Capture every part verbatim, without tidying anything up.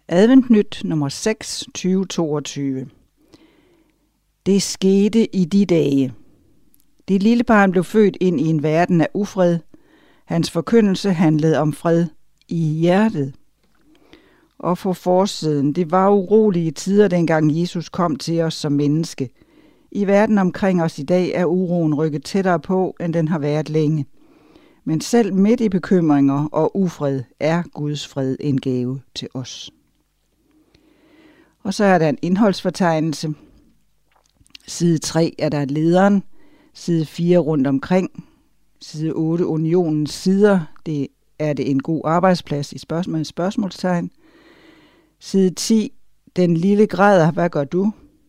Adventnyt nummer seks, tyve toogtyve. Det skete i de dage. Det lille barn blev født ind i en verden af ufred. Hans forkyndelse handlede om fred i hjertet. Og for forsiden, det var urolige tider, dengang Jesus kom til os som menneske. I verden omkring os i dag er uroen rykket tættere på, end den har været længe. Men selv midt i bekymringer og ufred er Guds fred en gave til os. Og så er der en indholdsfortegnelse. Side tre er der lederen. Side fire rundt omkring. Side otte unionens sider. Det er det en god arbejdsplads i spørgsmål med spørgsmålstegn. Side ti. Den lille græder. Hvad gør du?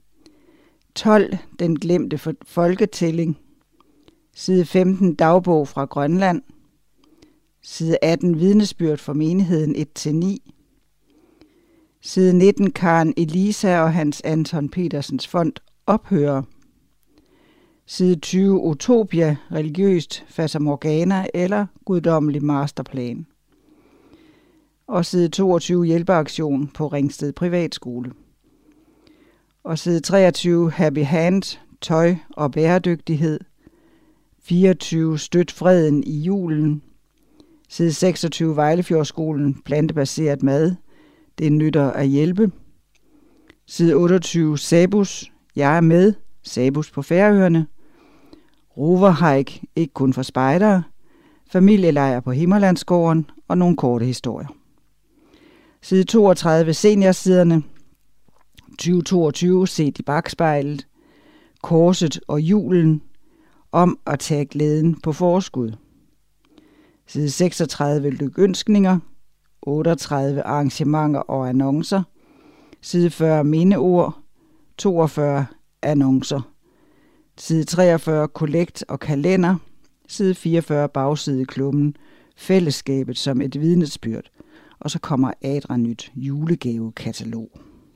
tolv. Den glemte folketælling. Side femten. Dagbog fra Grønland. Side atten. Vidnesbyrd for menigheden et til ni. Side nitten. Karen Elisa og Hans Anton Petersens fond ophører. Side tyve. Utopia, religiøst fatamorgana eller guddommelig masterplan. Og side toogtyve. Hjælpeaktion på Ringsted Privatskole. Og side treogtyve. Happy Hand, tøj og bæredygtighed. fireogtyve. Støt freden i julen. Side seksogtyve. Vejlefjordskolen, plantebaseret mad. Det nytter at hjælpe. Side otteogtyve. Sabus, jeg er med. Sabus på Færøerne. Roverhike, ikke kun for spejdere. Familielejr på Himmerlandsgården og nogle korte historier. Side toogtredive. Seniorsiderne. tyve toogtyve. Set i bakspejlet. Korset og julen. Om at tage glæden på forskud. Side seksogtredive. Lykønskninger. otteogtredive. Arrangementer og annoncer. Side fyrre. Mindeord. toogfyrre. Annoncer. Side treogfyrre. Kollekt og kalender. Side fireogfyrre. Bagsideklummen. Fællesskabet som et vidnesbyrd. Og så kommer Adranyt julegavekatalog.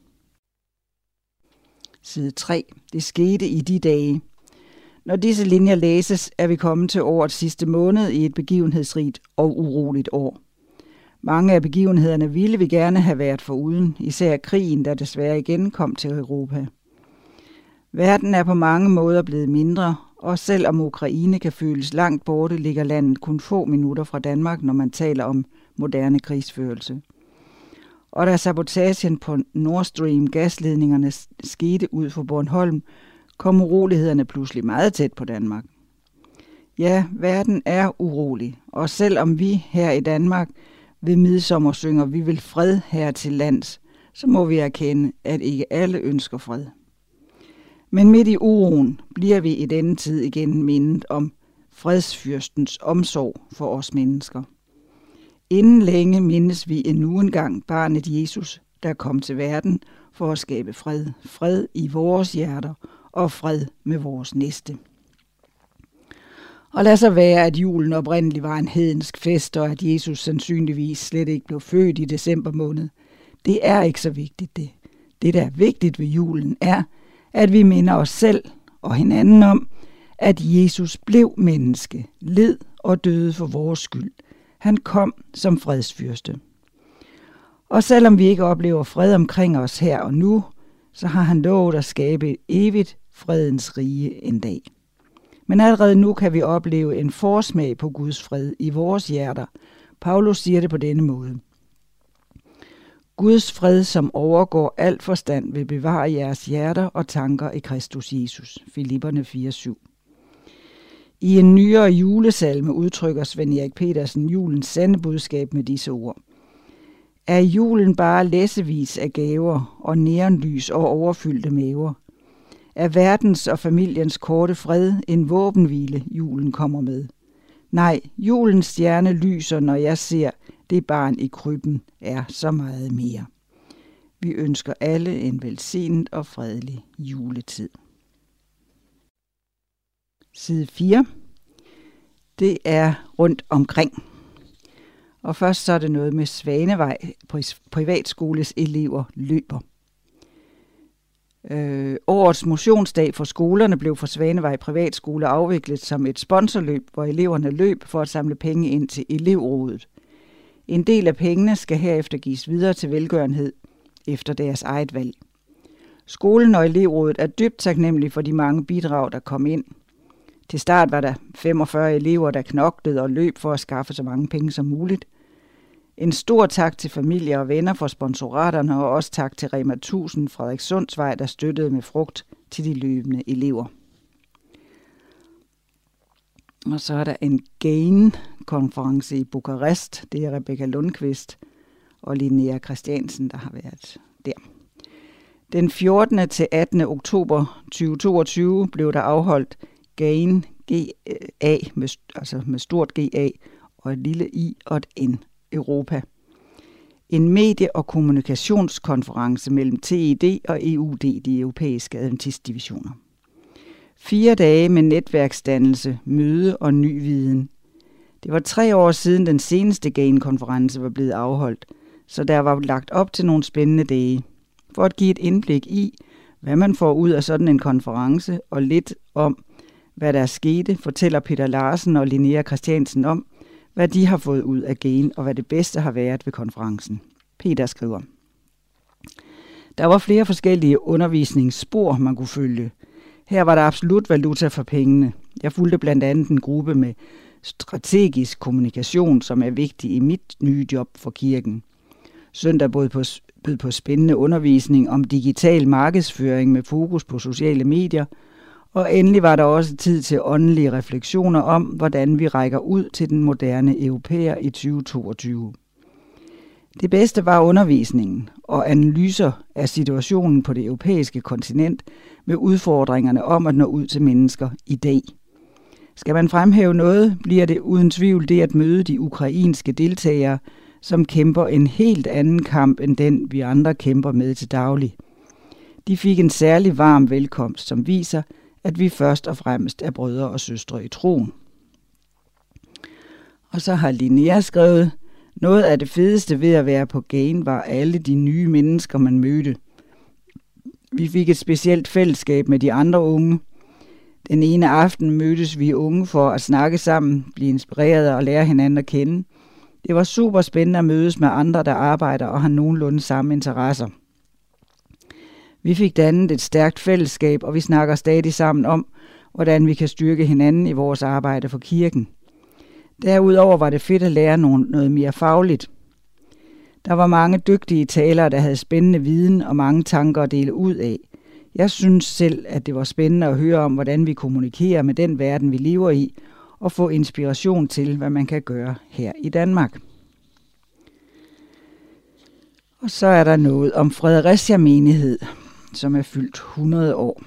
Side tre. Det skete i de dage. Når disse linjer læses, er vi kommet til årets sidste måned i et begivenhedsrigt og uroligt år. Mange af begivenhederne ville vi gerne have været foruden, især krigen, der desværre igen kom til Europa. Verden er på mange måder blevet mindre, og selvom Ukraine kan føles langt borte, ligger landet kun få minutter fra Danmark, når man taler om moderne krigsførelse. Og da sabotagen på Nord Stream gasledningerne skete ud for Bornholm, kom urolighederne pludselig meget tæt på Danmark. Ja, verden er urolig, og selvom vi her i Danmark ved midsommer synger vi vil fred her til lands, så må vi erkende, at ikke alle ønsker fred. Men midt i uroen bliver vi i denne tid igen mindet om fredsfyrstens omsorg for os mennesker. Inden længe mindes vi endnu en gang barnet Jesus, der kom til verden for at skabe fred. Fred i vores hjerter og fred med vores næste. Og lad så være, at julen oprindeligt var en hedensk fest, og at Jesus sandsynligvis slet ikke blev født i december måned. Det er ikke så vigtigt det. Det, der er vigtigt ved julen, er, at vi minder os selv og hinanden om, at Jesus blev menneske, led og døde for vores skyld. Han kom som fredsfyrste. Og selvom vi ikke oplever fred omkring os her og nu, så har han lovet at skabe et evigt fredens rige en dag. Men allerede nu kan vi opleve en forsmag på Guds fred i vores hjerter. Paulus siger det på denne måde. Guds fred, som overgår al forstand, vil bevare jeres hjerter og tanker i Kristus Jesus. Filipperne fire syv. I en nyere julesalme udtrykker Svend Erik Petersen julens sande budskab med disse ord. Er julen bare læsevis af gaver og neonlys og overfyldte maver? Er verdens og familiens korte fred en våbenhvile, julen kommer med? Nej, julens stjerne lyser, når jeg ser, det barn i krybben er så meget mere. Vi ønsker alle en velsignet og fredelig juletid. Side fire. Det er rundt omkring. Og først så er det noget med Svanevej, privatskoles elever løber. Øh, årets motionsdag for skolerne blev for Svanevej Privatskole afviklet som et sponsorløb, hvor eleverne løb for at samle penge ind til elevrådet. En del af pengene skal herefter gives videre til velgørenhed efter deres eget valg. Skolen og elevrådet er dybt taknemmelige for de mange bidrag, der kom ind. Til start var der femogfyrre elever, der knoklede og løb for at skaffe så mange penge som muligt. En stor tak til familie og venner for sponsoraterne, og også tak til Rema tusind Frederikssundsvej, der støttede med frugt til de løbende elever. Og så er der en GAIN-konference i Bukarest. Det er Rebecca Lundqvist og Linnea Christiansen, der har været der. Den fjortende til attende oktober tyve toogtyve blev der afholdt GAIN, G A, med, altså med stort G A og et lille I og et N, Europa. En medie- og kommunikationskonference mellem T E D og E U D, de europæiske adventistdivisioner. Fire dage med netværksdannelse, møde og ny viden. Det var tre år siden den seneste GAIN-konference var blevet afholdt, så der var lagt op til nogle spændende dage. For at give et indblik i, hvad man får ud af sådan en konference, og lidt om, hvad der skete, fortæller Peter Larsen og Linnea Christiansen om, hvad de har fået ud af GAIN, og hvad det bedste har været ved konferencen. Peter skriver: Der var flere forskellige undervisningsspor, man kunne følge. Her var der absolut valuta for pengene. Jeg fulgte blandt andet en gruppe med strategisk kommunikation, som er vigtig i mit nye job for kirken. Søndag bød på, bød på spændende undervisning om digital markedsføring med fokus på sociale medier, og endelig var der også tid til åndelige refleksioner om, hvordan vi rækker ud til den moderne europæer i tyve toogtyve. Det bedste var undervisningen og analyser af situationen på det europæiske kontinent med udfordringerne om at nå ud til mennesker i dag. Skal man fremhæve noget, bliver det uden tvivl det at møde de ukrainske deltagere, som kæmper en helt anden kamp end den, vi andre kæmper med til daglig. De fik en særlig varm velkomst, som viser, at vi først og fremmest er brødre og søstre i troen. Og så har Linnea skrevet: Noget af det fedeste ved at være på GAIN var alle de nye mennesker, man mødte. Vi fik et specielt fællesskab med de andre unge. Den ene aften mødtes vi unge for at snakke sammen, blive inspireret og lære hinanden at kende. Det var super spændende at mødes med andre, der arbejder og har nogenlunde samme interesser. Vi fik dannet et stærkt fællesskab, og vi snakker stadig sammen om, hvordan vi kan styrke hinanden i vores arbejde for kirken. Derudover var det fedt at lære noget mere fagligt. Der var mange dygtige talere, der havde spændende viden og mange tanker at dele ud af. Jeg synes selv, at det var spændende at høre om, hvordan vi kommunikerer med den verden, vi lever i, og få inspiration til, hvad man kan gøre her i Danmark. Og så er der noget om Fredericia menighed, som er fyldt hundrede år.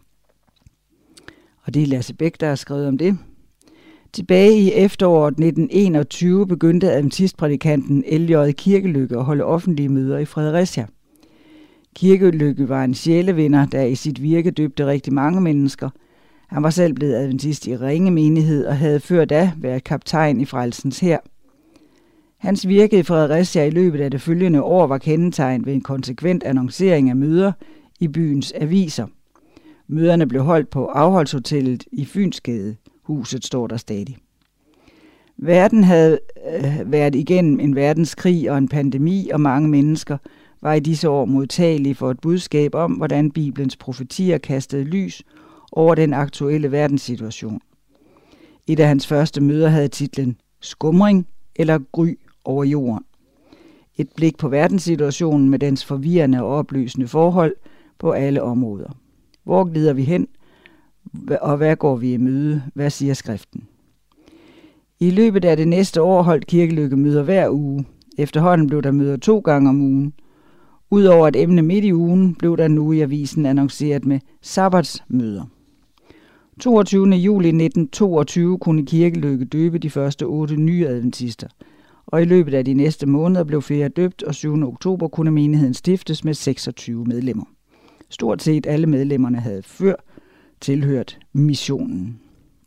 Og det er Lasse Bæk, der har skrevet om det. Tilbage i efteråret nitten enogtyve begyndte adventistprædikanten L J Kirkelykke at holde offentlige møder i Fredericia. Kirkelykke var en sjælevinder, der i sit virke døbte rigtig mange mennesker. Han var selv blevet adventist i Ringe menighed og havde før da været kaptajn i Frelsens Hær. Hans virke i Fredericia i løbet af det følgende år var kendetegnet ved en konsekvent annoncering af møder i byens aviser. Møderne blev holdt på afholdshotellet i Fynsgade. Huset står der stadig. Verden havde øh, været igennem en verdenskrig og en pandemi, og mange mennesker var i disse år modtagelige for et budskab om, hvordan Bibelens profetier kastede lys over den aktuelle verdenssituation. Et af hans første møder havde titlen Skumring eller Gry over jorden. Et blik på verdenssituationen med dens forvirrende og opløsende forhold på alle områder. Hvor glider vi hen? Og hvad går vi i møde? Hvad siger skriften? I løbet af det næste år holdt Kirkelykke møder hver uge. Efterhånden blev der møder to gange om ugen. Udover et emne midt i ugen, blev der nu i avisen annonceret med sabbatsmøder. toogtyvende juli nitten toogtyve kunne Kirkelykke døbe de første otte nye adventister. Og i løbet af de næste måneder blev flere døbt, og syvende oktober kunne menigheden stiftes med seksogtyve medlemmer. Stort set alle medlemmerne havde før tilhørt missionen.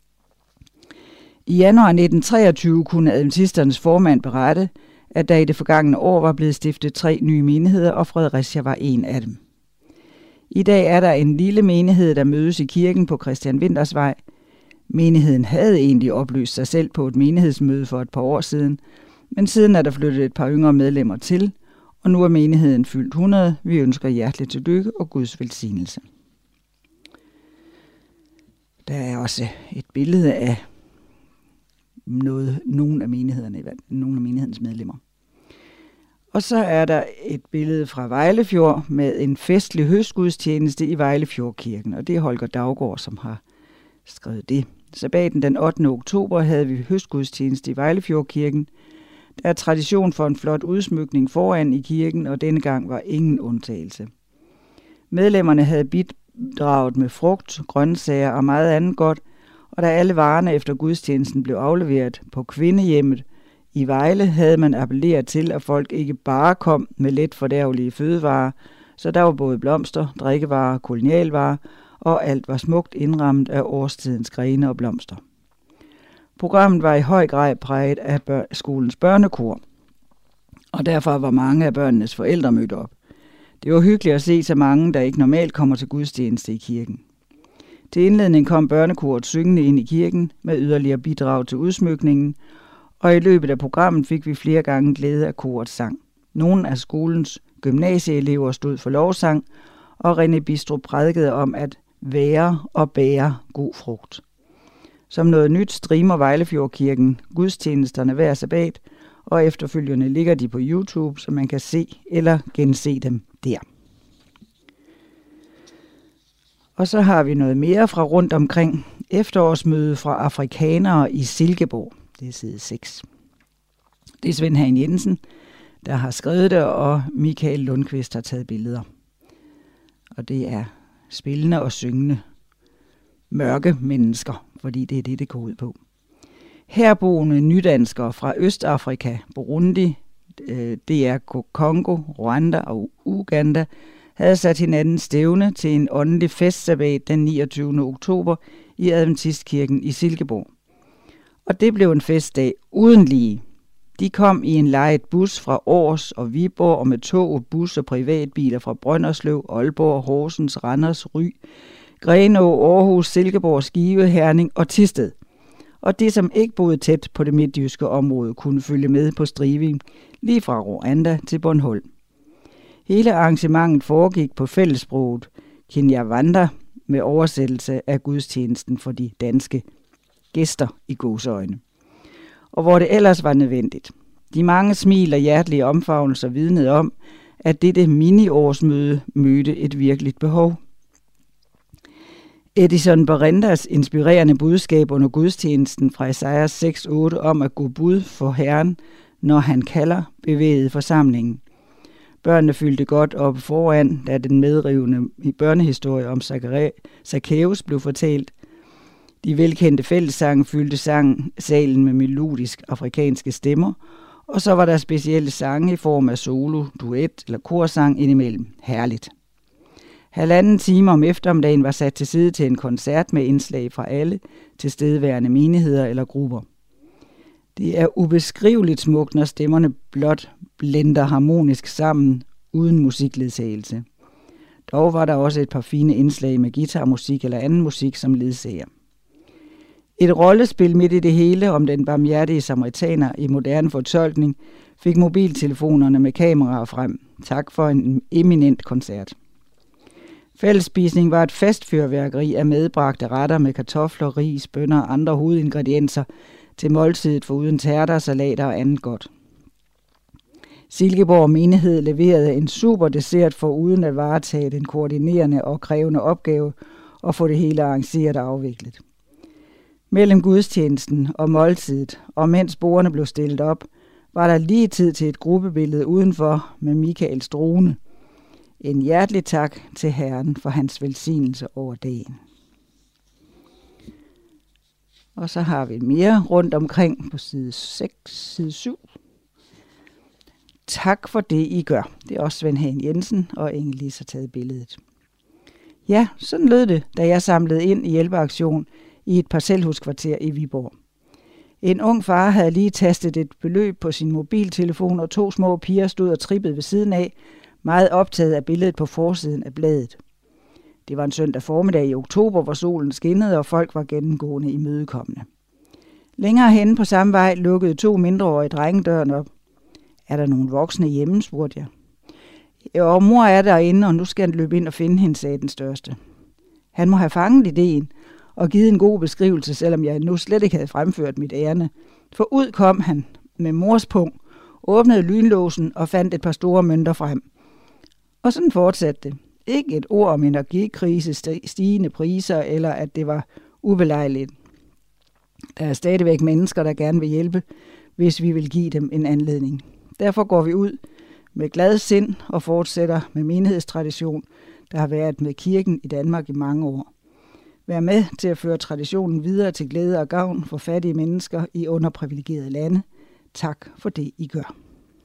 I januar nitten treogtyve kunne adventisternes formand berette, at der i det forgangne år var blevet stiftet tre nye menigheder, og Fredericia var en af dem. I dag er der en lille menighed, der mødes i kirken på Christian Winthers Vej. Menigheden havde egentlig opløst sig selv på et menighedsmøde for et par år siden, men siden er der flyttet et par yngre medlemmer til, Og nu er menigheden fyldt hundrede. Vi ønsker hjerteligt tillykke og Guds velsignelse. Der er også et billede af noget, nogle af menighederne, nogle af menighedens medlemmer. Og så er der et billede fra Vejlefjord med en festlig høstgudstjeneste i Vejlefjordkirken, og det er Holger Daugaard, som har skrevet det. Sabbaten den ottende oktober havde vi høstgudstjeneste i Vejlefjordkirken. Der er tradition for en flot udsmykning foran i kirken, og denne gang var ingen undtagelse. Medlemmerne havde bidraget med frugt, grøntsager og meget andet godt, og da alle varerne efter gudstjenesten blev afleveret på kvindehjemmet i Vejle, havde man appelleret til, at folk ikke bare kom med let fordærvelige fødevarer, så der var både blomster, drikkevarer, kolonialvarer, og alt var smukt indrammet af årstidens grene og blomster. Programmet var i høj grad præget af bør- skolens børnekor, og derfor var mange af børnenes forældre mødt op. Det var hyggeligt at se så mange, der ikke normalt kommer til gudstjeneste i kirken. Til indledning kom børnekoret syngende ind i kirken med yderligere bidrag til udsmykningen, og i løbet af programmet fik vi flere gange glæde af korets sang. Nogle af skolens gymnasieelever stod for lovsang, og René Bistrup prædikede om at være og bære god frugt. Som noget nyt streamer Vejlefjordkirken gudstjenesterne hver sabbat, og efterfølgende ligger de på YouTube, så man kan se eller gense dem der. Og så har vi noget mere fra rundt omkring. Efterårsmøde fra afrikanere i Silkeborg. Det er side seks. Det er Svend Hagen Jensen, der har skrevet det, og Michael Lundqvist har taget billeder. Og det er spillende og syngende mørke mennesker, fordi det er det, det går ud på. Herboende nydanskere fra Østafrika, Burundi, D R Congo, Rwanda og Uganda havde sat hinanden stævne til en åndelig festsabbat den niogtyvende oktober i Adventistkirken i Silkeborg. Og det blev en festdag uden lige. De kom i en lejet bus fra Aars og Viborg og med tog, bus og privatbiler fra Brønderslev, Aalborg, Horsens, Randers, Ry, Grenaa, Aarhus, Silkeborg, Skive, Herning og Thisted. Og de, som ikke boede tæt på det midtjyske område, kunne følge med på striving lige fra Rwanda til Bornholm. Hele arrangementet foregik på fællessproget Kinyarwanda med oversættelse af gudstjenesten for de danske gæster i gåseøjne. Og hvor det ellers var nødvendigt. De mange smil og hjertelige omfavnelser vidnede om, at dette mini-årsmøde mødte et virkeligt behov. Edison Barendas inspirerende budskab under gudstjenesten fra Esajas seks otte om at gå bud for Herren, når han kalder, bevægede forsamlingen. Børnene fyldte godt op foran, da den medrivende børnehistorie om Zacchaeus blev fortalt. De velkendte fællessange fyldte sang, salen med melodisk afrikanske stemmer, og så var der specielle sange i form af solo, duet eller korsang indimellem. Herligt. Halvanden time om eftermiddagen var sat til side til en koncert med indslag fra alle tilstedeværende menigheder eller grupper. Det er ubeskriveligt smukt, når stemmerne blot blender harmonisk sammen uden musikledsagelse. Dog var der også et par fine indslag med guitarmusik eller anden musik som ledsager. Et rollespil midt i det hele om den barmhjertige samaritaner i moderne fortolkning fik mobiltelefonerne med kameraer frem. Tak for en eminent koncert. Fællesspisning var et festfyrværkeri af medbragte retter med kartofler, ris, bønner og andre hovedingredienser til måltidet foruden tærter, salater og andet godt. Silkeborg menighed leverede en super dessert for uden at varetage den koordinerende og krævende opgave og få det hele arrangeret og afviklet. Mellem gudstjenesten og måltidet, og mens bordene blev stillet op, var der lige tid til et gruppebillede udenfor med Michaels drone. En hjertelig tak til Herren for hans velsignelse over dagen. Og så har vi mere rundt omkring på side seks, side syv. Tak for det, I gør. Det er også Svend Hagen Jensen og Inge-Lise har taget billedet. Ja, sådan lød det, da jeg samlede ind i hjælpeaktion i et parcelhuskvarter i Viborg. En ung far havde lige tastet et beløb på sin mobiltelefon, og to små piger stod og trippede ved siden af, meget optaget af billedet på forsiden af bladet. Det var en søndag formiddag i oktober, hvor solen skinnede, og folk var gennemgående imødekommende. Længere henne på samme vej lukkede to mindreårige drenge døren op. Er der nogen voksne hjemme, spurgte jeg. og mor er derinde, og nu skal han løbe ind og finde hende, sagde den største. Han må have fanget ideen og givet en god beskrivelse, selvom jeg nu slet ikke havde fremført mit ærne. For ud kom han med mors pung, åbnede lynlåsen og fandt et par store mønter frem. Og sådan fortsatte det. Ikke et ord om energikrise, stigende priser, eller at det var ubelejligt. Der er stadigvæk mennesker, der gerne vil hjælpe, hvis vi vil give dem en anledning. Derfor går vi ud med glad sind og fortsætter med menighedstradition, der har været med kirken i Danmark i mange år. Vær med til at føre traditionen videre til glæde og gavn for fattige mennesker i underprivilegerede lande. Tak for det, I gør.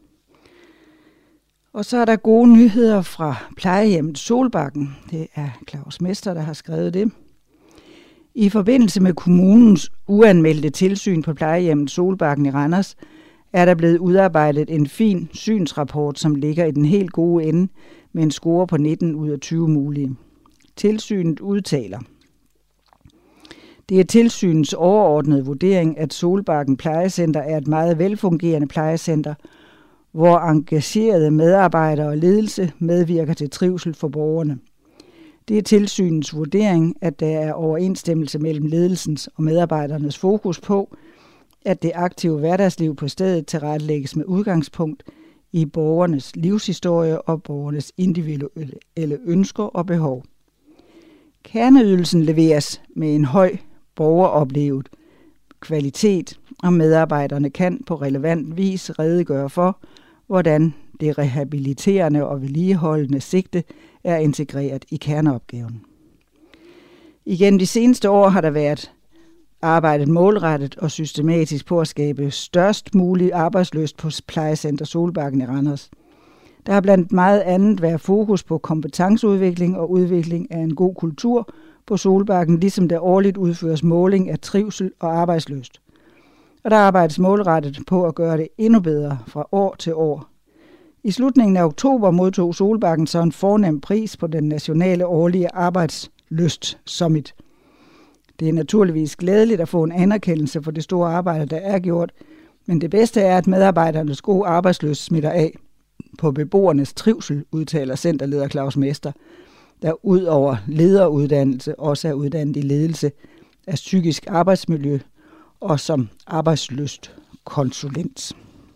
Og så er der gode nyheder fra plejehjemmet Solbakken. Det er Claus Mester, der har skrevet det. I forbindelse med kommunens uanmeldte tilsyn på plejehjemmet Solbakken i Randers, er der blevet udarbejdet en fin synsrapport, som ligger i den helt gode ende med en score på nitten ud af tyve mulige. Tilsynet udtaler: Det er tilsynets overordnede vurdering, at Solbakken Plejecenter er et meget velfungerende plejecenter, hvor engagerede medarbejdere og ledelse medvirker til trivsel for borgerne. Det er tilsynets vurdering, at der er overensstemmelse mellem ledelsens og medarbejdernes fokus på, at det aktive hverdagsliv på stedet tilrettelægges med udgangspunkt i borgernes livshistorie og borgernes individuelle ønsker og behov. Kerneydelsen leveres med en høj borgeroplevet kvalitet, og medarbejderne kan på relevant vis redegøre for, hvordan det rehabiliterende og vedligeholdende sigte er integreret i kerneopgaven. Igennem de seneste år har der været arbejdet målrettet og systematisk på at skabe størst mulig arbejdslyst på plejecenter Solbakken i Randers. Der har blandt meget andet været fokus på kompetenceudvikling og udvikling af en god kultur på Solbakken, ligesom der årligt udføres måling af trivsel og arbejdslyst. Og der arbejdes målrettet på at gøre det endnu bedre fra år til år. I slutningen af oktober modtog Solbakken så en fornem pris på den nationale årlige arbejdslyst summit. Det er naturligvis glædeligt at få en anerkendelse for det store arbejde, der er gjort, men det bedste er, at medarbejdernes gode arbejdslyst smitter af på beboernes trivsel, udtaler centerleder Claus Mester, der ud over lederuddannelse også er uddannet i ledelse af psykisk arbejdsmiljø og som arbejdslyst konsulent.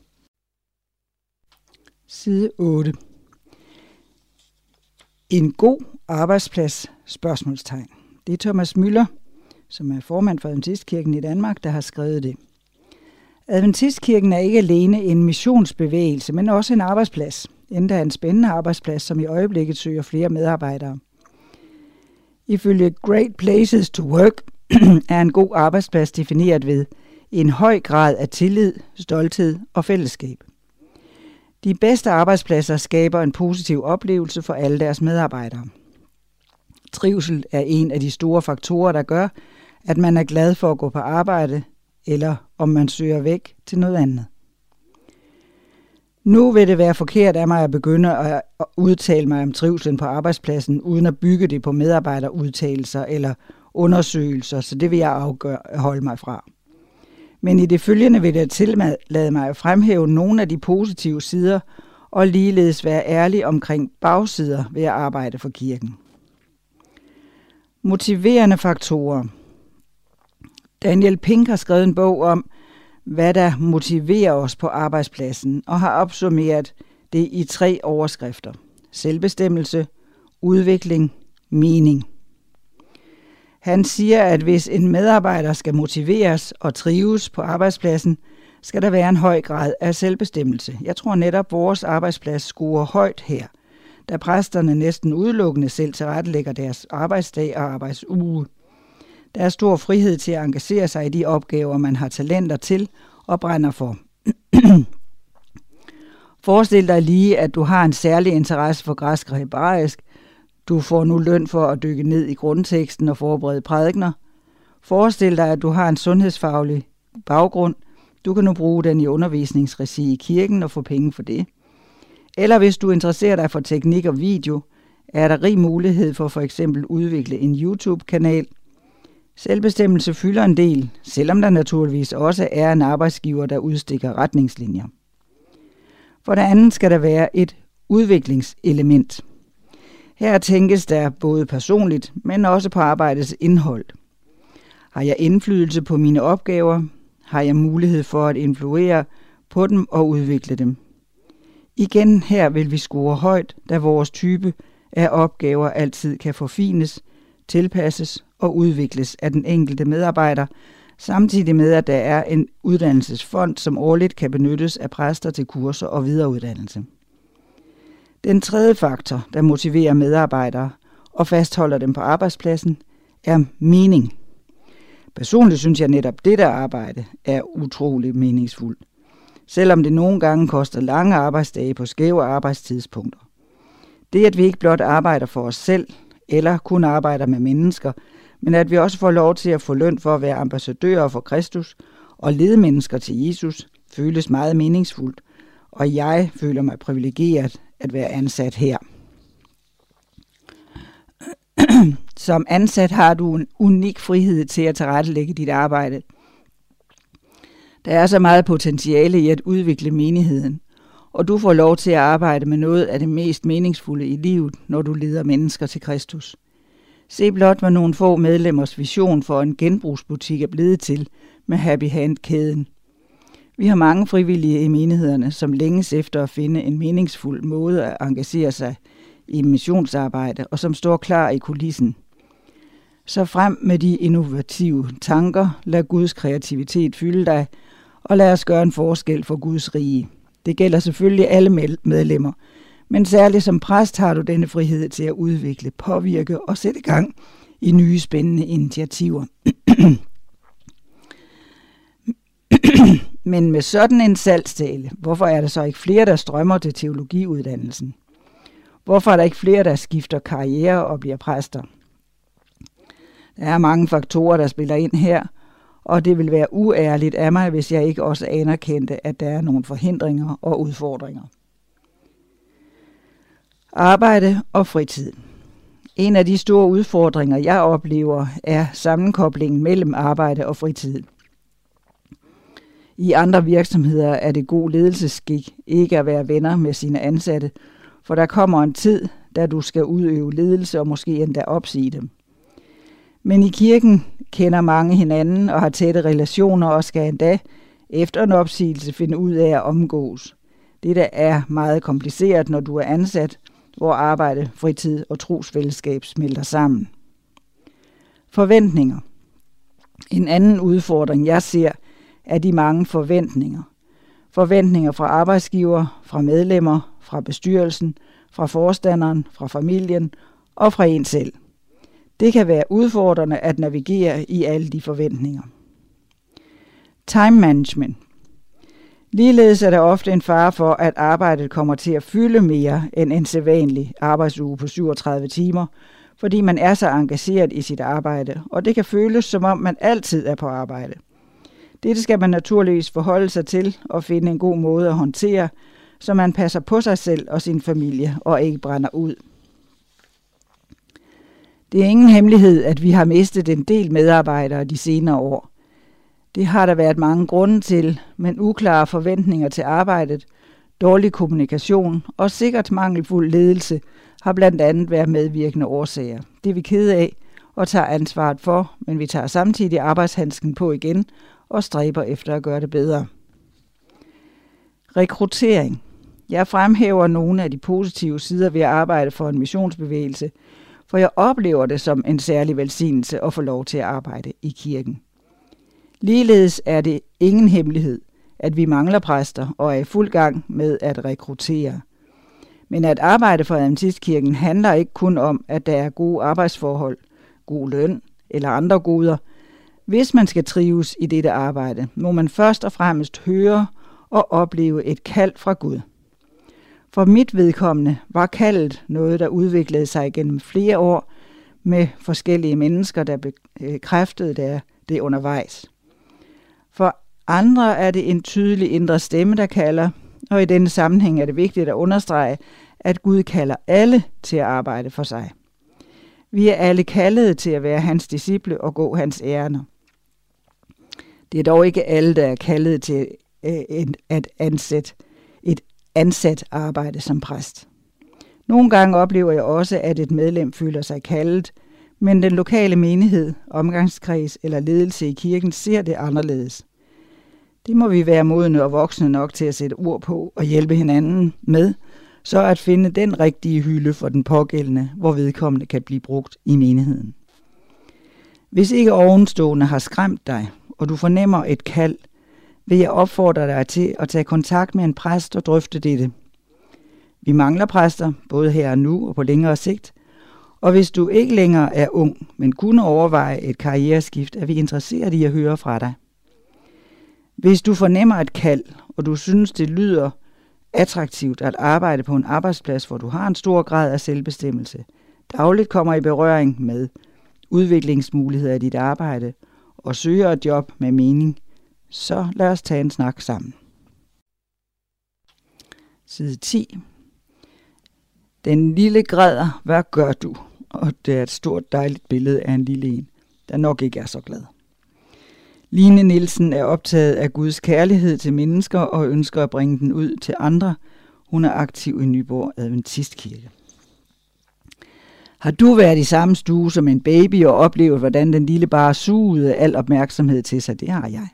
Side otte. En god arbejdsplads? Spørgsmålstegn. Det er Thomas Müller, som er formand for Adventistkirken i Danmark, der har skrevet det. Adventistkirken er ikke alene en missionsbevægelse, men også en arbejdsplads. Endda en spændende arbejdsplads, som i øjeblikket søger flere medarbejdere. Ifølge Great Places to Work er en god arbejdsplads defineret ved en høj grad af tillid, stolthed og fællesskab. De bedste arbejdspladser skaber en positiv oplevelse for alle deres medarbejdere. Trivsel er en af de store faktorer, der gør, at man er glad for at gå på arbejde, eller om man søger væk til noget andet. Nu vil det være forkert af mig at begynde at udtale mig om trivselen på arbejdspladsen, uden at bygge det på medarbejderudtalelser eller undersøgelser, så det vil jeg afgøre, holde mig fra. Men i det følgende vil jeg tillade mig at fremhæve nogle af de positive sider, og ligeledes være ærlig omkring bagsider ved at arbejde for kirken. Motiverende faktorer. Daniel Pink har skrevet en bog om, hvad der motiverer os på arbejdspladsen, og har opsummeret det i tre overskrifter: selvbestemmelse, udvikling, mening. Han siger, at hvis en medarbejder skal motiveres og trives på arbejdspladsen, skal der være en høj grad af selvbestemmelse. Jeg tror netop, at vores arbejdsplads scorer højt her, da præsterne næsten udelukkende selv tilrettelægger deres arbejdsdag og arbejdsuge. Der er stor frihed til at engagere sig i de opgaver, man har talenter til og brænder for. Forestil dig lige, at du har en særlig interesse for græsk og hebraisk. Du får nu løn for at dykke ned i grundteksten og forberede prædikener. Forestil dig, at du har en sundhedsfaglig baggrund. Du kan nu bruge den i undervisningsregi i kirken og få penge for det. Eller hvis du interesserer dig for teknik og video, er der rig mulighed for for eksempel udvikle en YouTube-kanal. Selvbestemmelse fylder en del, selvom der naturligvis også er en arbejdsgiver, der udstikker retningslinjer. For det andet skal der være et udviklingselement. Her tænkes der både personligt, men også på arbejdets indhold. Har jeg indflydelse på mine opgaver? Har jeg mulighed for at influere på dem og udvikle dem? Igen her vil vi score højt, da vores type af opgaver altid kan forfines, tilpasses og udvikles af den enkelte medarbejder, samtidig med at der er en uddannelsesfond, som årligt kan benyttes af præster til kurser og videreuddannelse. Den tredje faktor, der motiverer medarbejdere og fastholder dem på arbejdspladsen, er mening. Personligt synes jeg netop dette arbejde er utroligt meningsfuldt, selvom det nogle gange koster lange arbejdsdage på skæve arbejdstidspunkter. Det, at vi ikke blot arbejder for os selv, eller kun arbejder med mennesker, men at vi også får lov til at få løn for at være ambassadører for Kristus og lede mennesker til Jesus, føles meget meningsfuldt, og jeg føler mig privilegeret at være ansat her. Som ansat har du en unik frihed til at tilrettelægge dit arbejde. Der er så meget potentiale i at udvikle menigheden, og du får lov til at arbejde med noget af det mest meningsfulde i livet, når du leder mennesker til Kristus. Se blot, hvad nogle få medlemmers vision for en genbrugsbutik er blevet til med Happy Hand-kæden. Vi har mange frivillige i menighederne, som længes efter at finde en meningsfuld måde at engagere sig i missionsarbejde, og som står klar i kulissen. Så frem med de innovative tanker, lad Guds kreativitet fylde dig, og lad os gøre en forskel for Guds rige. Det gælder selvfølgelig alle medlemmer, men særligt som præst har du denne frihed til at udvikle, påvirke og sætte gang i nye spændende initiativer. Men med sådan en salgstale, hvorfor er der så ikke flere, der strømmer til teologiuddannelsen? Hvorfor er der ikke flere, der skifter karriere og bliver præster? Der er mange faktorer, der spiller ind her, og det vil være uærligt af mig, hvis jeg ikke også anerkendte, at der er nogle forhindringer og udfordringer. Arbejde og fritid. En af de store udfordringer, jeg oplever, er sammenkoblingen mellem arbejde og fritid. I andre virksomheder er det god ledelsesskik ikke at være venner med sine ansatte, for der kommer en tid, da du skal udøve ledelse og måske endda opsige dem. Men i kirken kender mange hinanden og har tætte relationer og skal endda efter en opsigelse finde ud af at omgås. Dette er meget kompliceret, når du er ansat, hvor arbejde, fritid og trosfællesskab smelter sammen. Forventninger. En anden udfordring, jeg ser, er de mange forventninger. Forventninger fra arbejdsgiver, fra medlemmer, fra bestyrelsen, fra forstanderen, fra familien og fra en selv. Det kan være udfordrende at navigere i alle de forventninger. Time management. Ligeledes er der ofte en fare for, at arbejdet kommer til at fylde mere end en sædvanlig arbejdsuge på syvogtredive timer, fordi man er så engageret i sit arbejde, og det kan føles, som om man altid er på arbejde. Dette skal man naturligvis forholde sig til og finde en god måde at håndtere, så man passer på sig selv og sin familie og ikke brænder ud. Det er ingen hemmelighed, at vi har mistet en del medarbejdere de senere år. Det har der været mange grunde til, men uklare forventninger til arbejdet, dårlig kommunikation og sikkert mangelfuld ledelse har blandt andet været medvirkende årsager. Det er vi kede af og tager ansvaret for, men vi tager samtidig arbejdshandsken på igen og stræber efter at gøre det bedre. Rekruttering. Jeg fremhæver nogle af de positive sider ved at arbejde for en missionsbevægelse, for jeg oplever det som en særlig velsignelse at få lov til at arbejde i kirken. Ligeledes er det ingen hemmelighed, at vi mangler præster og er i fuld gang med at rekruttere. Men at arbejde for Adventistkirken handler ikke kun om, at der er gode arbejdsforhold, god løn eller andre goder. Hvis man skal trives i dette arbejde, må man først og fremmest høre og opleve et kald fra Gud. For mit vedkommende var kaldet noget, der udviklede sig gennem flere år med forskellige mennesker, der bekræftede det undervejs. For andre er det en tydelig indre stemme, der kalder, og i denne sammenhæng er det vigtigt at understrege, at Gud kalder alle til at arbejde for sig. Vi er alle kaldede til at være hans disciple og gå hans ærender. Det er dog ikke alle, der er kaldet til at ansætte et ansat arbejde som præst. Nogle gange oplever jeg også, at et medlem føler sig kaldet, men den lokale menighed, omgangskreds eller ledelse i kirken ser det anderledes. Det må vi være modne og voksne nok til at sætte ord på og hjælpe hinanden med, så at finde den rigtige hylde for den pågældende, hvor vedkommende kan blive brugt i menigheden. Hvis ikke ovenstående har skræmt dig, og du fornemmer et kald, vil jeg opfordre dig til at tage kontakt med en præst og drøfte dette. Vi mangler præster, både her og nu og på længere sigt, og hvis du ikke længere er ung, men kunne overveje et karriereskift, er vi interesseret i at høre fra dig. Hvis du fornemmer et kald, og du synes, det lyder attraktivt at arbejde på en arbejdsplads, hvor du har en stor grad af selvbestemmelse, dagligt kommer i berøring med udviklingsmuligheder i dit arbejde og søger et job med mening, så lad os tage en snak sammen. Side ti. Den lille græder, hvad gør du? Og det er et stort dejligt billede af en lille en, der nok ikke er så glad. Line Nielsen er optaget af Guds kærlighed til mennesker og ønsker at bringe den ud til andre. Hun er aktiv i Nyborg Adventistkirke. Har du været i samme stue som en baby og oplevet, hvordan den lille bare sugede al opmærksomhed til sig? Det har jeg.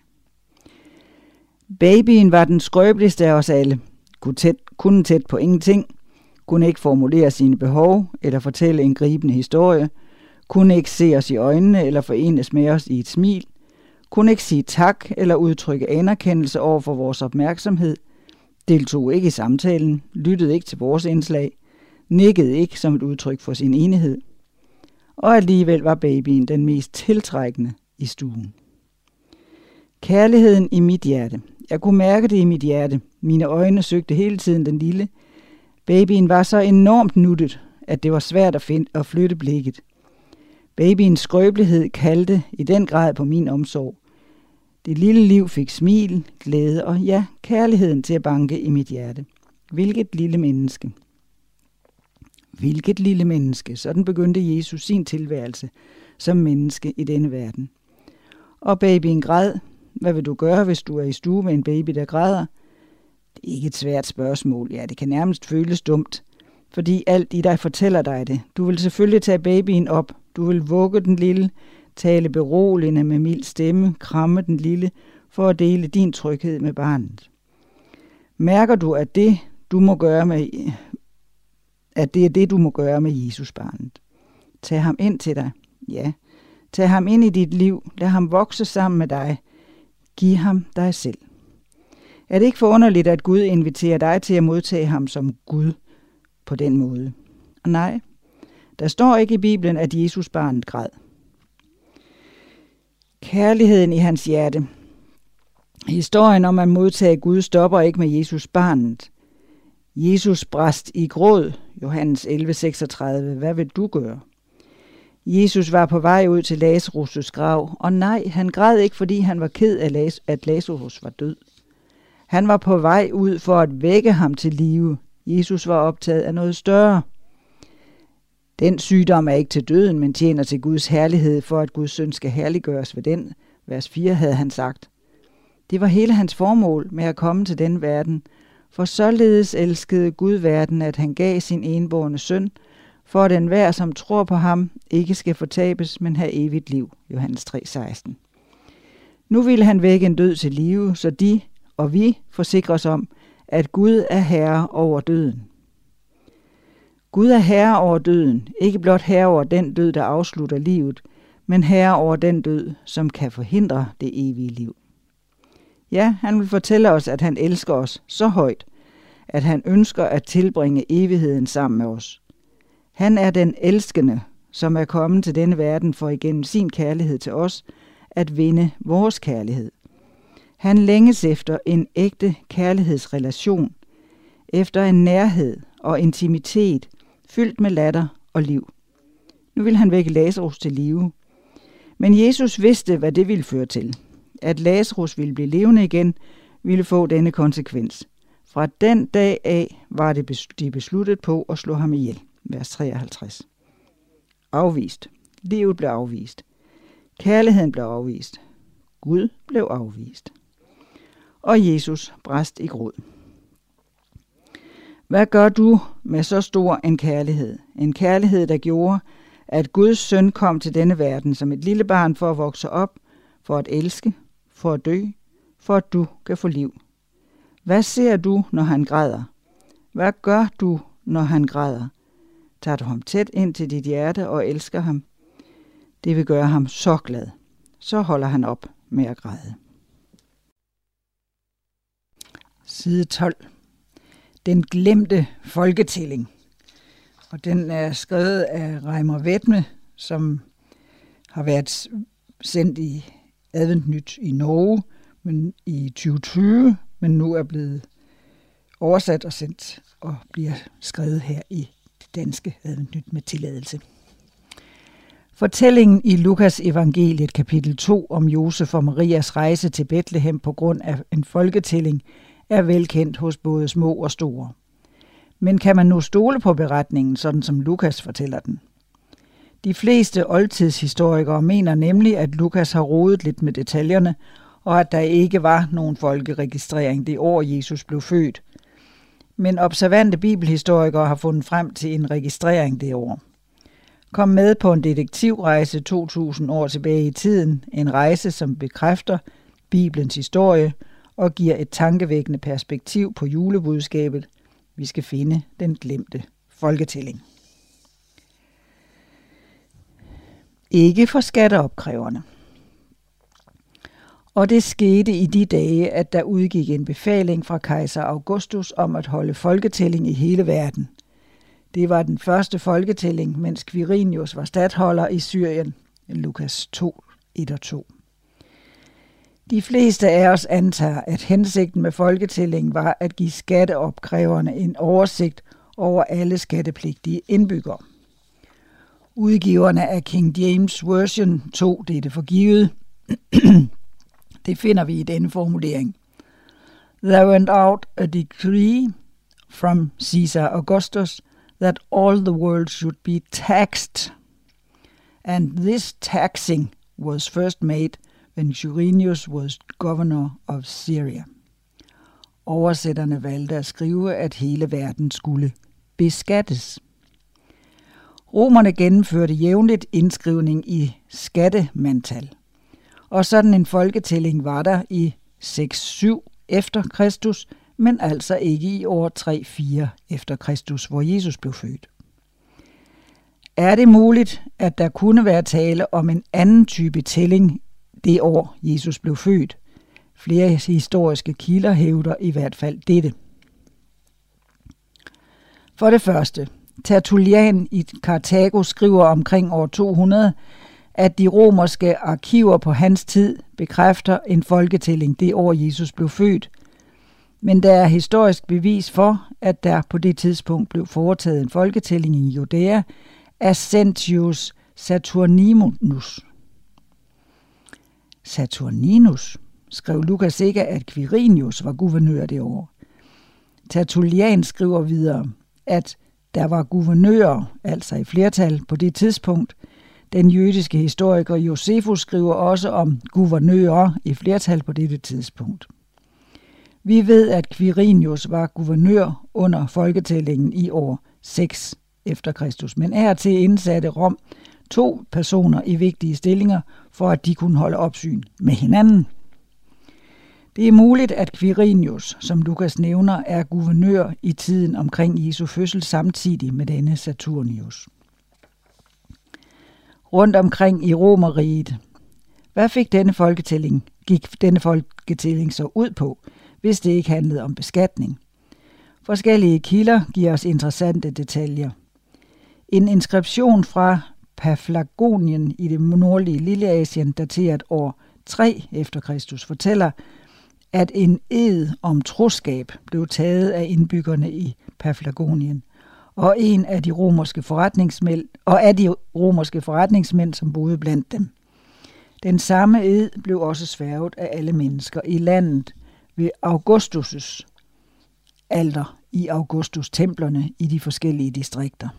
Babyen var den skrøbeligste af os alle. Kunne tæt, kunne tæt på ingenting. Kunne ikke formulere sine behov eller fortælle en gribende historie. Kunne ikke se os i øjnene eller forenes med os i et smil. Kunne ikke sige tak eller udtrykke anerkendelse over for vores opmærksomhed. Deltog ikke i samtalen. Lyttede ikke til vores indslag. Nikkede ikke som et udtryk for sin enighed. Og alligevel var babyen den mest tiltrækkende i stuen. Kærligheden i mit hjerte. Jeg kunne mærke det i mit hjerte. Mine øjne søgte hele tiden den lille. Babyen var så enormt nuttet, at det var svært at, finde, at flytte blikket. Babyens skrøbelighed kaldte i den grad på min omsorg. Det lille liv fik smil, glæde og ja, kærligheden til at banke i mit hjerte. Hvilket lille menneske. Hvilket lille menneske. Sådan begyndte Jesus sin tilværelse som menneske i denne verden. Og babyen græd. Hvad vil du gøre, hvis du er i stue med en baby, der græder? Det er ikke et svært spørgsmål. Ja, det kan nærmest føles dumt, fordi alt i dig fortæller dig det. Du vil selvfølgelig tage babyen op. Du vil vugge den lille, tale beroligende med mild stemme, kramme den lille, for at dele din tryghed med barnet. Mærker du, at det, du må gøre med, at det er det, du må gøre med Jesusbarnet? Tag ham ind til dig. Ja, tag ham ind i dit liv. Lad ham vokse sammen med dig. Giv ham dig selv. Er det ikke forunderligt, at Gud inviterer dig til at modtage ham som Gud på den måde? Og nej, der står ikke i Bibelen, at Jesusbarnet græd. Kærligheden i hans hjerte. Historien om at modtage Gud stopper ikke med Jesusbarnet. Jesus brast i gråd, Johannes elleve seksogtredive. Hvad vil du gøre? Jesus var på vej ud til Lazarus' grav, og nej, han græd ikke, fordi han var ked af, at Lazarus var død. Han var på vej ud for at vække ham til live. Jesus var optaget af noget større. Den sygdom er ikke til døden, men tjener til Guds herlighed, for at Guds søn skal herliggøres ved den. Vers fire havde han sagt. Det var hele hans formål med at komme til den verden, for således elskede Gud verden, at han gav sin enbårne søn, for at enhver, som tror på ham, ikke skal fortabes, men have evigt liv. Johannes tre seksten. Nu ville han vække en død til live, så de og vi forsikrer os om, at Gud er herre over døden. Gud er herre over døden, ikke blot herre over den død, der afslutter livet, men herre over den død, som kan forhindre det evige liv. Ja, han vil fortælle os, at han elsker os så højt, at han ønsker at tilbringe evigheden sammen med os. Han er den elskende, som er kommet til denne verden for igennem sin kærlighed til os at vinde vores kærlighed. Han længes efter en ægte kærlighedsrelation, efter en nærhed og intimitet, fyldt med latter og liv. Nu vil han vække Lazarus til live. Men Jesus vidste, hvad det ville føre til. At Lazarus ville blive levende igen, ville få denne konsekvens. Fra den dag af var det de besluttet på at slå ham ihjel. Vers treoghalvtreds. Afvist. Livet blev afvist. Kærligheden blev afvist. Gud blev afvist. Og Jesus brast i gråd. Hvad gør du med så stor en kærlighed? En kærlighed, der gjorde, at Guds søn kom til denne verden som et lille barn for at vokse op, for at elske, for at dø, for at du kan få liv. Hvad ser du, når han græder? Hvad gør du, når han græder? Tager du ham tæt ind til dit hjerte og elsker ham? Det vil gøre ham så glad. Så holder han op med at græde. Side tolv. Den glemte folketælling. Og den er skrevet af Reimer Vedme, som har været sendt i Adventnyt i Norge men i tyve tyve, men nu er blevet oversat og sendt og bliver skrevet her i det danske Adventnyt med tilladelse. Fortællingen i Lukas evangeliet kapitel to om Josef og Marias rejse til Betlehem på grund af en folketælling er velkendt hos både små og store. Men kan man nu stole på beretningen, sådan som Lukas fortæller den? De fleste oldtidshistorikere mener nemlig, at Lukas har rodet lidt med detaljerne, og at der ikke var nogen folkeregistrering det år, Jesus blev født. Men observante bibelhistorikere har fundet frem til en registrering det år. Kom med på en detektivrejse to tusind år tilbage i tiden, en rejse, som bekræfter Bibelens historie og giver et tankevækkende perspektiv på julebudskabet. Vi skal finde den glemte folketælling. Ikke for skatteopkræverne. Og det skete i de dage, at der udgik en befaling fra kejser Augustus om at holde folketælling i hele verden. Det var den første folketælling, mens Quirinius var statholder i Syrien. Lukas to, et og to. De fleste af os antager, at hensigten med folketællingen var at give skatteopkræverne en oversigt over alle skattepligtige indbyggere. Udgiverne af King James Version tog dette for givet. Det finder vi i denne formulering. There went out a decree from Caesar Augustus that all the world should be taxed. And this taxing was first made when Quirinius was governor of Syria. Oversætterne valgte at skrive, at hele verden skulle beskattes. Romerne gennemførte jævnligt indskrivning i skattemandtal. Og sådan en folketælling var der i seks syv efter Kristus, men altså ikke i år tre fire efter Kristus, hvor Jesus blev født. Er det muligt, at der kunne være tale om en anden type tælling det år, Jesus blev født? Flere historiske kilder hævder i hvert fald dette. For det første, Tertullian i Karthago skriver omkring år to hundrede, at de romerske arkiver på hans tid bekræfter en folketælling det år, Jesus blev født. Men der er historisk bevis for, at der på det tidspunkt blev foretaget en folketælling i Judæa af Sentius Saturninus. Saturninus skrev Lukas ikke, at Quirinius var guvernør det år. Tertullian skriver videre, at der var guvernører, altså i flertal på det tidspunkt. Den jødiske historiker Josefus skriver også om guvernører i flertal på dette tidspunkt. Vi ved, at Quirinius var guvernør under folketællingen i år seks efter Kristus, men hertil indsatte Rom to personer i vigtige stillinger, for at de kunne holde opsyn med hinanden. Det er muligt, at Quirinius, som Lukas nævner, er guvernør i tiden omkring Jesu fødsel samtidig med denne Saturnius. Rundt omkring i Romerriget. Hvad fik denne folketælling, gik denne folketælling så ud på, hvis det ikke handlede om beskatning? Forskellige kilder giver os interessante detaljer. En inskription fra Paphlagonien i det nordlige Lilleasien, dateret år tre efter Kristus, fortæller, at en ed om troskab blev taget af indbyggerne i Paphlagonien, og en af de romerske forretningsmænd, og af de romerske forretningsmænd, som boede blandt dem. Den samme ed blev også sværget af alle mennesker i landet ved Augustus' alter i Augustus-templerne i de forskellige distrikter.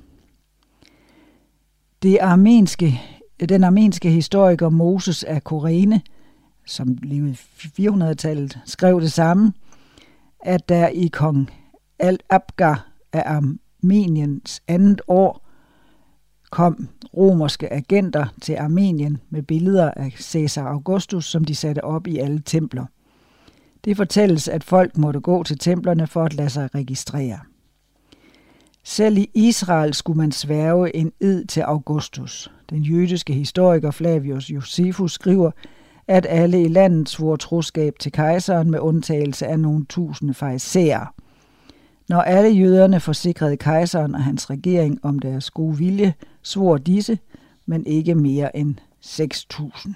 Det armenske, den armenske historiker Moses af Korene, som levede i fire hundrede-tallet, skrev det samme, at der i kong Al-Abgar af Armeniens andet år kom romerske agenter til Armenien med billeder af Caesar Augustus, som de satte op i alle templer. Det fortælles, at folk måtte gå til templerne for at lade sig registrere. Selv i Israel skulle man sværge en ed til Augustus. Den jødiske historiker Flavius Josephus skriver, at alle i landet svor troskab til kejseren med undtagelse af nogle tusinde farisæere. Når alle jøderne forsikrede kejseren og hans regering om deres gode vilje, svor disse, men ikke mere end seks tusind.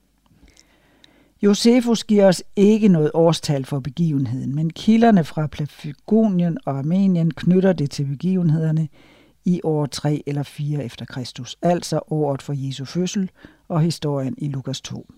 Josephus giver os ikke noget årstal for begivenheden, men kilderne fra Paphlagonien og Armenien knytter det til begivenhederne i år tre eller fire efter Kristus, altså året for Jesu fødsel og historien i Lukas to.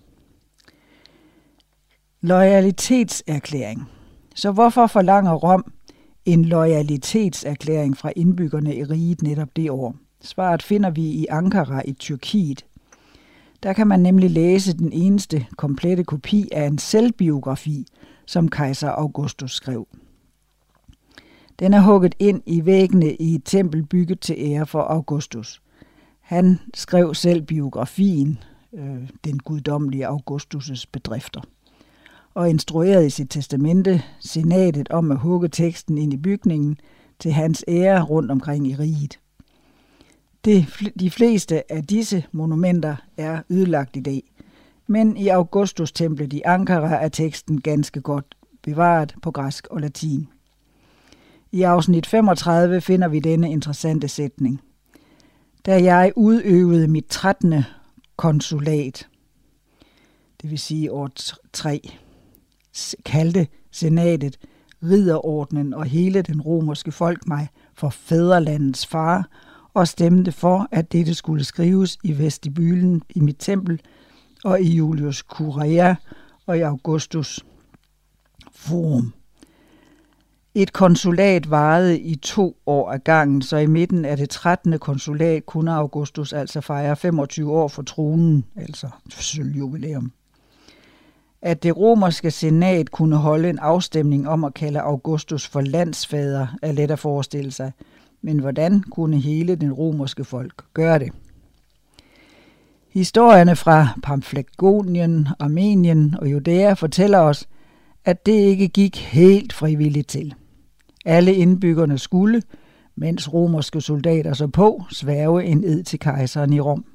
Loyalitetserklæring. Så hvorfor forlanger Rom en loyalitetserklæring fra indbyggerne i riget netop det år? Svaret finder vi i Ankara i Tyrkiet. Der kan man nemlig læse den eneste komplette kopi af en selvbiografi, som kejser Augustus skrev. Den er hugget ind i væggene i et tempel bygget til ære for Augustus. Han skrev selv biografien, øh, den guddommelige Augustus' bedrifter, og instruerede i sit testamente senatet om at hugge teksten ind i bygningen til hans ære rundt omkring i riget. Det, de fleste af disse monumenter er ødelagt i dag, men i Augustus-templet i Ankara er teksten ganske godt bevaret på græsk og latin. I afsnit femogtredive finder vi denne interessante sætning. Da jeg udøvede mit trettende konsulat, det vil sige år tre, kaldte senatet, ridderordenen og hele den romerske folk mig for fædrelandets far, og stemte for, at dette skulle skrives i vestibylen i mit tempel, og i Julius Curia og i Augustus Forum. Et konsulat varede i to år ad gangen, så i midten af det trettende konsulat kunne Augustus altså fejre femogtyve år for tronen, altså sølvjubilæum. At det romerske senat kunne holde en afstemning om at kalde Augustus for landsfader er let at forestille sig, men hvordan kunne hele den romerske folk gøre det? Historierne fra Paphlagonien, Armenien og Judæa fortæller os, at det ikke gik helt frivilligt til. Alle indbyggerne skulle, mens romerske soldater så på, sværge en ed til kejseren i Rom.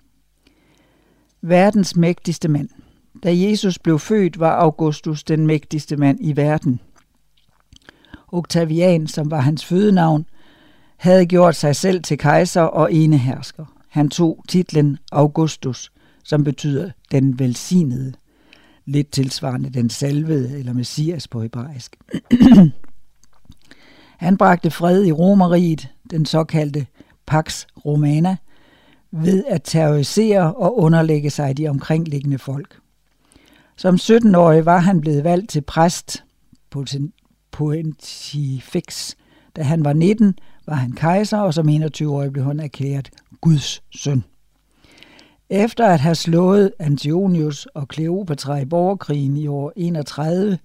Verdens mægtigste mand. Da Jesus blev født, var Augustus den mægtigste mand i verden. Octavian, som var hans fødenavn, havde gjort sig selv til kejser og enehersker. Han tog titlen Augustus, som betyder den velsignede, lidt tilsvarende den salvede eller messias på hebraisk. Han bragte fred i Romerriget, den såkaldte Pax Romana, ved at terrorisere og underlægge sig de omkringliggende folk. Som sytten-årig var han blevet valgt til præst pontifex. Da han var nitten, var han kejser, og som enogtyve-årig blev han erklæret Guds søn. Efter at have slået Antonius og Kleopatra i borgerkrigen i år enogtredive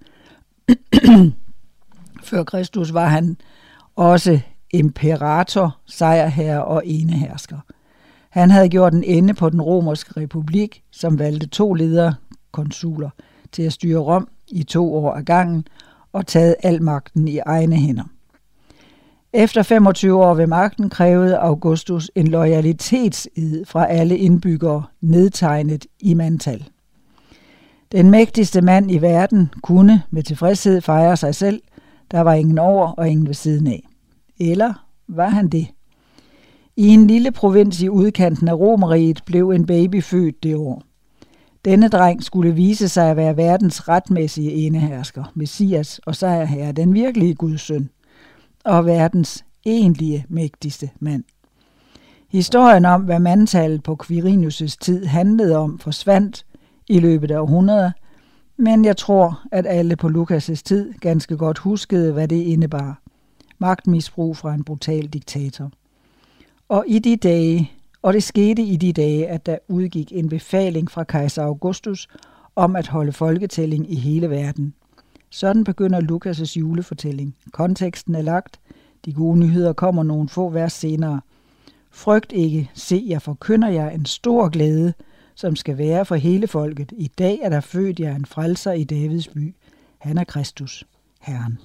før Kristus, var han også imperator, sejrherre og enehersker. Han havde gjort en ende på den romerske republik, som valgte to ledere, konsuler, til at styre Rom i to år ad gangen og taget al magten i egne hænder. Efter femogtyve år ved magten krævede Augustus en loyalitetsed fra alle indbyggere nedtegnet i mandtal. Den mægtigste mand i verden kunne med tilfredshed fejre sig selv. Der var ingen over og ingen ved siden af. Eller var han det? I en lille provins i udkanten af Romerriget blev en baby født det år. Denne dreng skulle vise sig at være verdens retmæssige enehersker, Messias og sejrherre, den virkelige Guds søn, og verdens egentlige mægtigste mand. Historien om, hvad mandtallet på Quirinius' tid handlede om, forsvandt i løbet af århundreder, men jeg tror, at alle på Lukas' tid ganske godt huskede, hvad det indebar. Magtmisbrug fra en brutal diktator. Og i de dage, og det skete i de dage, at der udgik en befaling fra kejser Augustus om at holde folketælling i hele verden. Sådan begynder Lukas' julefortælling. Konteksten er lagt. De gode nyheder kommer nogle få vers senere. Frygt ikke, se, jeg forkynder jer en stor glæde, som skal være for hele folket. I dag er der født jer en frelser i Davids by. Han er Kristus, Herren.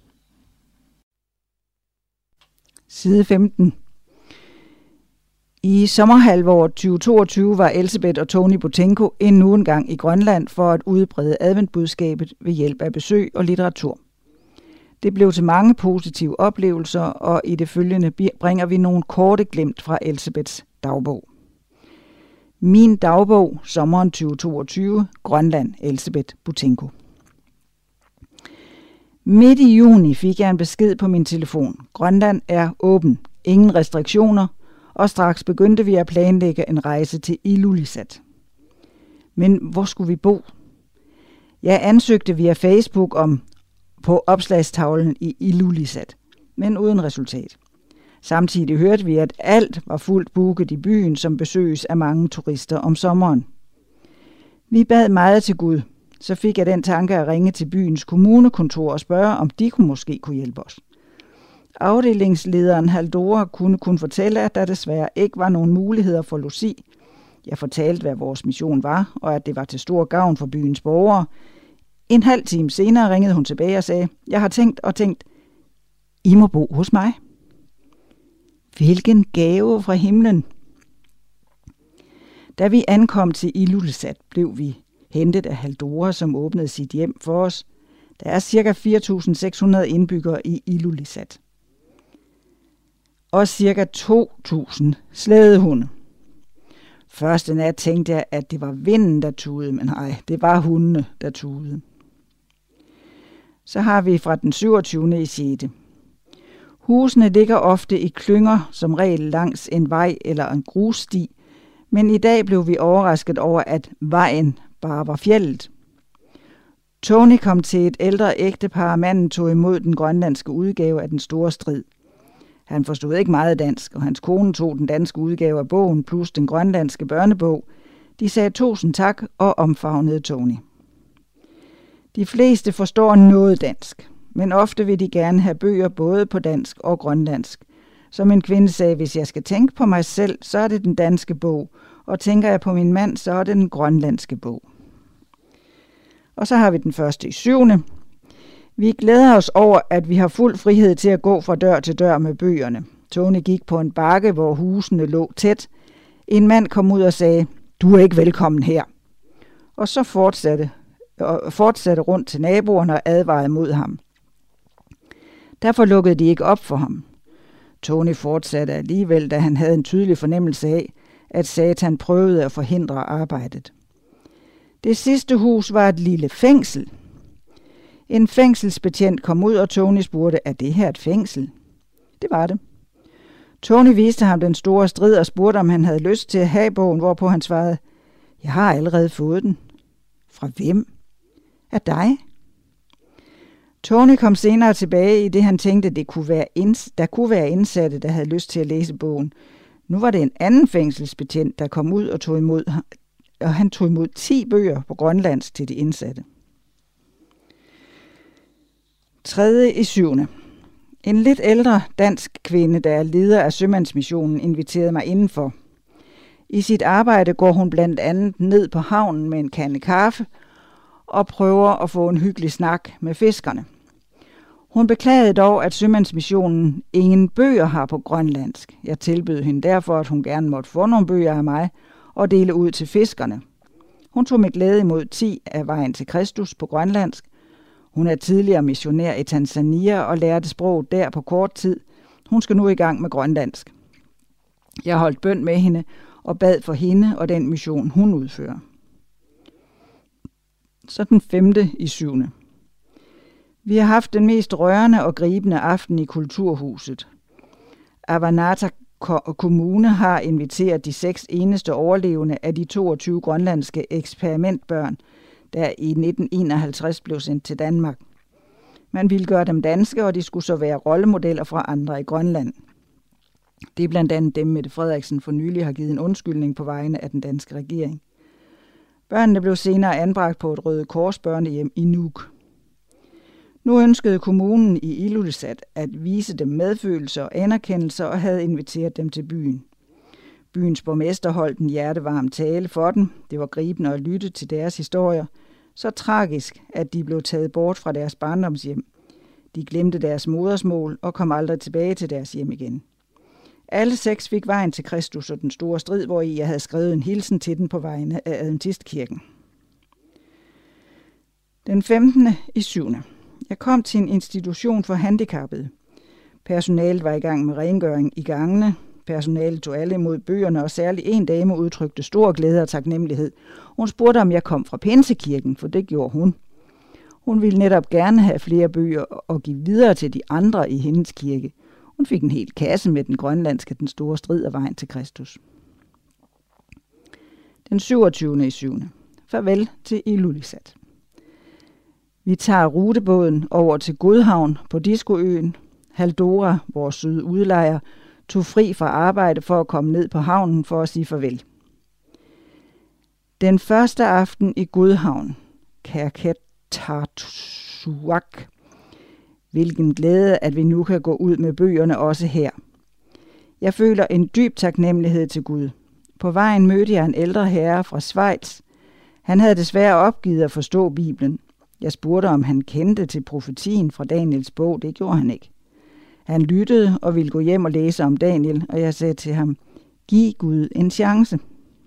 Side femten. I sommerhalvåret tyve toogtyve var Elsebeth og Tony Buttenko endnu en gang i Grønland for at udbrede adventbudskabet ved hjælp af besøg og litteratur. Det blev til mange positive oplevelser, og i det følgende bringer vi nogle korte glimt fra Elsebeths dagbog. Min dagbog, sommeren tyve toogtyve, Grønland, Elsebeth Buttenko. Midt i juni fik jeg en besked på min telefon. Grønland er åben, ingen restriktioner, og straks begyndte vi at planlægge en rejse til Ilulissat. Men hvor skulle vi bo? Jeg ansøgte via Facebook om på opslagstavlen i Ilulissat, men uden resultat. Samtidig hørte vi, at alt var fuldt booket i byen, som besøges af mange turister om sommeren. Vi bad meget til Gud. Så fik jeg den tanke at ringe til byens kommunekontor og spørge, om de kunne måske kunne hjælpe os. Afdelingslederen Haldora kunne kun fortælle, at der desværre ikke var nogen muligheder for logi. Jeg fortalte, hvad vores mission var, og at det var til stor gavn for byens borgere. En halv time senere ringede hun tilbage og sagde, jeg har tænkt og tænkt, I må bo hos mig. Hvilken gave fra himlen! Da vi ankom til Ilulissat, blev vi hentet af Haldora, som åbnede sit hjem for os. Der er ca. fire tusind seks hundrede indbyggere i Ilulissat. Og ca. to tusind slædehunde. Første nat tænkte jeg, at det var vinden, der tudede, men nej, det var hundene, der tudede. Så har vi fra den syvogtyvende i sjette. Husene ligger ofte i klynger, som regel langs en vej eller en grussti, men i dag blev vi overrasket over, at vejen bare var fjeldet. Tony kom til et ældre ægtepar, og manden tog imod den grønlandske udgave af Den Store Strid. Han forstod ikke meget dansk, og hans kone tog den danske udgave af bogen plus den grønlandske børnebog. De sagde tusind tak og omfavnede Tony. De fleste forstår noget dansk, men ofte vil de gerne have bøger både på dansk og grønlandsk. Som en kvinde sagde, hvis jeg skal tænke på mig selv, så er det den danske bog, og tænker jeg på min mand, så er det den grønlandske bog. Og så har vi den første i syvende. Vi glæder os over, at vi har fuld frihed til at gå fra dør til dør med bøgerne. Tony gik på en bakke, hvor husene lå tæt. En mand kom ud og sagde, du er ikke velkommen her. Og så fortsatte, og fortsatte rundt til naboerne og advarede mod ham. Derfor lukkede de ikke op for ham. Tony fortsatte alligevel, da han havde en tydelig fornemmelse af, at Satan prøvede at forhindre arbejdet. Det sidste hus var et lille fængsel. En fængselsbetjent kom ud, og Tony spurgte, er det her et fængsel? Det var det. Tony viste ham Den Store Strid og spurgte, om han havde lyst til at have bogen, hvorpå han svarede, jeg har allerede fået den. Fra hvem? Af dig? Tony kom senere tilbage, i det han tænkte, det kunne være inds- der kunne være indsatte, der havde lyst til at læse bogen. Nu var det en anden fængselsbetjent, der kom ud og tog imod, og han tog imod ti bøger på grønlandsk til de indsatte. Tredje i syvende. En lidt ældre dansk kvinde, der er leder af Sømandsmissionen, inviterede mig indenfor. I sit arbejde går hun blandt andet ned på havnen med en kande kaffe og prøver at få en hyggelig snak med fiskerne. Hun beklagede dog, at Sømandsmissionen ingen bøger har på grønlandsk. Jeg tilbød hende derfor, at hun gerne måtte få nogle bøger af mig og dele ud til fiskerne. Hun tog med glæde imod ti af Vejen til Kristus på grønlandsk. Hun er tidligere missionær i Tanzania og lærte sproget der på kort tid. Hun skal nu i gang med grønlandsk. Jeg holdt bøn med hende og bad for hende og den mission, hun udfører. Så den femte i syvende. Vi har haft den mest rørende og gribende aften i Kulturhuset. Avanata Kommune har inviteret de seks eneste overlevende af de toogtyve grønlandske eksperimentbørn, der i nitten enoghalvtreds blev sendt til Danmark. Man ville gøre dem danske, og de skulle så være rollemodeller fra andre i Grønland. Det er blandt andet dem, Mette Frederiksen for nylig har givet en undskyldning på vegne af den danske regering. Børnene blev senere anbragt på et Røde Kors børnehjem i Nuuk. Nu ønskede kommunen i Ilulissat at vise dem medfølelse og anerkendelse og havde inviteret dem til byen. Byens borgmester holdt en hjertevarm tale for dem. Det var gribende at lytte til deres historier. Så tragisk, at de blev taget bort fra deres barndomshjem. De glemte deres modersmål og kom aldrig tilbage til deres hjem igen. Alle seks fik vejen til Kristus og den store strid, hvor jeg havde skrevet en hilsen til den på vegne af Adventistkirken. Den femtende i syvende Jeg kom til en institution for handicappede. Personalet var i gang med rengøring i gangene. Personalet tog alle imod bøgerne, og særligt en dame udtrykte stor glæde og taknemmelighed. Hun spurgte, om jeg kom fra Pinsekirken, for det gjorde hun. Hun ville netop gerne have flere bøger og give videre til de andre i hendes kirke. Hun fik en hel kasse med den grønlandske Den store strid og vejen til Kristus. Den syvogtyvende i syvende Farvel til Ilulissat. Vi tager rutebåden over til Godhavn på Diskoøen. Haldora, vores søde udlejer, tog fri fra arbejde for at komme ned på havnen for at sige farvel. Den første aften i Godhavn, Qerqertarsuaq. Hvilken glæde, at vi nu kan gå ud med bøgerne også her. Jeg føler en dyb taknemmelighed til Gud. På vejen mødte jeg en ældre herre fra Schweiz. Han havde desværre opgivet at forstå Bibelen. Jeg spurgte, om han kendte til profetien fra Daniels bog. Det gjorde han ikke. Han lyttede og ville gå hjem og læse om Daniel, og jeg sagde til ham, giv Gud en chance.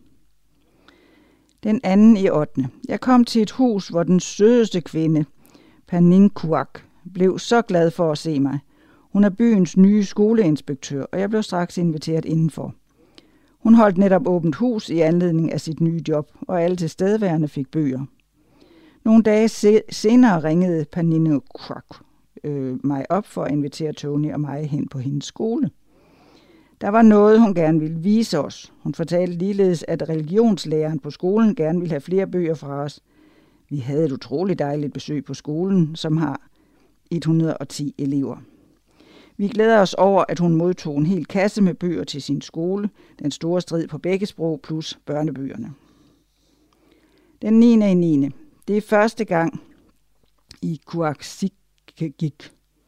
Den anden i ottende Jeg kom til et hus, hvor den sødeste kvinde, Paninkuaq, blev så glad for at se mig. Hun er byens nye skoleinspektør, og jeg blev straks inviteret indenfor. Hun holdt netop åbent hus i anledning af sit nye job, og alle tilstedeværende fik bøger. Nogle dage se- senere ringede Paninkuaq øh, mig op for at invitere Tony og mig hen på hendes skole. Der var noget, hun gerne ville vise os. Hun fortalte ligeledes, at religionslæreren på skolen gerne ville have flere bøger fra os. Vi havde et utroligt dejligt besøg på skolen, som har et hundrede og ti elever. Vi glæder os over, at hun modtog en hel kasse med bøger til sin skole, Den store strid på begge sprog plus børnebøgerne. Den niende i niende Det er første gang i Qaqortoq,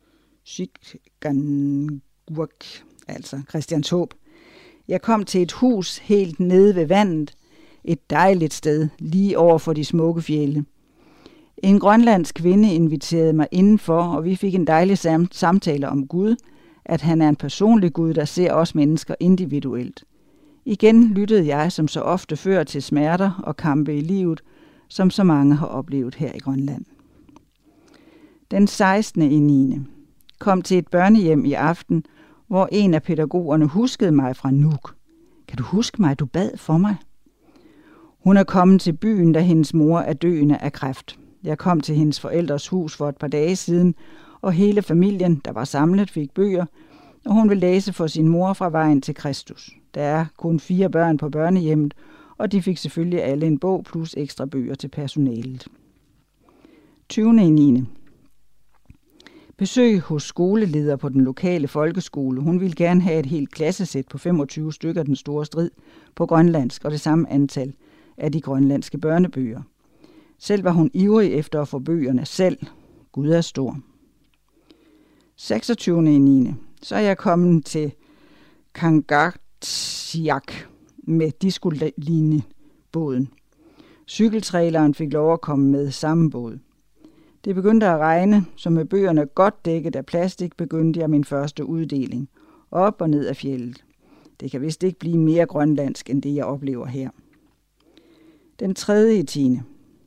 altså Christianshåb. Jeg kom til et hus helt nede ved vandet, et dejligt sted, lige over for de smukke fjelde. En grønlandsk kvinde inviterede mig indenfor, og vi fik en dejlig sam- samtale om Gud, at han er en personlig Gud, der ser os mennesker individuelt. Igen lyttede jeg som så ofte før til smerter og kampe i livet, som så mange har oplevet her i Grønland. Den sekstende i niende kom til et børnehjem i aften, hvor en af pædagogerne huskede mig fra Nuuk. Kan du huske mig, du bad for mig? Hun er kommet til byen, da hendes mor er døende af kræft. Jeg kom til hendes forældres hus for et par dage siden, og hele familien, der var samlet, fik bøger, og hun vil læse for sin mor fra vejen til Kristus. Der er kun fire børn på børnehjemmet, og de fik selvfølgelig alle en bog plus ekstra bøger til personalet. tyvende i niende Besøg hos skoleleder på den lokale folkeskole. Hun ville gerne have et helt klassesæt på femogtyve stykker Den store strid på grønlandsk og det samme antal af de grønlandske børnebøger. Selv var hun ivrig efter at få bøgerne selv. Gud er stor. seksogtyvende i niende Så er jeg kommet til Kangartiaq med diskolinebåden. Cykeltraileren fik lov at komme med samme båd. Det begyndte at regne, så med bøgerne godt dækket af plastik begyndte jeg min første uddeling. Op og ned af fjeldet. Det kan vist ikke blive mere grønlandsk, end det jeg oplever her. Den tredje i tiende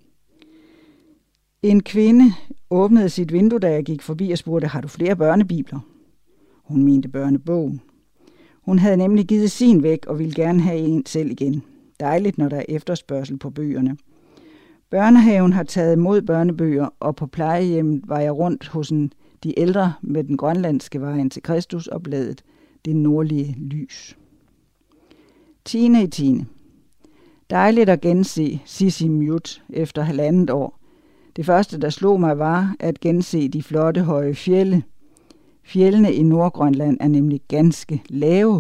En kvinde åbnede sit vindue, da jeg gik forbi og spurgte, har du flere børnebibler? Hun mente børnebogen. Hun havde nemlig givet sin væk og ville gerne have en selv igen. Dejligt, når der er efterspørgsel på bøgerne. Børnehaven har taget imod børnebøger, og på plejehjemmet var jeg rundt hos en, de ældre med den grønlandske vejen til Kristus og bladet Det nordlige lys. tiende i tiende Dejligt at gense Sisimiut efter halvandet år. Det første, der slog mig, var at gense de flotte høje fjelde. Fjellene i Nordgrønland er nemlig ganske lave.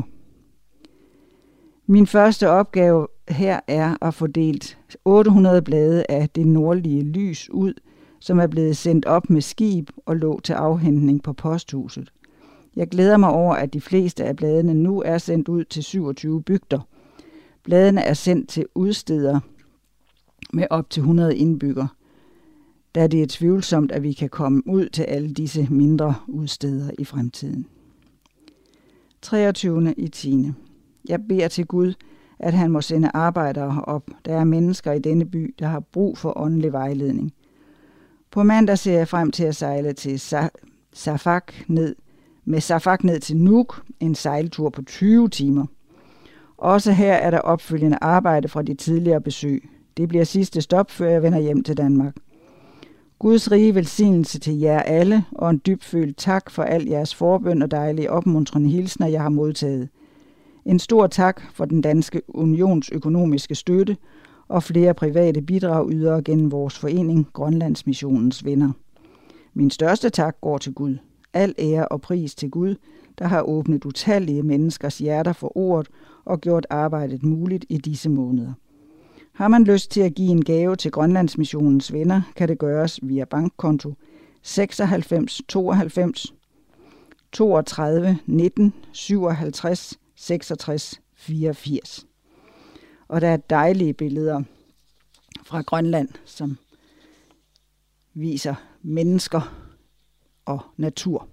Min første opgave her er at få delt otte hundrede blade af Det nordlige lys ud som er blevet sendt op med skib og lå til afhentning på posthuset. Jeg glæder mig over, at de fleste af bladene nu er sendt ud til syvogtyve bygder. Bladene er sendt til udsteder med op til hundrede indbyggere, da det er tvivlsomt, at vi kan komme ud til alle disse mindre udsteder i fremtiden. treogtyvende i tiende Jeg beder til Gud, at han må sende arbejdere op. Der er mennesker i denne by, der har brug for åndelig vejledning. På mandag ser jeg frem til at sejle til Safak ned, med Safak ned til Nuuk, en sejltur på tyve timer. Også her er der opfølgende arbejde fra de tidligere besøg. Det bliver sidste stop, før jeg vender hjem til Danmark. Guds rige velsignelse til jer alle, og en dybfølt tak for al jeres forbøn og dejlige opmuntrende hilsner, jeg har modtaget. En stor tak for den danske unions økonomiske støtte og flere private bidragydere gennem vores forening Grønlandsmissionens Venner. Min største tak går til Gud. Al ære og pris til Gud, der har åbnet utallige menneskers hjerter for ordet og gjort arbejdet muligt i disse måneder. Har man lyst til at give en gave til Grønlandsmissionens Venner, kan det gøres via bankkonto seksoghalvfems tooghalvfems toogtredive nitten syvoghalvtreds seksogtres fireogfirs. Og der er dejlige billeder fra Grønland, som viser mennesker og natur.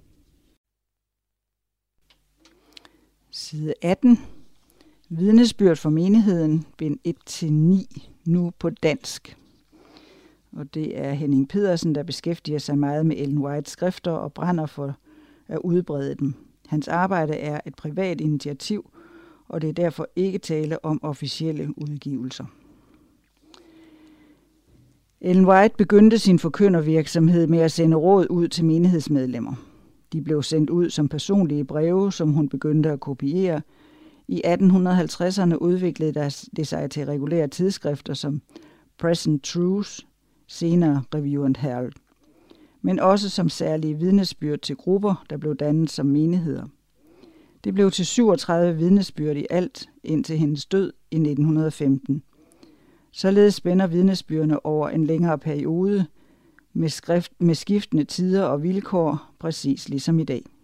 Side atten. Vidnesbyrd for menigheden, bind et til ni, nu på dansk. Og det er Henning Pedersen, der beskæftiger sig meget med Ellen Whites skrifter og brænder for at udbrede dem. Hans arbejde er et privat initiativ, og det er derfor ikke tale om officielle udgivelser. Ellen White begyndte sin forkyndervirksomhed med at sende råd ud til menighedsmedlemmer. De blev sendt ud som personlige breve, som hun begyndte at kopiere. I atten halvtredserne udviklede det sig til regulære tidsskrifter som Present Truth, senere Review and Herald, men også som særlige vidnesbyrd til grupper, der blev dannet som menigheder. Det blev til syvogtredive vidnesbyrd i alt indtil hendes død i nitten femten. Således spænder vidnesbyrdene over en længere periode med, skrift, med skiftende tider og vilkår, præcis ligesom i dag.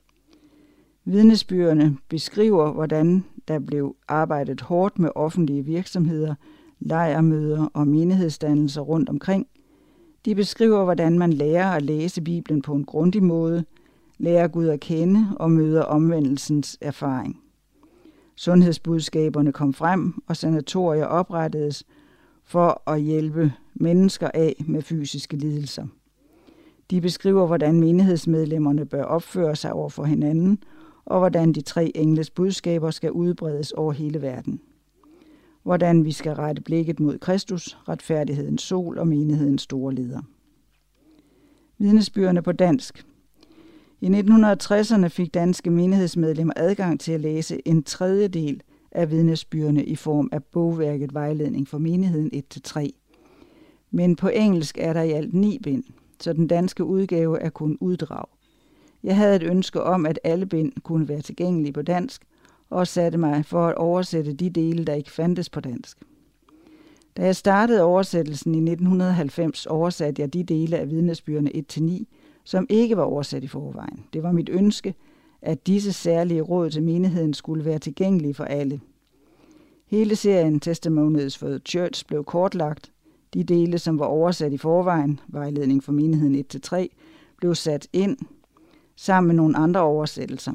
Vidnesbyrdene beskriver, hvordan der blev arbejdet hårdt med offentlige virksomheder, lejrmøder og menighedsdannelser rundt omkring. De beskriver, hvordan man lærer at læse Bibelen på en grundig måde, lærer Gud at kende og møder omvendelsens erfaring. Sundhedsbudskaberne kom frem, og sanatorier oprettedes for at hjælpe mennesker af med fysiske lidelser. De beskriver, hvordan menighedsmedlemmerne bør opføre sig over for hinanden, og hvordan de tre engles budskaber skal udbredes over hele verden. Hvordan vi skal rette blikket mod Kristus, retfærdighedens sol og menighedens store leder. Vidnesbyrdene på dansk. I nitten tresserne fik danske menighedsmedlemmer adgang til at læse en tredjedel af vidnesbyrdene i form af bogværket Vejledning for menigheden et til tre. Men på engelsk er der i alt ni bind, så den danske udgave er kun uddrag. Jeg havde et ønske om, at alle bind kunne være tilgængelige på dansk, og satte mig for at oversætte de dele, der ikke fandtes på dansk. Da jeg startede oversættelsen i nitten halvfems, oversatte jeg de dele af vidnesbyrdene et til ni, som ikke var oversat i forvejen. Det var mit ønske, at disse særlige råd til menigheden skulle være tilgængelige for alle. Hele serien Testimonies for the Church blev kortlagt. De dele, som var oversat i forvejen, Vejledning for menigheden et til tre, blev sat ind sammen med nogle andre oversættelser.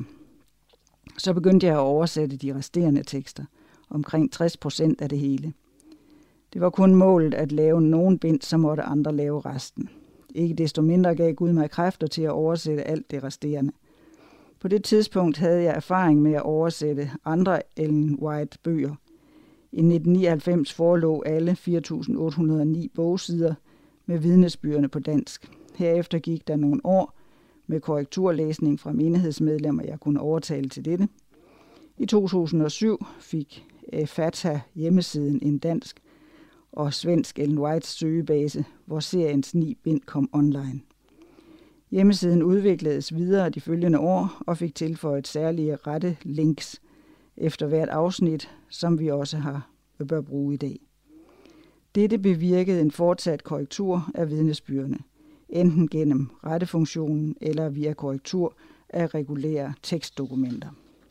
Så begyndte jeg at oversætte de resterende tekster, omkring tres procent af det hele. Det var kun målet at lave nogen bind, så måtte andre lave resten. Ikke desto mindre gav Gud mig kræfter til at oversætte alt det resterende. På det tidspunkt havde jeg erfaring med at oversætte andre Ellen White bøger. I nitten nioghalvfems forelå alle fire tusind otte hundrede og ni bogsider med vidnesbyrdene på dansk. Herefter gik der nogle år med korrekturlæsning fra menighedsmedlemmer, jeg kunne overtale til dette. I to tusind og syv fik F A T H A hjemmesiden en dansk og svensk Ellen Whites søgebase, hvor seriens ni bind kom online. Hjemmesiden udvikledes videre de følgende år og fik tilføjet særlige rette links efter hvert afsnit, som vi også har bør bruge i dag. Dette bevirkede en fortsat korrektur af vidnesbyrdene. enten gennem rettefunktionen eller via korrektur af regulære tekstdokumenter.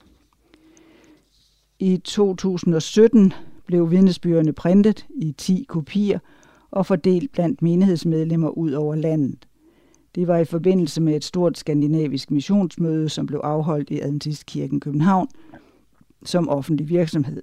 I to tusind og sytten blev vidnesbyrdene printet i ti kopier og fordelt blandt menighedsmedlemmer ud over landet. Det var i forbindelse med et stort skandinavisk missionsmøde, som blev afholdt i Adventistkirken København som offentlig virksomhed.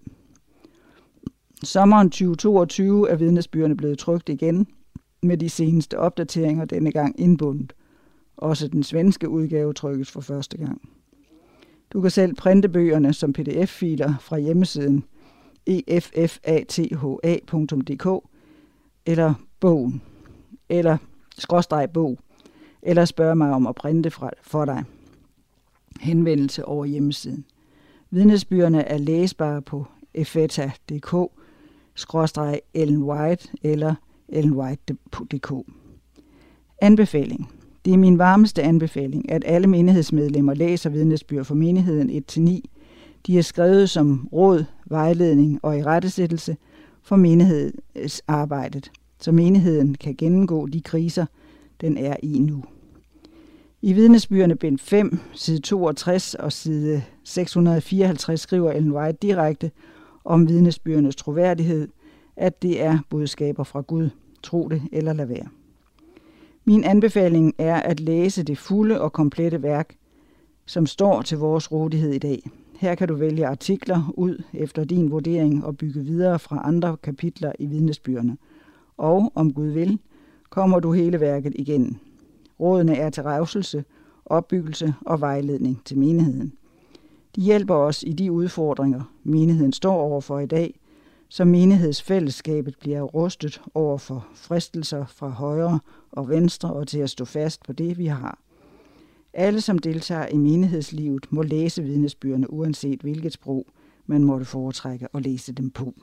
Sommeren tyve toogtyve er vidnesbyrdene blevet trykt igen med de seneste opdateringer, denne gang indbundet. Også den svenske udgave trykkes for første gang. Du kan selv printe bøgerne som P D F-filer fra hjemmesiden e f f a t h a punktum d k eller bogen, eller skråstreg bog, eller spørg mig om at printe fra, for dig. Henvendelse over hjemmesiden. Vidnesbyrderne er læsbare på efeta punktum d k skråstreg Ellen White eller ellen white punktum d k. Anbefaling. Det er min varmeste anbefaling, at alle menighedsmedlemmer læser vidnesbyrd for menigheden et til ni. De er skrevet som råd, vejledning og irettesættelse for menighedsarbejdet, så menigheden kan gennemgå de kriser, den er i nu. I vidnesbyrdene bind fem, side toogtres og side seks hundrede og fireoghalvtreds skriver Ellen White direkte om vidnesbyrdenes troværdighed, at det er budskaber fra Gud. Tro det eller lad være. Min anbefaling er at læse det fulde og komplette værk, som står til vores rådighed i dag. Her kan du vælge artikler ud efter din vurdering og bygge videre fra andre kapitler i vidnesbyrdene. Og, om Gud vil, kommer du hele værket igennem. Rådene er til revselse, opbyggelse og vejledning til menigheden. De hjælper os i de udfordringer, menigheden står overfor i dag, så menighedsfællesskabet bliver rustet over for fristelser fra højre og venstre og til at stå fast på det, vi har. Alle, som deltager i menighedslivet, må læse vidnesbyrdene, uanset hvilket sprog man måtte foretrække at læse dem på.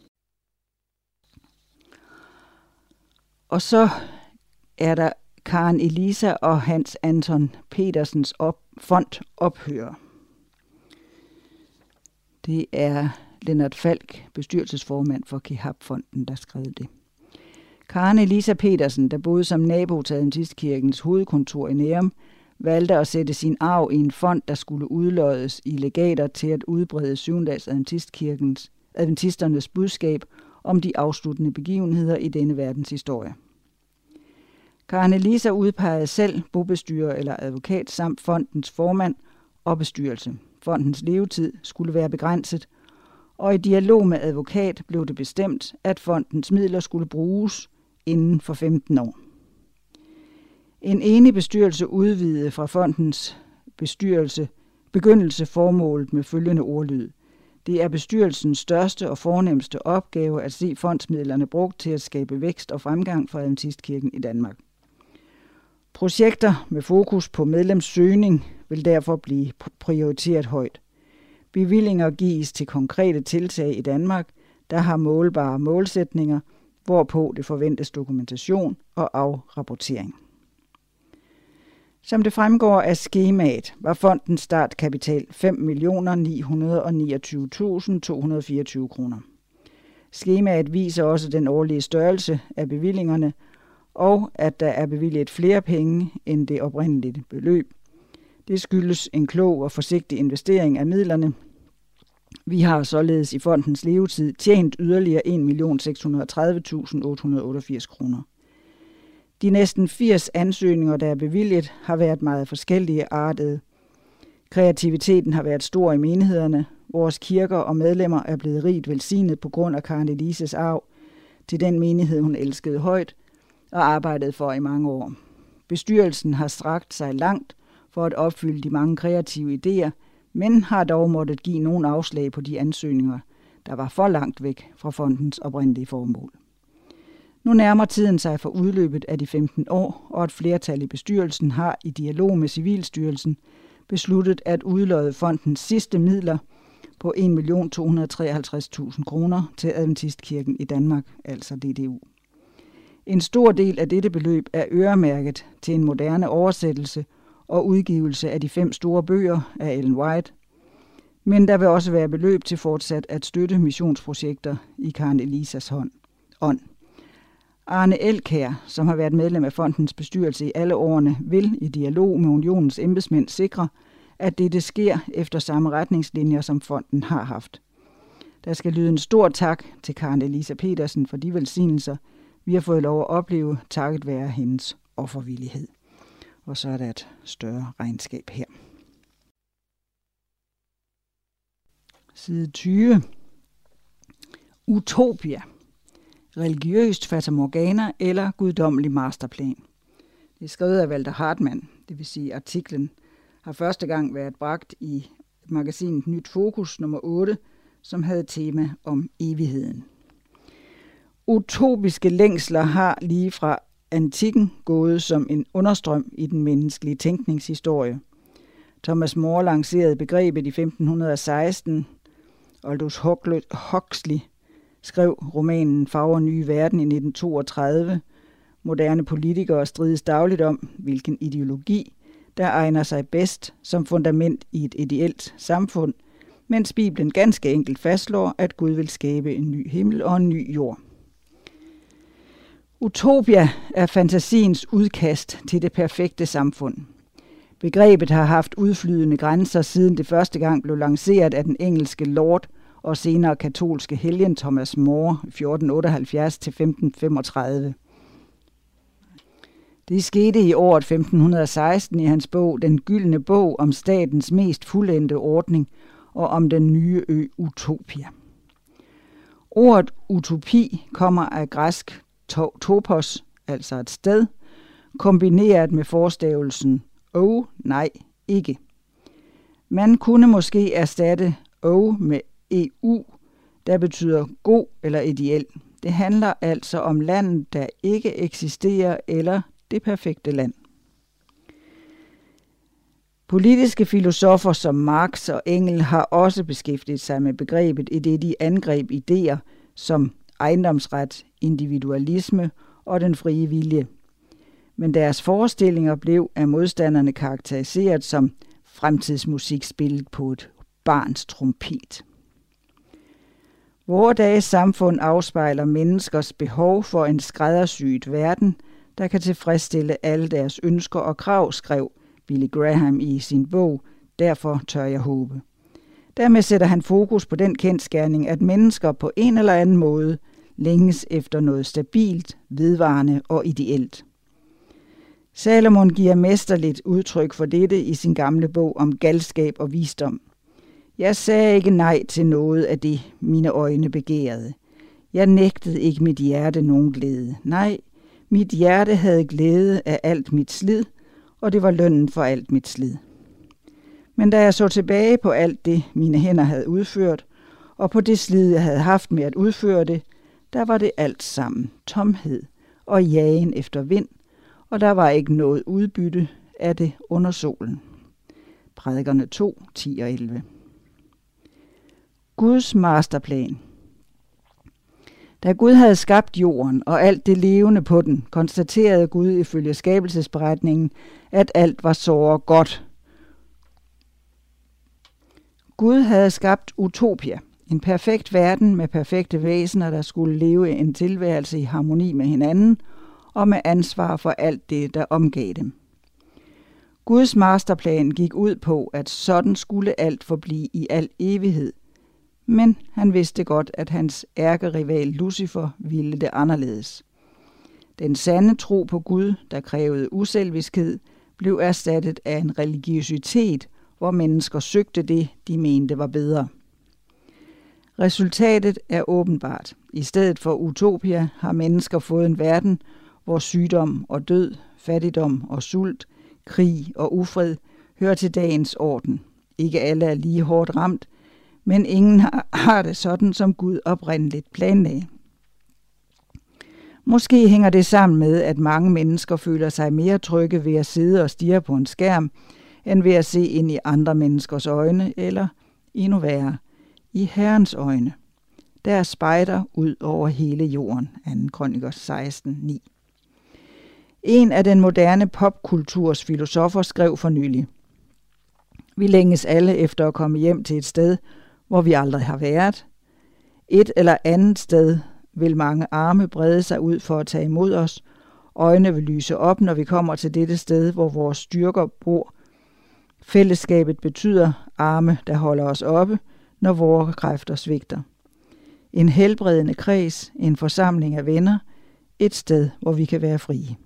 Og så er der Karen Elisa og Hans Anton Petersens op, fond ophører. Det er Lennart Falk, bestyrelsesformand for Kehab-fonden, der skrev det. Karen Elisa Petersen, der boede som nabo til Adventistkirkens hovedkontor i Nærum, valgte at sætte sin arv i en fond, der skulle udloddes i legater til at udbrede Syvendags Adventistkirkens, adventisternes budskab om de afsluttende begivenheder i denne verdens historie. Karen Elisa udpegede selv bobestyrer eller advokat samt fondens formand og bestyrelse. Fondens levetid skulle være begrænset, og i dialog med advokat blev det bestemt, at fondens midler skulle bruges inden for femten år. En enig bestyrelse udvidede fra fondens bestyrelse begyndelse formålet med følgende ordlyd. Det er bestyrelsens største og fornemste opgave at se fondsmidlerne brugt til at skabe vækst og fremgang for Adventistkirken i Danmark. Projekter med fokus på medlemssøgning vil derfor blive prioriteret højt. Bevillinger gives til konkrete tiltag i Danmark, der har målbare målsætninger, hvorpå det forventes dokumentation og afrapportering. Som det fremgår af skemaet, var fondens startkapital fem millioner ni hundrede og niogtyve tusind to hundrede og fireogtyve kroner. Skemaet viser også den årlige størrelse af bevillingerne, og at der er bevilget flere penge end det oprindelige beløb. Det skyldes en klog og forsigtig investering af midlerne. Vi har således i fondens levetid tjent yderligere en million seks hundrede og tredive tusind otte hundrede og otteogfirs kroner. De næsten firs ansøgninger, der er bevilget, har været meget forskellige artede. Kreativiteten har været stor i menighederne. Vores kirker og medlemmer er blevet rigt velsignet på grund af Karen Elises arv til den menighed, hun elskede højt og arbejdede for i mange år. Bestyrelsen har strakt sig langt for at opfylde de mange kreative idéer, men har dog måttet give nogle afslag på de ansøgninger, der var for langt væk fra fondens oprindelige formål. Nu nærmer tiden sig for udløbet af de femten år, og et flertal i bestyrelsen har i dialog med Civilstyrelsen besluttet at udlodde fondens sidste midler på en million to hundrede og treoghalvtreds tusind kroner til Adventistkirken i Danmark, altså D D U. En stor del af dette beløb er øremærket til en moderne oversættelse og udgivelse af de fem store bøger af Ellen White, men der vil også være beløb til fortsat at støtte missionsprojekter i Karen Elisas hånd. ånd. Arne Elkjær, som har været medlem af fondens bestyrelse i alle årene, vil i dialog med unionens embedsmænd sikre, at dette sker efter samme retningslinjer, som fonden har haft. Der skal lyde en stor tak til Karen Elisa Petersen for de velsignelser, vi har fået lov at opleve, takket være hendes offervillighed. Og så er der et større regnskab her. Side tyve. Utopia. Religiøst fatamorgana eller guddommelig masterplan. Det er skrevet af Walter Hartmann, det vil sige artiklen har første gang været bragt i magasinet Nyt Fokus nummer otte, som havde tema om evigheden. Utopiske længsler har lige fra antikken gået som en understrøm i den menneskelige tænkningshistorie. Thomas More lancerede begrebet i femten seksten. Aldous Huxley skrev romanen Fagre nye verden i nitten toogtredive. Moderne politikere strides dagligt om, hvilken ideologi, der egner sig bedst som fundament i et ideelt samfund, mens Bibelen ganske enkelt fastslår, at Gud vil skabe en ny himmel og en ny jord. Utopia er fantasiens udkast til det perfekte samfund. Begrebet har haft udflydende grænser, siden det første gang blev lanceret af den engelske lord og senere katolske helgen Thomas More fjorten otteoghalvfjerds til femten femogtredive. Det skete i året femten seksten i hans bog Den gyldne bog om statens mest fuldendte ordning og om den nye ø Utopia. Ordet utopi kommer af græsk to- topos, altså et sted, kombineret med forstavelsen o, nej, ikke. Man kunne måske erstatte o med eu, der betyder god eller ideel. Det handler altså om landet, der ikke eksisterer, eller det perfekte land. Politiske filosofer som Marx og Engel har også beskæftiget sig med begrebet, i det de angreb idéer som ejendomsret, individualisme og den frie vilje. Men deres forestillinger blev af modstanderne karakteriseret som fremtidsmusik spillet på et barns trompet. Vore dages samfund afspejler menneskers behov for en skræddersyet verden, der kan tilfredsstille alle deres ønsker og krav, skrev Billy Graham i sin bog Derfor tør jeg håbe. Dermed sætter han fokus på den kendsgerning, at mennesker på en eller anden måde længes efter noget stabilt, vedvarende og ideelt. Salomon giver mesterligt udtryk for dette i sin gamle bog om galskab og visdom. Jeg sagde ikke nej til noget af det, mine øjne begærede. Jeg nægtede ikke mit hjerte nogen glæde. Nej, mit hjerte havde glæde af alt mit slid, og det var lønnen for alt mit slid. Men da jeg så tilbage på alt det, mine hænder havde udført, og på det slid, jeg havde haft med at udføre det, der var det alt sammen tomhed og jagen efter vind, og der var ikke noget udbytte af det under solen. Prædikerne to, ti og elleve. Guds masterplan. Da Gud havde skabt jorden og alt det levende på den, konstaterede Gud ifølge skabelsesberetningen, at alt var såre godt. Gud havde skabt Utopia, en perfekt verden med perfekte væsener, der skulle leve en tilværelse i harmoni med hinanden og med ansvar for alt det, der omgav dem. Guds masterplan gik ud på, at sådan skulle alt forblive i al evighed, men han vidste godt, at hans ærkerival Lucifer ville det anderledes. Den sande tro på Gud, der krævede uselviskhed, blev erstattet af en religiøsitet, hvor mennesker søgte det, de mente var bedre. Resultatet er åbenbart. I stedet for utopia har mennesker fået en verden, hvor sygdom og død, fattigdom og sult, krig og ufred hører til dagens orden. Ikke alle er lige hårdt ramt, men ingen har det sådan, som Gud oprindeligt planlagde. Måske hænger det sammen med, at mange mennesker føler sig mere trygge ved at sidde og stirre på en skærm, end ved at se ind i andre menneskers øjne, eller endnu værre, i Herrens øjne. Der spejder ud over hele jorden, anden krøniker seksten ni. En af den moderne popkulturs filosofer skrev for nylig: Vi længes alle efter at komme hjem til et sted, hvor vi aldrig har været. Et eller andet sted, vil mange arme brede sig ud for at tage imod os. Øjne vil lyse op, når vi kommer til dette sted, hvor vores styrker bor. Fællesskabet betyder arme, der holder os oppe, når vores kræfter svigter. En helbredende kreds, en forsamling af venner, et sted, hvor vi kan være frie.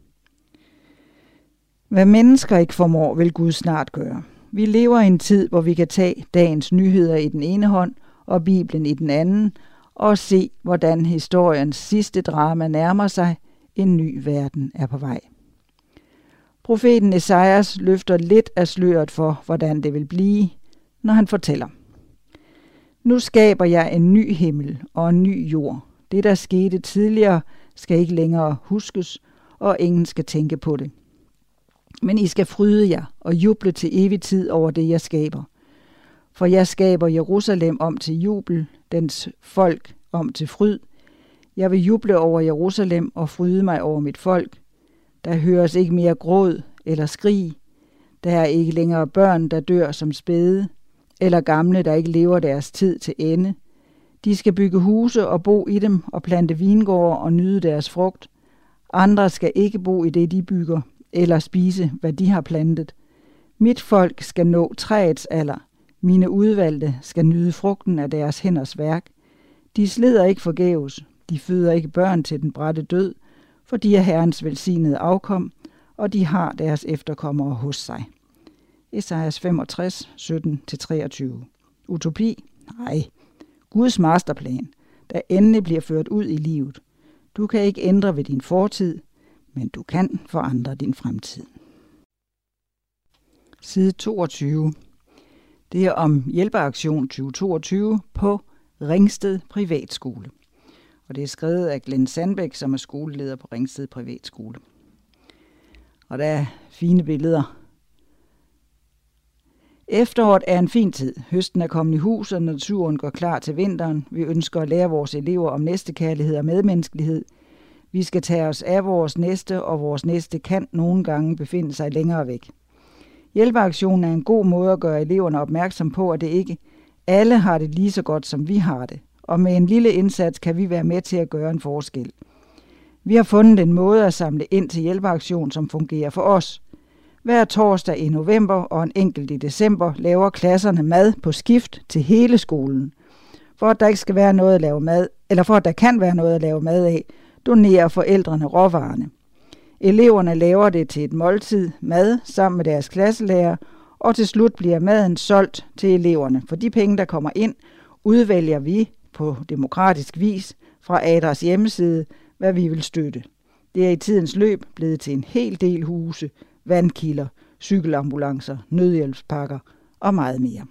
Hvad mennesker ikke formår, vil Gud snart gøre. Vi lever i en tid, hvor vi kan tage dagens nyheder i den ene hånd og Bibelen i den anden, og se, hvordan historiens sidste drama nærmer sig. En ny verden er på vej. Profeten Esajas løfter lidt af sløret for, hvordan det vil blive, når han fortæller. Nu skaber jeg en ny himmel og en ny jord. Det, der skete tidligere, skal ikke længere huskes, og ingen skal tænke på det. Men I skal fryde jer og juble til evig tid over det, jeg skaber. For jeg skaber Jerusalem om til jubel, dens folk om til fryd. Jeg vil juble over Jerusalem og fryde mig over mit folk. Der høres ikke mere gråd eller skrig. Der er ikke længere børn, der dør som spæde, eller gamle, der ikke lever deres tid til ende. De skal bygge huse og bo i dem og plante vingårde og nyde deres frugt. Andre skal ikke bo i det, de bygger, eller spise, hvad de har plantet. Mit folk skal nå træets alder. Mine udvalgte skal nyde frugten af deres hænders værk. De slider ikke forgæves. De føder ikke børn til den bratte død, for de er Herrens velsignede afkom, og de har deres efterkommere hos sig. Esajas femogtres, sytten til treogtyve. Utopi? Nej. Guds masterplan, der endelig bliver ført ud i livet. Du kan ikke ændre ved din fortid, men du kan forandre din fremtid. Side toogtyve. Det er om hjælpeaktion tyve toogtyve på Ringsted Privatskole. Og det er skrevet af Glenn Sandbæk, som er skoleleder på Ringsted Privatskole. Og der er fine billeder. Efteråret er en fin tid. Høsten er kommet i hus, og naturen går klar til vinteren. Vi ønsker at lære vores elever om næstekærlighed og medmenneskelighed. Vi skal tage os af vores næste, og vores næste kan nogle gange befinde sig længere væk. Hjælpeaktionen er en god måde at gøre eleverne opmærksom på, at det ikke alle har det lige så godt, som vi har det. Og med en lille indsats kan vi være med til at gøre en forskel. Vi har fundet en måde at samle ind til hjælpeaktion, som fungerer for os. Hver torsdag i november og en enkelt i december laver klasserne mad på skift til hele skolen. For at der ikke skal være noget at lave mad, eller for at der kan være noget at lave mad af, donerer forældrene råvarerne. Eleverne laver det til et måltid mad sammen med deres klasselærer, og til slut bliver maden solgt til eleverne. For de penge, der kommer ind, udvælger vi på demokratisk vis fra Adras hjemmeside, hvad vi vil støtte. Det er i tidens løb blevet til en hel del huse, vandkilder, cykelambulancer, nødhjælpspakker og meget mere.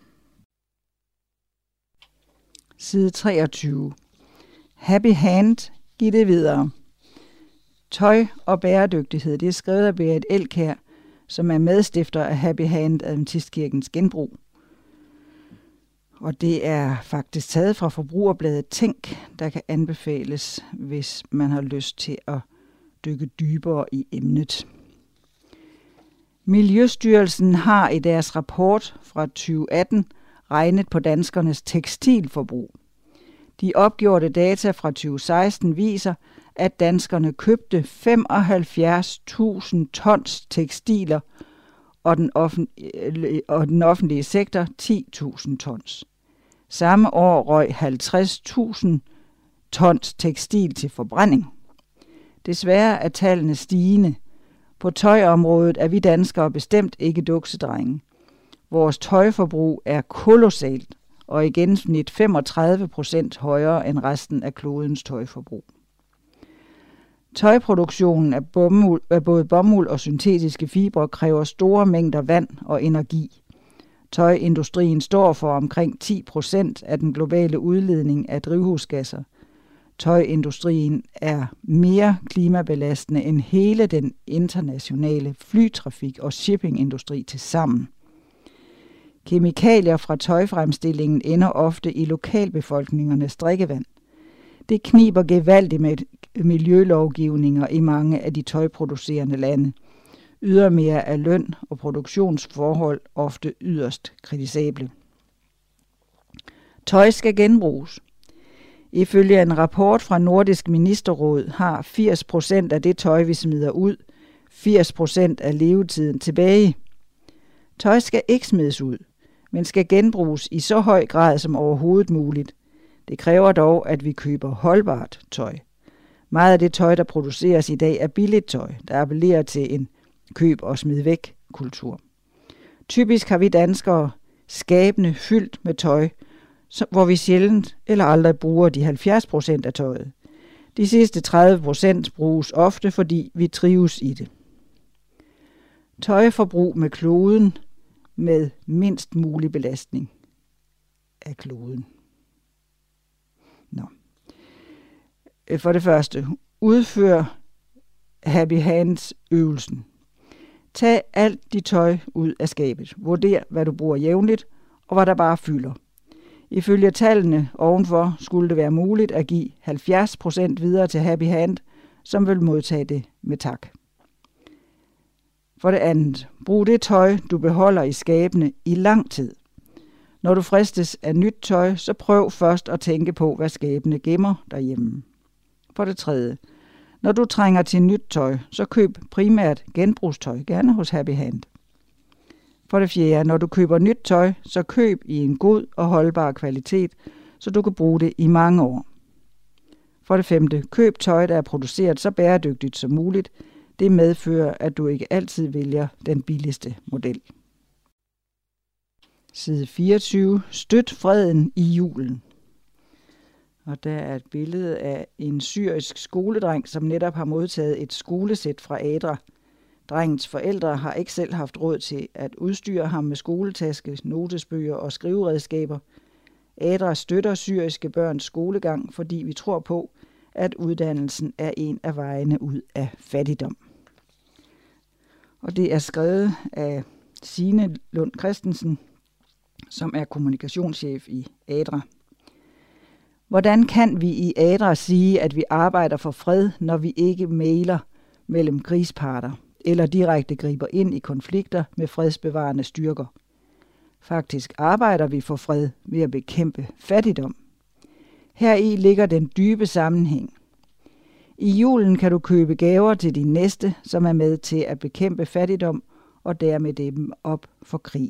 Side treogtyve. Happy Hand, giv det videre. Tøj og bæredygtighed, det er skrevet af Berit Elkær, som er medstifter af Happy Hand Adventistkirkens Genbrug. Og det er faktisk taget fra forbrugerbladet Tænk, der kan anbefales, hvis man har lyst til at dykke dybere i emnet. Miljøstyrelsen har i deres rapport fra tyve atten regnet på danskernes tekstilforbrug. De opgjorte data fra tyve seksten viser, at danskerne købte femoghalvfjerds tusind tons tekstiler, og den, offentlige, og den offentlige sektor ti tusind tons. Samme år røg halvtreds tusind tons tekstil til forbrænding. Desværre er tallene stigende. På tøjområdet er vi danskere bestemt ikke duksedrenge. Vores tøjforbrug er kolossalt, og i gennemsnit femogtredive procent højere end resten af klodens tøjforbrug. Tøjproduktionen af, bomuld, af både bomuld og syntetiske fibre kræver store mængder vand og energi. Tøjindustrien står for omkring ti procent af den globale udledning af drivhusgasser. Tøjindustrien er mere klimabelastende end hele den internationale flytrafik og shippingindustri til sammen. Kemikalier fra tøjfremstillingen ender ofte i lokalbefolkningernes drikkevand. Det kniber gevaldigt med miljølovgivninger i mange af de tøjproducerende lande. Ydermere er løn og produktionsforhold ofte yderst kritisable. Tøj skal genbruges. Ifølge en rapport fra Nordisk Ministerråd har firs procent af det tøj, vi smider ud, firs procent af levetiden tilbage. Tøj skal ikke smides ud, men skal genbruges i så høj grad som overhovedet muligt. Det kræver dog, at vi køber holdbart tøj. Meget af det tøj, der produceres i dag, er billigt tøj, der appellerer til en køb og smid væk kultur. Typisk har vi danskere skabene fyldt med tøj, hvor vi sjældent eller aldrig bruger de halvfjerds procent af tøjet. De sidste tredive procent bruges ofte, fordi vi trives i det. Tøjforbrug med kloden med mindst mulig belastning af kloden. Nå. For det første, udfør Happy Hands øvelsen. Tag alt dit tøj ud af skabet. Vurder, hvad du bruger jævnligt, og hvad der bare fylder. Ifølge tallene ovenfor skulle det være muligt at give halvfjerds procent videre til Happy Hand, som vil modtage det med tak. For det andet, brug det tøj, du beholder i skabene i lang tid. Når du fristes af nyt tøj, så prøv først at tænke på, hvad skabene gemmer derhjemme. For det tredje, når du trænger til nyt tøj, så køb primært genbrugstøj, gerne hos Happy Hand. For det fjerde, når du køber nyt tøj, så køb i en god og holdbar kvalitet, så du kan bruge det i mange år. For det femte, køb tøj, der er produceret så bæredygtigt som muligt. Det medfører, at du ikke altid vælger den billigste model. Side fireogtyve. Støt freden i julen. Og der er et billede af en syrisk skoledreng, som netop har modtaget et skolesæt fra Adra. Drengens forældre har ikke selv haft råd til at udstyre ham med skoletaske, notesbøger og skriveredskaber. Adra støtter syriske børns skolegang, fordi vi tror på, at uddannelsen er en af vejene ud af fattigdom. Og det er skrevet af Signe Lund Christensen, som er kommunikationschef i Adra. Hvordan kan vi i Adra sige, at vi arbejder for fred, når vi ikke mægler mellem krigsparter eller direkte griber ind i konflikter med fredsbevarende styrker? Faktisk arbejder vi for fred ved at bekæmpe fattigdom. Heri ligger den dybe sammenhæng. I julen kan du købe gaver til din næste, som er med til at bekæmpe fattigdom og dermed dem op for krig.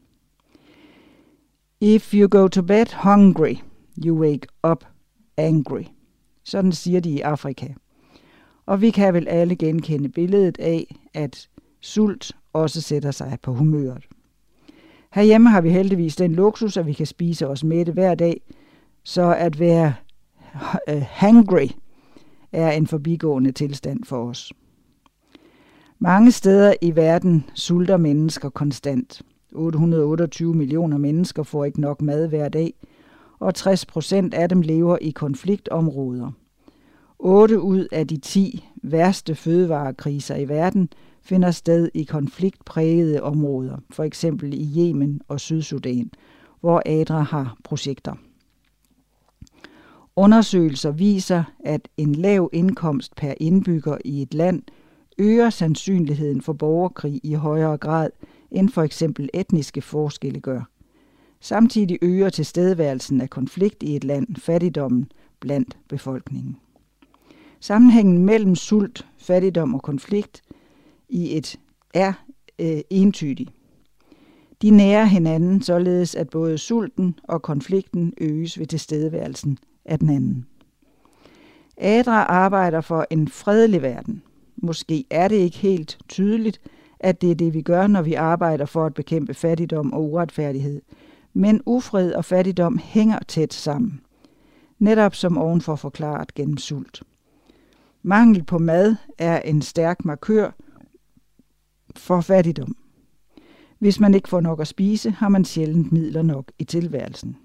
If you go to bed hungry, you wake up angry. Sådan siger de i Afrika. Og vi kan vel alle genkende billedet af, at sult også sætter sig på humøret. Herhjemme har vi heldigvis den luksus, at vi kan spise os mætte hver dag, så at være uh, hungry er en forbigående tilstand for os. Mange steder i verden sulter mennesker konstant. otte hundrede og otteogtyve millioner mennesker får ikke nok mad hver dag, og tres procent af dem lever i konfliktområder. otte ud af de ti værste fødevarekriser i verden finder sted i konfliktprægede områder, for eksempel i Yemen og Sydsudan, hvor Adra har projekter. Undersøgelser viser, at en lav indkomst per indbygger i et land øger sandsynligheden for borgerkrig i højere grad, end for eksempel etniske forskelle gør. Samtidig øger tilstedeværelsen af konflikt i et land fattigdommen blandt befolkningen. Sammenhængen mellem sult, fattigdom og konflikt i et er øh, entydig. De nærer hinanden, således at både sulten og konflikten øges ved tilstedeværelsen af den anden. Adra arbejder for en fredelig verden. Måske er det ikke helt tydeligt, at det er det, vi gør, når vi arbejder for at bekæmpe fattigdom og uretfærdighed. Men ufred og fattigdom hænger tæt sammen. Netop som ovenfor forklaret gennem sult. Mangel på mad er en stærk markør for fattigdom. Hvis man ikke får nok at spise, har man sjældent midler nok i tilværelsen.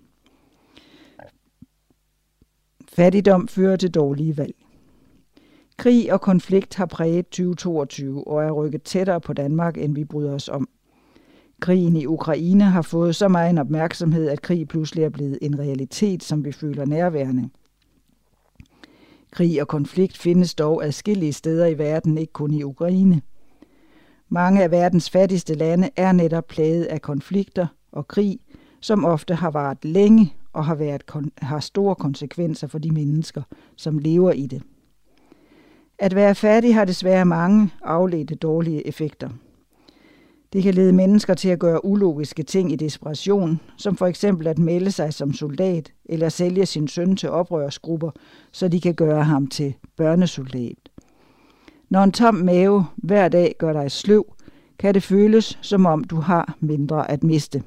Fattigdom fører til dårlige valg. Krig og konflikt har præget tyve toogtyve og er rykket tættere på Danmark, end vi bryder os om. Krigen i Ukraine har fået så meget en opmærksomhed, at krig pludselig er blevet en realitet, som vi føler nærværende. Krig og konflikt findes dog adskillige steder i verden, ikke kun i Ukraine. Mange af verdens fattigste lande er netop plaget af konflikter og krig, som ofte har varet længe og har, været, har store konsekvenser for de mennesker, som lever i det. At være fattig har desværre mange afledte dårlige effekter. Det kan lede mennesker til at gøre ulogiske ting i desperation, som for eksempel at melde sig som soldat eller sælge sin søn til oprørsgrupper, så de kan gøre ham til børnesoldat. Når en tom mave hver dag gør dig sløv, kan det føles, som om du har mindre at miste.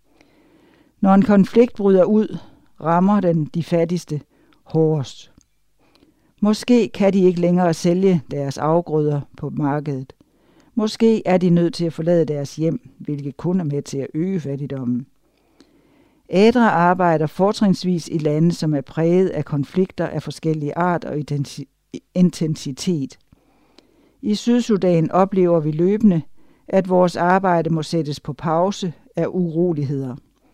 Når en konflikt bryder ud, rammer den de fattigste hårdest. Måske kan de ikke længere sælge deres afgrøder på markedet. Måske er de nødt til at forlade deres hjem, hvilket kun er med til at øge fattigdommen. Ædre arbejder fortrinsvis i lande, som er præget af konflikter af forskellige art og intensitet. I Sydsudan oplever vi løbende, at vores arbejde må sættes på pause af uroligheder,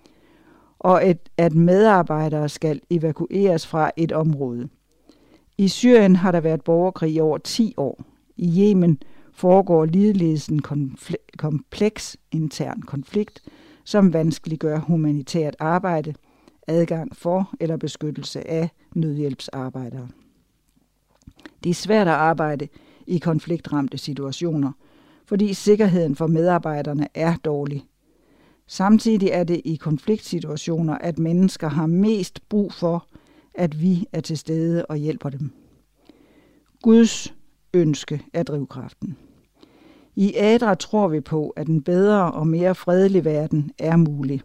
og at, at medarbejdere skal evakueres fra et område. I Syrien har der været borgerkrig i over ti år. I Yemen foregår ligeledes en konfl- kompleks intern konflikt, som vanskeliggør humanitært arbejde, adgang for eller beskyttelse af nødhjælpsarbejdere. Det er svært at arbejde i konfliktramte situationer, fordi sikkerheden for medarbejderne er dårlig. Samtidig er det i konfliktsituationer, at mennesker har mest brug for, at vi er til stede og hjælper dem. Guds ønske er drivkraften. I Adra tror vi på, at en bedre og mere fredelig verden er mulig.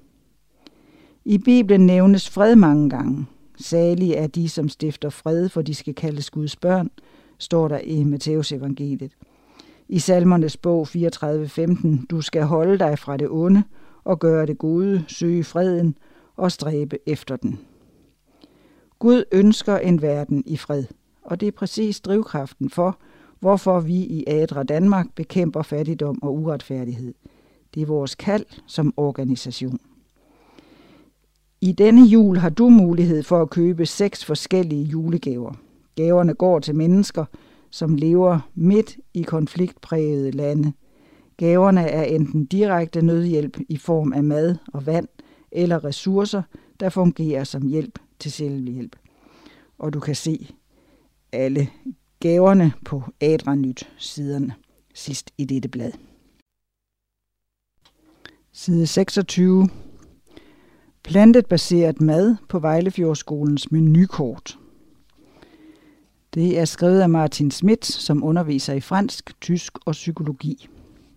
I Bibelen nævnes fred mange gange. Salige er de, som stifter fred, for de skal kaldes Guds børn, står der i Matteus evangeliet. I Salmernes bog fireogtredive femten, du skal holde dig fra det onde og gøre det gode, søge freden og stræbe efter den. Gud ønsker en verden i fred, og det er præcis drivkraften for, hvorfor vi i Adra Danmark bekæmper fattigdom og uretfærdighed. Det er vores kald som organisation. I denne jul har du mulighed for at købe seks forskellige julegaver. Gaverne går til mennesker, som lever midt i konfliktprægede lande. Gaverne er enten direkte nødhjælp i form af mad og vand, eller ressourcer, der fungerer som hjælp til selvhjælp. Og du kan se alle gaverne på Adranyt-siderne sidst i dette blad. Side seksogtyve. Plantebaseret mad på Vejlefjordskolens menukort. Det er skrevet af Martin Schmidt, som underviser i fransk, tysk og psykologi.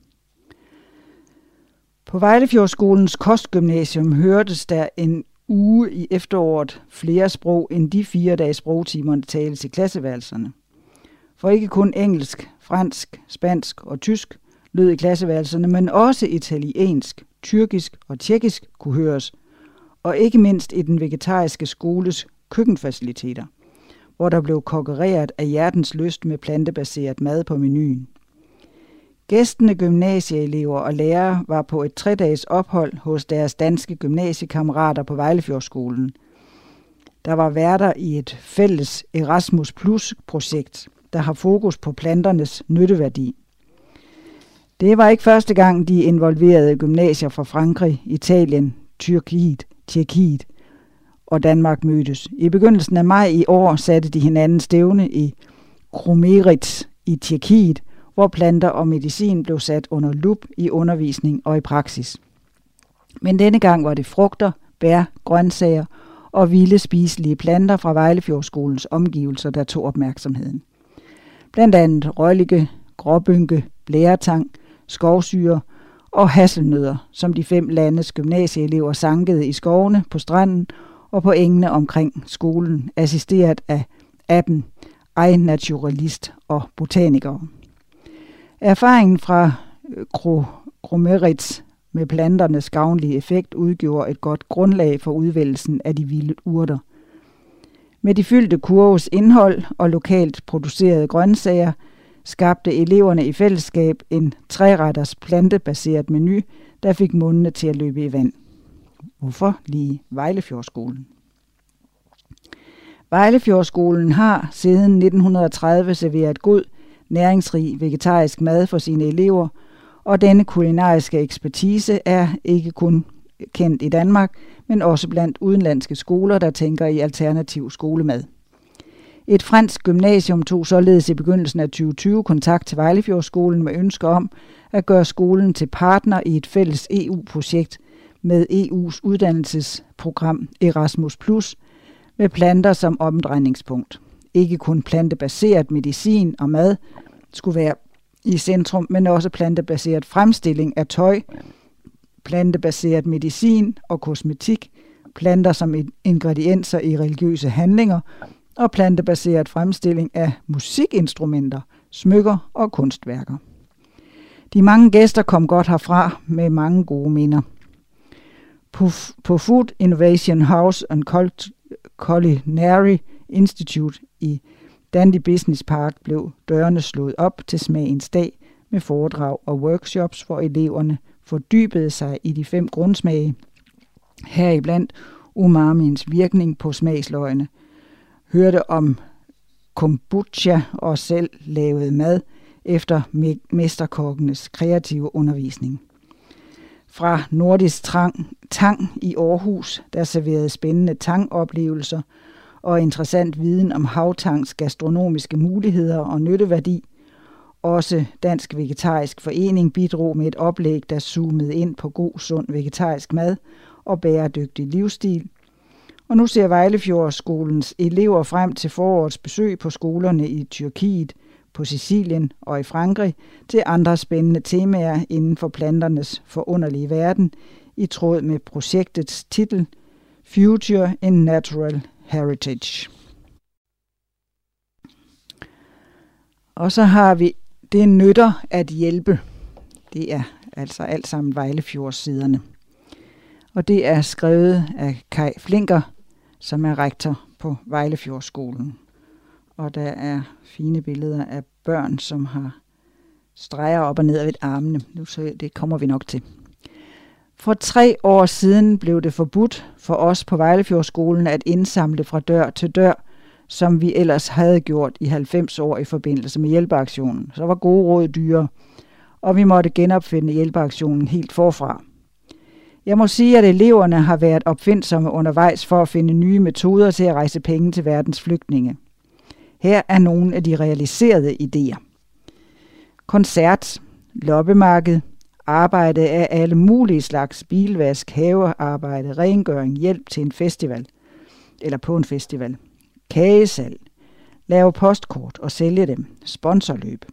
På Vejlefjordskolens kostgymnasium hørtes der en uge i efteråret flere sprog end de fire dages sprogtimerne tales i klasseværelserne. For ikke kun engelsk, fransk, spansk og tysk lød i klasseværelserne, men også italiensk, tyrkisk og tjekkisk kunne høres, og ikke mindst i den vegetariske skoles køkkenfaciliteter, hvor der blev kokkereret af hjertens lyst med plantebaseret mad på menuen. Gæstende gymnasieelever og lærere var på et tre-dages ophold hos deres danske gymnasiekammerater på Vejlefjordskolen. Der var værter i et fælles Erasmus Plus-projekt, der har fokus på planternes nytteværdi. Det var ikke første gang, de involverede gymnasier fra Frankrig, Italien, Tyrkiet, Tjekkiet og Danmark mødtes. I begyndelsen af maj i år satte de hinanden stævne i Kromeritz i Tjekkiet, hvor planter og medicin blev sat under lup i undervisning og i praksis. Men denne gang var det frugter, bær, grøntsager og vilde spiselige planter fra Vejlefjordskolens omgivelser, der tog opmærksomheden. Blandt andet røllike, gråbynke, blæretang, skovsyre og hasselnødder, som de fem landes gymnasieelever sankede i skovene, på stranden og på engene omkring skolen, assisteret af appen, ejnaturalist og botanikere. Erfaringen fra Kromeritz med planternes gavnlige effekt udgjorde et godt grundlag for udvælgelsen af de vilde urter. Med de fyldte kurves indhold og lokalt producerede grøntsager skabte eleverne i fællesskab en treretters plantebaseret menu, der fik mundene til at løbe i vand. Hvorfor lige Vejlefjordskolen? Vejlefjordskolen har siden nitten tredive serveret god, næringsrig vegetarisk mad for sine elever, og denne kulinariske ekspertise er ikke kun kendt i Danmark, men også blandt udenlandske skoler, der tænker i alternativ skolemad. Et fransk gymnasium tog således i begyndelsen af tyve tyve kontakt til Vejlefjordskolen med ønsker om at gøre skolen til partner i et fælles E U-projekt med E U's uddannelsesprogram Erasmus plus, med planter som omdrejningspunkt. Ikke kun plantebaseret medicin og mad skulle være i centrum, men også plantebaseret fremstilling af tøj, plantebaseret medicin og kosmetik, planter som ingredienser i religiøse handlinger og plantebaseret fremstilling af musikinstrumenter, smykker og kunstværker. De mange gæster kom godt herfra med mange gode minder. På, på Food Innovation House and Culinary Institute i Dandy Business Park blev dørene slået op til smagens dag med foredrag og workshops, hvor eleverne fordybede sig i de fem grundsmage, heriblandt umamiens virkning på smagsløgene, hørte om kombucha og selv lavede mad efter me- mesterkokkenes kreative undervisning. Fra Nordisk Tang, Tang i Aarhus, der serverede spændende tangoplevelser og interessant viden om havtangs gastronomiske muligheder og nytteværdi. Også Dansk Vegetarisk Forening bidrog med et oplæg, der zoomede ind på god, sund vegetarisk mad og bæredygtig livsstil. Og nu ser Vejlefjordskolens elever frem til forårets besøg på skolerne i Tyrkiet, på Sicilien og i Frankrig til andre spændende temaer inden for planternes forunderlige verden, i tråd med projektets titel Future in Natural Heritage. Og så har vi Det nytter at hjælpe. Det er altså alt sammen Vejlefjordssiderne. Og det er skrevet af Kai Flinker, som er rektor på Vejlefjordsskolen. Og der er fine billeder af børn, som har streger op og ned ved armene. Nu så det kommer vi nok til. For tre år siden blev det forbudt for os på Vejlefjordskolen at indsamle fra dør til dør, som vi ellers havde gjort i halvfems år i forbindelse med hjælpeaktionen. Så var gode råd dyre, og vi måtte genopfinde hjælpeaktionen helt forfra. Jeg må sige, at eleverne har været opfindsomme undervejs for at finde nye metoder til at rejse penge til verdens flygtninge. Her er nogle af de realiserede idéer. Koncert, loppemarked, arbejde af alle mulige slags bilvask, havearbejde, rengøring, hjælp til en festival, eller på en festival, kagesalg, lave postkort og sælge dem, sponsorløb.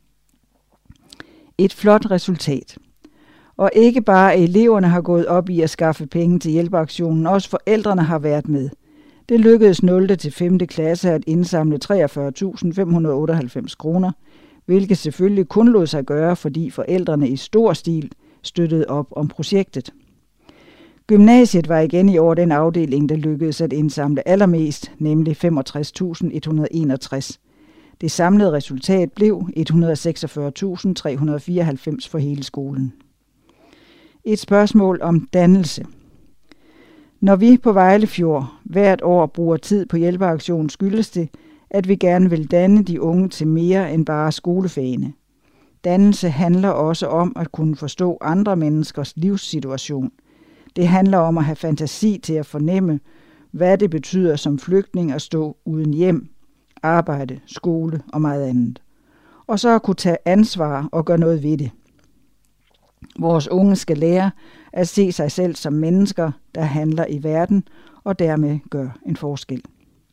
Et flot resultat. Og ikke bare eleverne har gået op i at skaffe penge til hjælpeaktionen, også forældrene har været med. Det lykkedes nul til femte klasse at indsamle treogfyrre tusind fem hundrede otteoghalvfems kroner, hvilket selvfølgelig kun lod sig gøre, fordi forældrene i stor stil støttede op om projektet. Gymnasiet var igen i år den afdeling, der lykkedes at indsamle allermest, nemlig femogtres tusind et hundrede enogtres. Det samlede resultat blev et hundrede seksogfyrre tusind tre hundrede fireoghalvfems for hele skolen. Et spørgsmål om dannelse. Når vi på Vejlefjord hvert år bruger tid på hjælpeaktion, skyldes det, at vi gerne vil danne de unge til mere end bare skolefagene. Dannelse handler også om at kunne forstå andre menneskers livssituation. Det handler om at have fantasi til at fornemme, hvad det betyder som flygtning at stå uden hjem, arbejde, skole og meget andet. Og så at kunne tage ansvar og gøre noget ved det. Vores unge skal lære at se sig selv som mennesker, der handler i verden og dermed gør en forskel.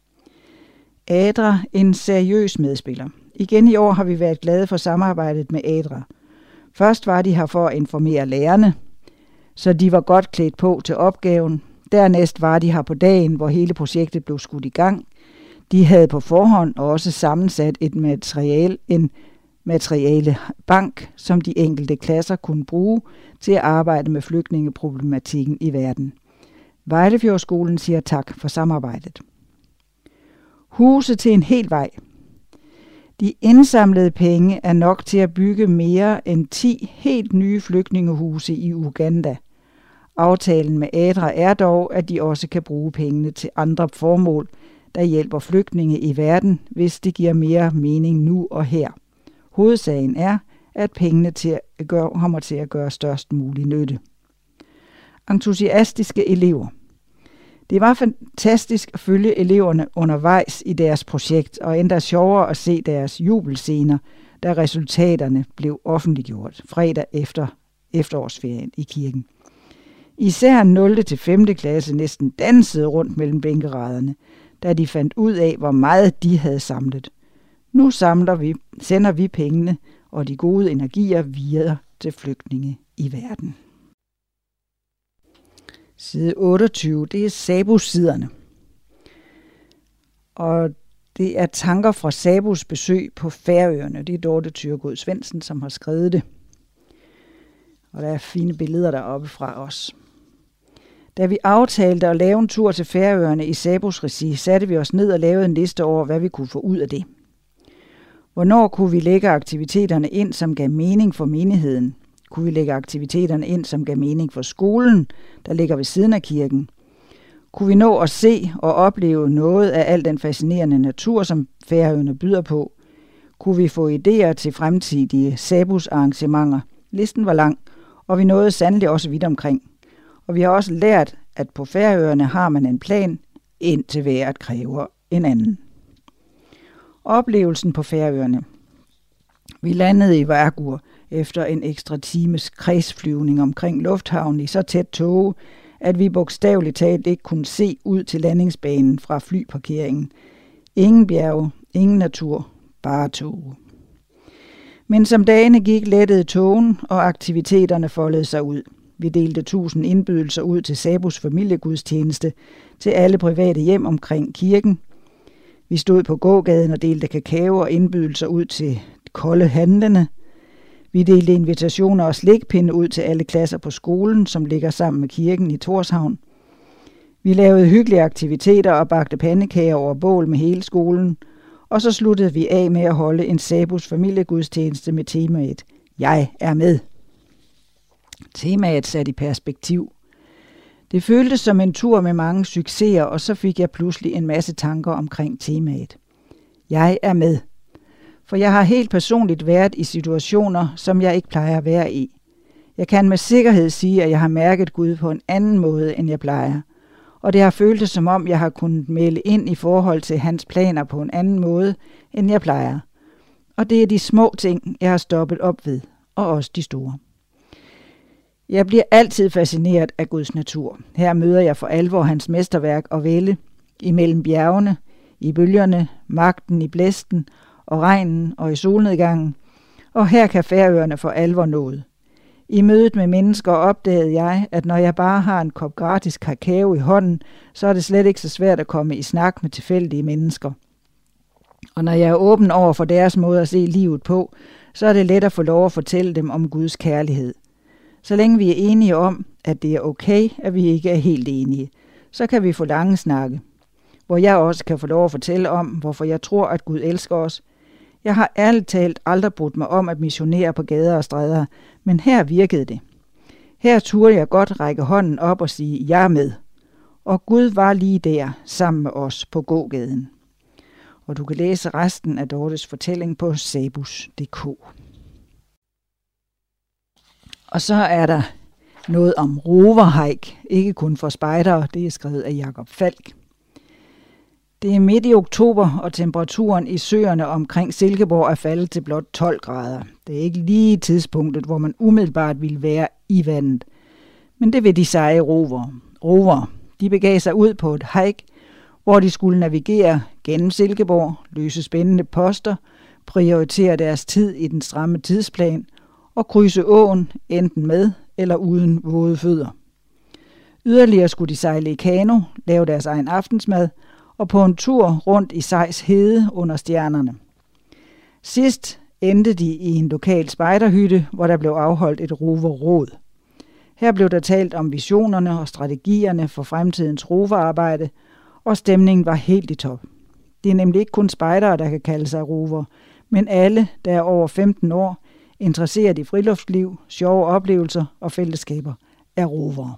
ADRA, en seriøs medspiller. Igen i år har vi været glade for samarbejdet med ADRA. Først var de her for at informere lærerne, så de var godt klædt på til opgaven. Dernæst var de her på dagen, hvor hele projektet blev skudt i gang. De havde på forhånd også sammensat et materiale, en materialebank, som de enkelte klasser kunne bruge til at arbejde med flygtningeproblematikken i verden. Vejlefjordskolen siger tak for samarbejdet. Huse til en hel vej. De indsamlede penge er nok til at bygge mere end ti helt nye flygtningehuse i Uganda. Aftalen med ADRA er dog, at de også kan bruge pengene til andre formål, der hjælper flygtninge i verden, hvis det giver mere mening nu og her. Hovedsagen er, at pengene til at gøre, kommer til at gøre størst mulig nytte. Entusiastiske elever. Det var fantastisk at følge eleverne undervejs i deres projekt, og endda sjovere at se deres jubelscener, da resultaterne blev offentliggjort fredag efter efterårsferien i kirken. Især nul til femte klasse næsten dansede rundt mellem bænkeraderne, da de fandt ud af, hvor meget de havde samlet. Nu samler vi, sender vi pengene og de gode energier videre til flygtninge i verden. Side otteogtyve, det er SABU-siderne. Og det er tanker fra SABUs besøg på Færøerne. Det er Dorte Thyregod Svendsen, som har skrevet det. Og der er fine billeder deroppe fra os. Da vi aftalte at lave en tur til Færøerne i SABUs regi, satte vi os ned og lavede en liste over, hvad vi kunne få ud af det. Hvornår kunne vi lægge aktiviteterne ind, som gav mening for menigheden? Kunne vi lægge aktiviteterne ind, som gav mening for skolen, der ligger ved siden af kirken? Kunne vi nå at se og opleve noget af al den fascinerende natur, som Færøerne byder på? Kunne vi få idéer til fremtidige SABUs arrangementer? Listen var lang, og vi nåede sandelig også vidt omkring. Og vi har også lært, at på Færøerne har man en plan, indtil vejret kræver en anden. Oplevelsen på Færøerne. Vi landede i Vágur efter en ekstra times kredsflyvning omkring lufthavnen i så tæt tåge, at vi bogstaveligt talt ikke kunne se ud til landingsbanen fra flyparkeringen. Ingen bjerge, ingen natur, bare tåge. Men som dagene gik, lettede tågen, og aktiviteterne foldede sig ud. Vi delte tusind indbydelser ud til SABUs familiegudstjeneste, til alle private hjem omkring kirken. Vi stod på gågaden og delte kakao og indbydelser ud til kolde handlende. Vi delte invitationer og slikpinde ud til alle klasser på skolen, som ligger sammen med kirken i Tórshavn. Vi lavede hyggelige aktiviteter og bagte pandekager over bål med hele skolen, og så sluttede vi af med at holde en SABUs familiegudstjeneste med temaet Jeg er med. Temaet sat i perspektiv. Det føltes som en tur med mange succeser, og så fik jeg pludselig en masse tanker omkring temaet. Jeg er med. For jeg har helt personligt været i situationer, som jeg ikke plejer at være i. Jeg kan med sikkerhed sige, at jeg har mærket Gud på en anden måde, end jeg plejer. Og det har føltes som om, jeg har kunnet melde ind i forhold til hans planer på en anden måde, end jeg plejer. Og det er de små ting, jeg har stoppet op ved, og også de store. Jeg bliver altid fascineret af Guds natur. Her møder jeg for alvor hans mesterværk og vælde, imellem bjergene, i bølgerne, magten i blæsten, og regnen og i solnedgangen, og her kan Færøerne for alvor noget. I mødet med mennesker opdagede jeg, at når jeg bare har en kop gratis kakao i hånden, så er det slet ikke så svært at komme i snak med tilfældige mennesker. Og når jeg er åben over for deres måde at se livet på, så er det let at få lov at fortælle dem om Guds kærlighed. Så længe vi er enige om, at det er okay, at vi ikke er helt enige, så kan vi få lange snakke, hvor jeg også kan få lov at fortælle om, hvorfor jeg tror, at Gud elsker os. Jeg har ærligt talt aldrig brudt mig om at missionere på gader og stræder, men her virkede det. Her turde jeg godt række hånden op og sige, jeg er med. Og Gud var lige der, sammen med os på gågaden. Og du kan læse resten af Dortes fortælling på sabus punktum d k. Og så er der noget om roverhike, ikke kun for spejdere, det er skrevet af Jakob Falk. Det er midt i oktober, og temperaturen i søerne omkring Silkeborg er faldet til blot tolv grader. Det er ikke lige tidspunktet, hvor man umiddelbart ville være i vandet. Men det vil de seje rover. Rover. De begav sig ud på et hike, hvor de skulle navigere gennem Silkeborg, løse spændende poster, prioritere deres tid i den stramme tidsplan og krydse åen enten med eller uden våde fødder. Yderligere skulle de sejle i kano, lave deres egen aftensmad og på en tur rundt i Sejs Hede under stjernerne. Sidst endte de i en lokal spejderhytte, hvor der blev afholdt et roverråd. Her blev der talt om visionerne og strategierne for fremtidens roverarbejde, og stemningen var helt i top. Det er nemlig ikke kun spejdere, der kan kalde sig rover, men alle, der er over femten år, interesseret i friluftsliv, sjove oplevelser og fællesskaber, er rovere.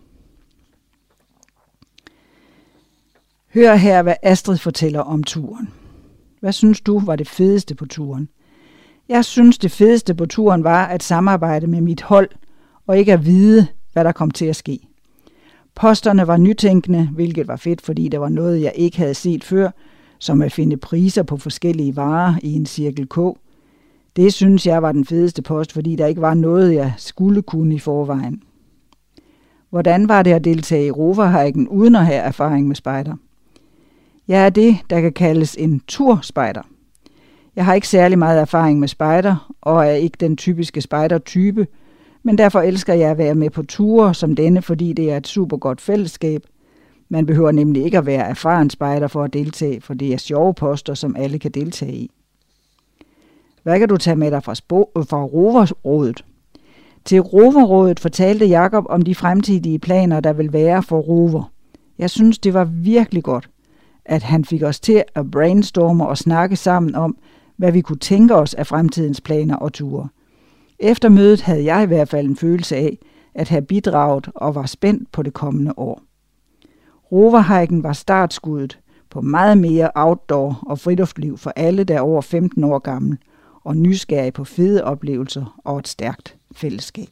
Hør her, hvad Astrid fortæller om turen. Hvad synes du var det fedeste på turen? Jeg synes, det fedeste på turen var at samarbejde med mit hold, og ikke at vide, hvad der kom til at ske. Posterne var nytænkende, hvilket var fedt, fordi der var noget, jeg ikke havde set før, som at finde priser på forskellige varer i en cirkel K. Det synes jeg var den fedeste post, fordi der ikke var noget, jeg skulle kunne i forvejen. Hvordan var det at deltage i roverhejken uden at have erfaring med spejder? Jeg er det, der kan kaldes en turspejder. Jeg har ikke særlig meget erfaring med spejder, og er ikke den typiske spejdertype, men derfor elsker jeg at være med på ture som denne, fordi det er et super godt fællesskab. Man behøver nemlig ikke at være erfaren spejder for at deltage, for det er sjove poster, som alle kan deltage i. Hvad kan du tage med dig fra, spo- fra Roverrådet? Til Roverrådet fortalte Jakob om de fremtidige planer, der vil være for rover. Jeg synes, det var virkelig godt, at han fik os til at brainstorme og snakke sammen om, hvad vi kunne tænke os af fremtidens planer og ture. Efter mødet havde jeg i hvert fald en følelse af at have bidraget og var spændt på det kommende år. Roverhejken var startskuddet på meget mere outdoor og friluftliv for alle, der er over femten år gammel, og nysgerrige på fede oplevelser og et stærkt fællesskab.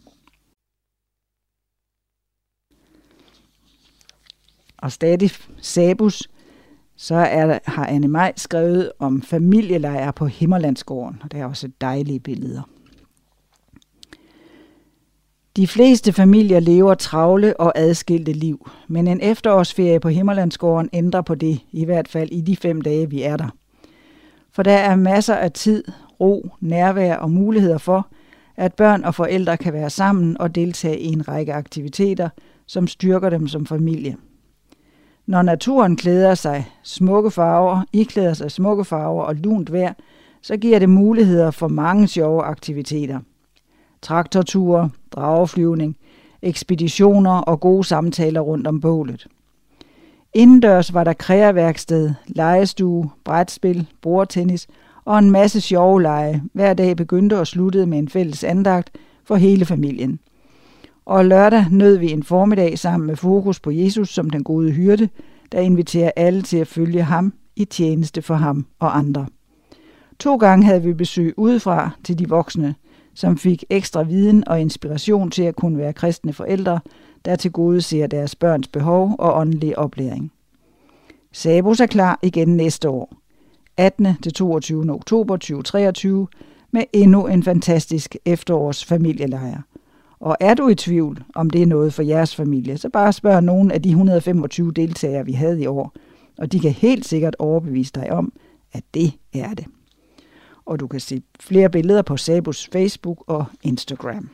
Og stadig Sabus, så er der, har Anne Maj skrevet om familielejre på Himmerlandsgården, og der er også dejlige billeder. De fleste familier lever travle og adskilte liv, men en efterårsferie på Himmerlandsgården ændrer på det, i hvert fald i de fem dage, vi er der. For der er masser af tid, ro, nærvær og muligheder for, at børn og forældre kan være sammen og deltage i en række aktiviteter, som styrker dem som familie. Når naturen klæder sig smukke farver, iklæder sig smukke farver og lunt vejr, så giver det muligheder for mange sjove aktiviteter. Traktorture, drageflyvning, ekspeditioner og gode samtaler rundt om bålet. Indendørs var der kreaværksted, legestue, brætspil, bordtennis og en masse sjove lege. Hver dag begyndte og sluttede med en fælles andagt for hele familien. Og lørdag nød vi en formiddag sammen med fokus på Jesus som den gode hyrde, der inviterer alle til at følge ham i tjeneste for ham og andre. To gange havde vi besøg udefra til de voksne, som fik ekstra viden og inspiration til at kunne være kristne forældre, der tilgodeser deres børns behov og åndelig oplæring. Sabus er klar igen næste år, attende til toogtyvende oktober to tusind og treogtyve, med endnu en fantastisk efterårs familielejr. Og er du i tvivl, om det er noget for jeres familie, så bare spørg nogle af de et hundrede og femogtyve deltagere, vi havde i år, og de kan helt sikkert overbevise dig om, at det er det. Og du kan se flere billeder på Sabus Facebook og Instagram.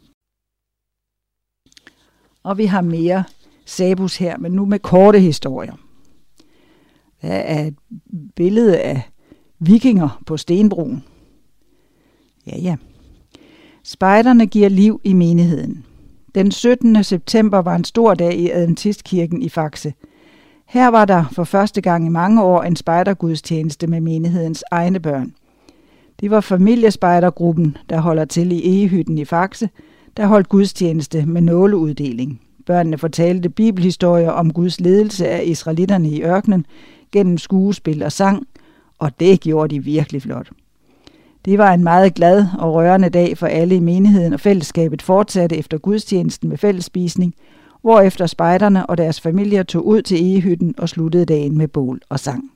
Og vi har mere Sabus her, men nu med korte historier. Der er et billede af vikinger på stenbroen. Ja, ja. Spejderne giver liv i menigheden. Den syttende september var en stor dag i Adventistkirken i Fakse. Her var der for første gang i mange år en spejdergudstjeneste med menighedens egne børn. Det var familiespejdergruppen, der holder til i Egehytten i Fakse, der holdt gudstjeneste med nåleuddeling. Børnene fortalte bibelhistorier om Guds ledelse af israelitterne i ørkenen gennem skuespil og sang, og det gjorde de virkelig flot. Det var en meget glad og rørende dag for alle i menigheden, og fællesskabet fortsatte efter gudstjenesten med fællesspisning, hvorefter spejderne og deres familier tog ud til Egehytten og sluttede dagen med bål og sang.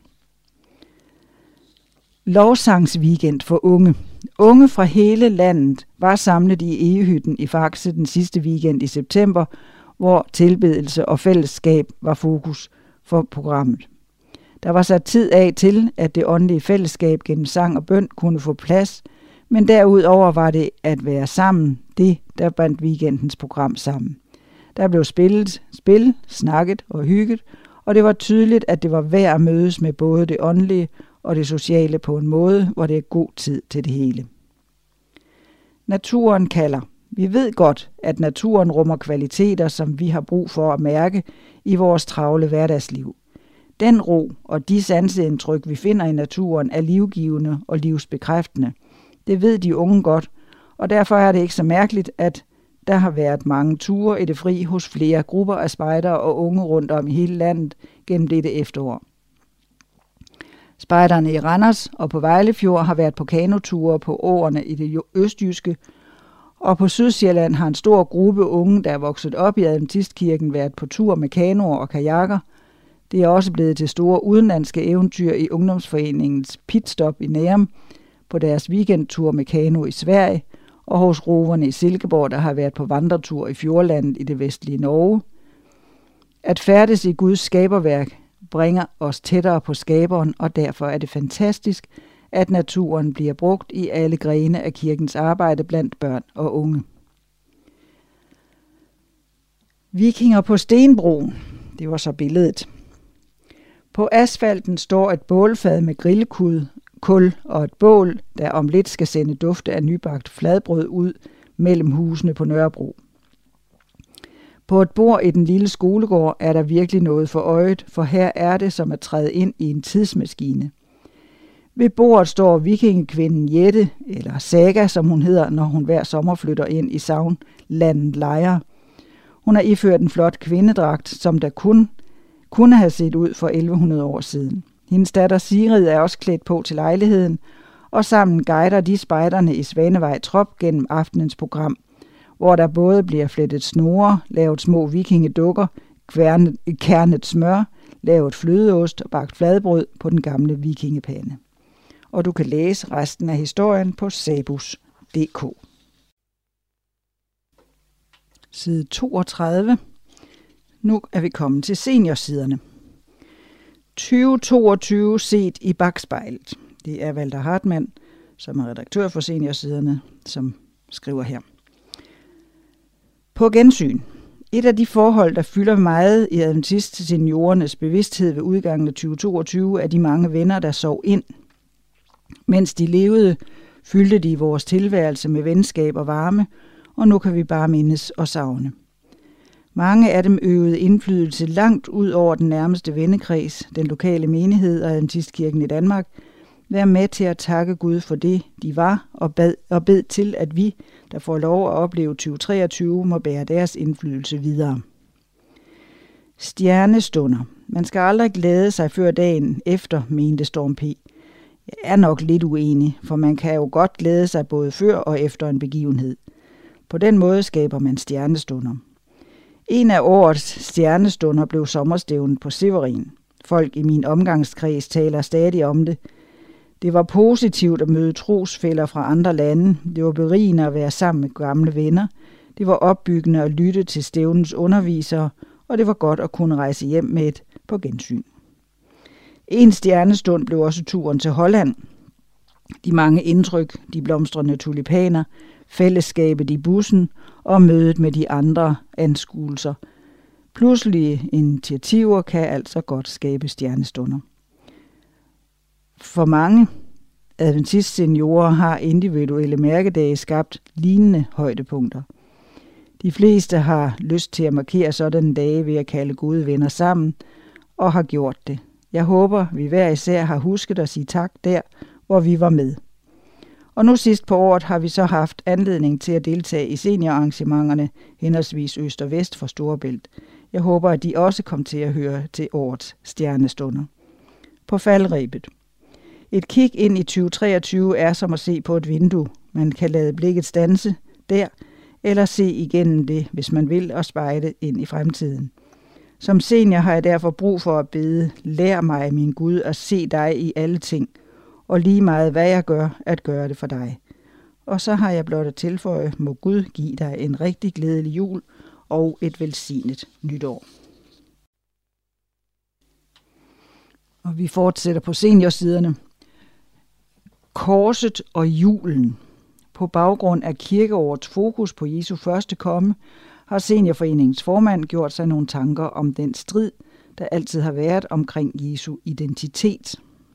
Lovsangsweekend for unge. Unge fra hele landet var samlet i Egehytten i Fakse den sidste weekend i september, hvor tilbedelse og fællesskab var fokus for programmet. Der var sat tid af til, at det åndelige fællesskab gennem sang og bøn kunne få plads, men derudover var det at være sammen, det der bandt weekendens program sammen. Der blev spillet, spil, snakket og hygget, og det var tydeligt, at det var værd at mødes med både det åndelige og det sociale på en måde, hvor det er god tid til det hele. Naturen kalder. Vi ved godt, at naturen rummer kvaliteter, som vi har brug for at mærke i vores travle hverdagsliv. Den ro og de sanseindtryk, vi finder i naturen, er livgivende og livsbekræftende. Det ved de unge godt, og derfor er det ikke så mærkeligt, at der har været mange ture i det fri hos flere grupper af spejdere og unge rundt om i hele landet gennem dette efterår. Spejderne i Randers og på Vejlefjord har været på kanoture på åerne i det østjyske, Og på Sydsjælland har en stor gruppe unge, der er vokset op i Adventistkirken, været på tur med kanoer og kajakker. Det er også blevet til store udenlandske eventyr i Ungdomsforeningens Pitstop i Nærum, på deres weekendtur med kano i Sverige, og hos roverne i Silkeborg, der har været på vandretur i Fjordlandet i det vestlige Norge. At færdes i Guds skaberværk bringer os tættere på skaberen, og derfor er det fantastisk, at naturen bliver brugt i alle grene af kirkens arbejde blandt børn og unge. Vikinger på stenbroen, det var så billedet. På asfalten står et bålfad med grillkud, kul og et bål, der om lidt skal sende dufte af nybagt fladbrød ud mellem husene på Nørrebro. På et bord i den lille skolegård er der virkelig noget for øjet, for her er det som at træde ind i en tidsmaskine. Ved bordet står vikingekvinden Jette, eller Saga, som hun hedder, når hun hver sommer flytter ind i Sagnlandet Lejre. Hun har iført en flot kvindedragt, som der kun kunne have set ud for elleve hundrede år siden. Hendes datter Sigrid er også klædt på til lejligheden, og sammen guider de spejderne i Svanevej Trop gennem aftenens program, hvor der både bliver flettet snore, lavet små vikingedukker, kværnet, kernet smør, lavet flødeost og bagt fladbrød på den gamle vikingepande. Og du kan læse resten af historien på sabus punktum d k. Side toogtredive. Nu er vi kommet til seniorsiderne. tyve toogtyve set i bakspejlet. Det er Walter Hartmann, som er redaktør for seniorsiderne, som skriver her. På gensyn. Et af de forhold, der fylder meget i adventist-seniorernes bevidsthed ved udgangen af tyve toogtyve, er de mange venner, der sov ind. Mens de levede, fyldte de vores tilværelse med venskab og varme, og nu kan vi bare mindes og savne. Mange af dem øvede indflydelse langt ud over den nærmeste vennekreds, den lokale menighed og Adventistkirken i Danmark, være med til at takke Gud for det, de var, og bad, og bed til, at vi, der får lov at opleve tyve treogtyve, må bære deres indflydelse videre. Stjernestunder. Man skal aldrig glæde sig før dagen efter, mente Storm P. Jeg er nok lidt uenig, for man kan jo godt glæde sig både før og efter en begivenhed. På den måde skaber man stjernestunder. En af årets stjernestunder blev sommerstævnen på Severin. Folk i min omgangskreds taler stadig om det. Det var positivt at møde trosfæller fra andre lande. Det var berigende at være sammen med gamle venner. Det var opbyggende at lytte til stævnens undervisere, og det var godt at kunne rejse hjem med et på gensyn. En stjernestund blev også turen til Holland. De mange indtryk, de blomstrende tulipaner, fællesskabet i bussen og mødet med de andre anskuelser. Pludselige initiativer kan altså godt skabe stjernestunder. For mange adventist-seniorer har individuelle mærkedage skabt lignende højdepunkter. De fleste har lyst til at markere sådan dage ved at kalde gode venner sammen, og har gjort det. Jeg håber, vi hver især har husket at sige tak der, hvor vi var med. Og nu sidst på året har vi så haft anledning til at deltage i seniorarrangementerne, henholdsvis øst og vest for Storebælt. Jeg håber, at de også kom til at høre til årets stjernestunder. På faldrebet. Et kig ind i tyve treogtyve er som at se på et vindue. Man kan lade blikket standse der, eller se igennem det, hvis man vil, og spejde ind i fremtiden. Som senior har jeg derfor brug for at bede, lær mig, min Gud, at se dig i alle ting, og lige meget hvad jeg gør, at gøre det for dig. Og så har jeg blot at tilføje, må Gud give dig en rigtig glædelig jul og et velsignet nytår. Og vi fortsætter på seniorsiderne. Korset og julen. På baggrund af kirkeårets fokus på Jesu første komme, har Seniorforeningens formand gjort sig nogle tanker om den strid, der altid har været omkring Jesu identitet.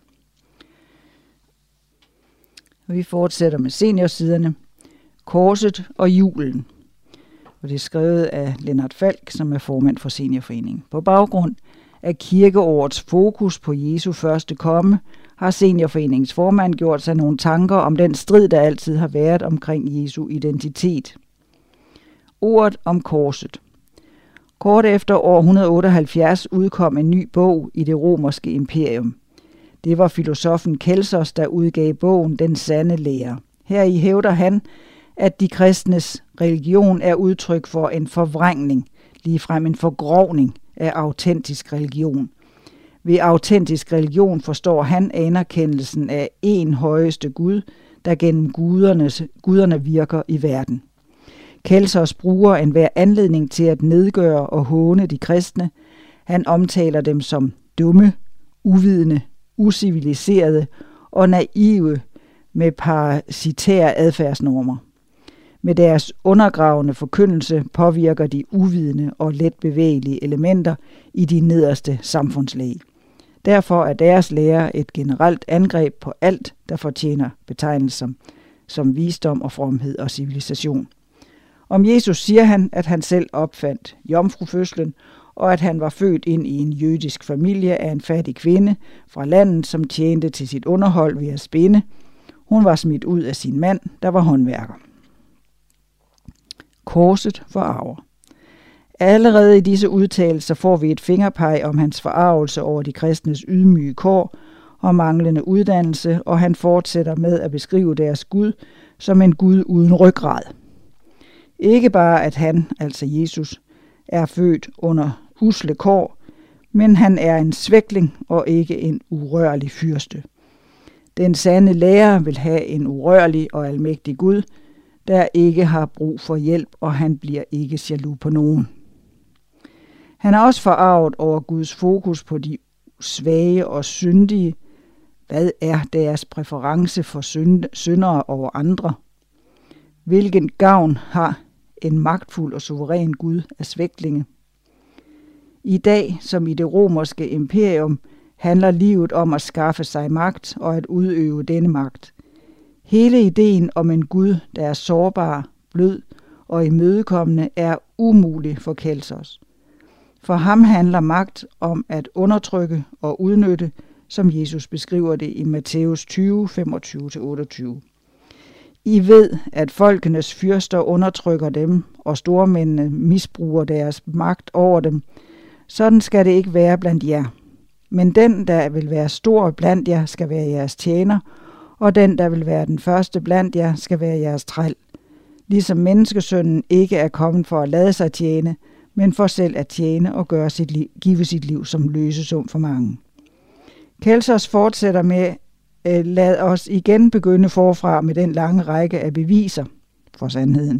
Og vi fortsætter med seniorsiderne. Korset og julen. Og det er skrevet af Lennart Falk, som er formand for Seniorforeningen. På baggrund af kirkeårets fokus på Jesu første komme, har Seniorforeningens formand gjort sig nogle tanker om den strid, der altid har været omkring Jesu identitet. Ordet om korset. Kort efter år et hundrede otteoghalvfjerds udkom en ny bog i det romerske imperium. Det var filosofen Celsus, der udgav bogen Den Sande Lære. Heri hævder han, at de kristnes religion er udtryk for en forvrængning, ligefrem en forgrovning af autentisk religion. Ved autentisk religion forstår han anerkendelsen af en højeste Gud, der gennem gudernes, guderne virker i verden. Kelsos bruger enhver anledning til at nedgøre og håne de kristne. Han omtaler dem som dumme, uvidende, usiviliserede og naive med parasitære adfærdsnormer. Med deres undergravende forkyndelse påvirker de uvidende og let bevægelige elementer i de nederste samfundslag. Derfor er deres lære et generelt angreb på alt, der fortjener betegnelser som, som visdom og fromhed og civilisation. Om Jesus siger han, at han selv opfandt jomfrufødslen, og at han var født ind i en jødisk familie af en fattig kvinde fra landet, som tjente til sit underhold ved at spinde. Hun var smidt ud af sin mand, der var håndværker. Korset forarver. Allerede i disse udtalelser får vi et fingerpeg om hans forarvelse over de kristnes ydmyge kår og manglende uddannelse, og han fortsætter med at beskrive deres Gud som en Gud uden ryggrad. Ikke bare at han, altså Jesus, er født under usle kår, men han er en svækling og ikke en urørlig fyrste. Den sande lærer vil have en urørlig og almægtig Gud, der ikke har brug for hjælp, og han bliver ikke jaloux på nogen. Han er også forarvet over Guds fokus på de svage og syndige. Hvad er deres præference for syndere over andre? Hvilken gavn har en magtfuld og suveræn Gud af svæklinge? I dag, som i det romerske imperium, handler livet om at skaffe sig magt og at udøve denne magt. Hele ideen om en Gud, der er sårbar, blød og imødekommende, er umulig for Kelsos. For ham handler magt om at undertrykke og udnytte, som Jesus beskriver det i Matthæus tyve, femogtyve til otteogtyve. I ved, at folkenes fyrster undertrykker dem, og stormændene misbruger deres magt over dem. Sådan skal det ikke være blandt jer. Men den, der vil være stor blandt jer, skal være jeres tjener, og den, der vil være den første blandt jer, skal være jeres træl. Ligesom menneskesønnen ikke er kommet for at lade sig tjene, men for selv at tjene og gøre sit liv, give sit liv som løsesum for mange. Kelsos fortsætter med, øh, lad os igen begynde forfra med den lange række af beviser for sandheden.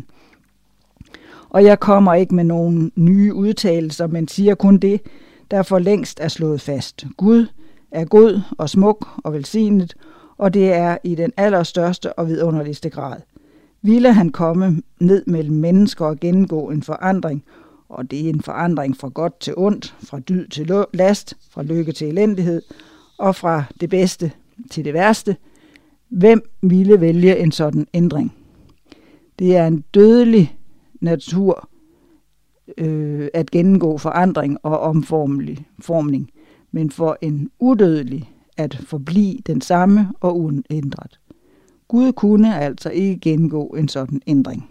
Og jeg kommer ikke med nogen nye udtalelser, men siger kun det, der for længst er slået fast. Gud er god og smuk og velsignet, og det er i den allerstørste og vidunderligste grad. Ville han komme ned mellem mennesker og gennemgå en forandring, og det er en forandring fra godt til ondt, fra dyd til last, fra lykke til elendighed, og fra det bedste til det værste. Hvem ville vælge en sådan ændring? Det er en dødelig natur øh, at gennemgå forandring og omformning, men for en udødelig at forblive den samme og uændret. Gud kunne altså ikke gennemgå en sådan ændring.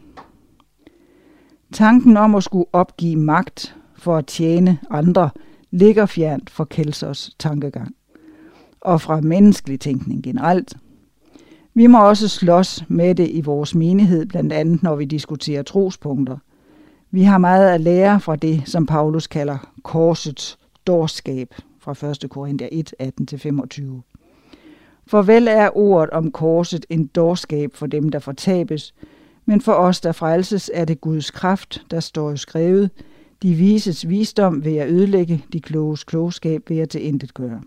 Tanken om at skulle opgive magt for at tjene andre ligger fjernt fra Kelsos tankegang og fra menneskelig tænkning generelt. Vi må også slås med det i vores menighed, blandt andet når vi diskuterer trospunkter. Vi har meget at lære fra det, som Paulus kalder korsets dårskab fra første Korinther et, atten til femogtyve. For vel er ordet om korset en dårskab for dem, der fortabes, men for os, der frelses, er det Guds kraft, der står jo skrevet. De vises visdom ved at ødelægge, de kloges klogskab ved at tilintetgøre.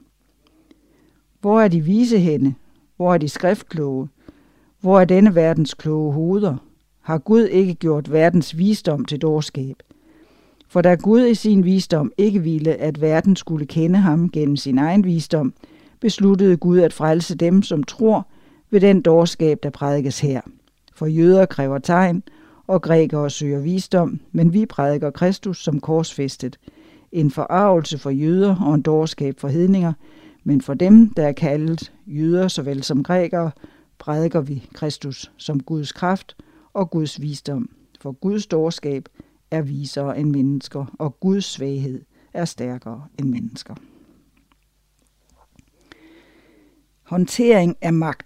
Hvor er de vise henne? Hvor er de skriftkloge? Hvor er denne verdens kloge hoveder? Har Gud ikke gjort verdens visdom til dårskab? For da Gud i sin visdom ikke ville, at verden skulle kende ham gennem sin egen visdom, besluttede Gud at frelse dem, som tror, ved den dårskab, der prædikes her. For jøder kræver tegn, og grækere søger visdom, men vi prædiker Kristus som korsfæstet. En forarvelse for jøder og en dårskab for hedninger, men for dem, der er kaldet jøder såvel som grækere, prædiker vi Kristus som Guds kraft og Guds visdom. For Guds dårskab er visere end mennesker, og Guds svaghed er stærkere end mennesker. Håndtering af magt.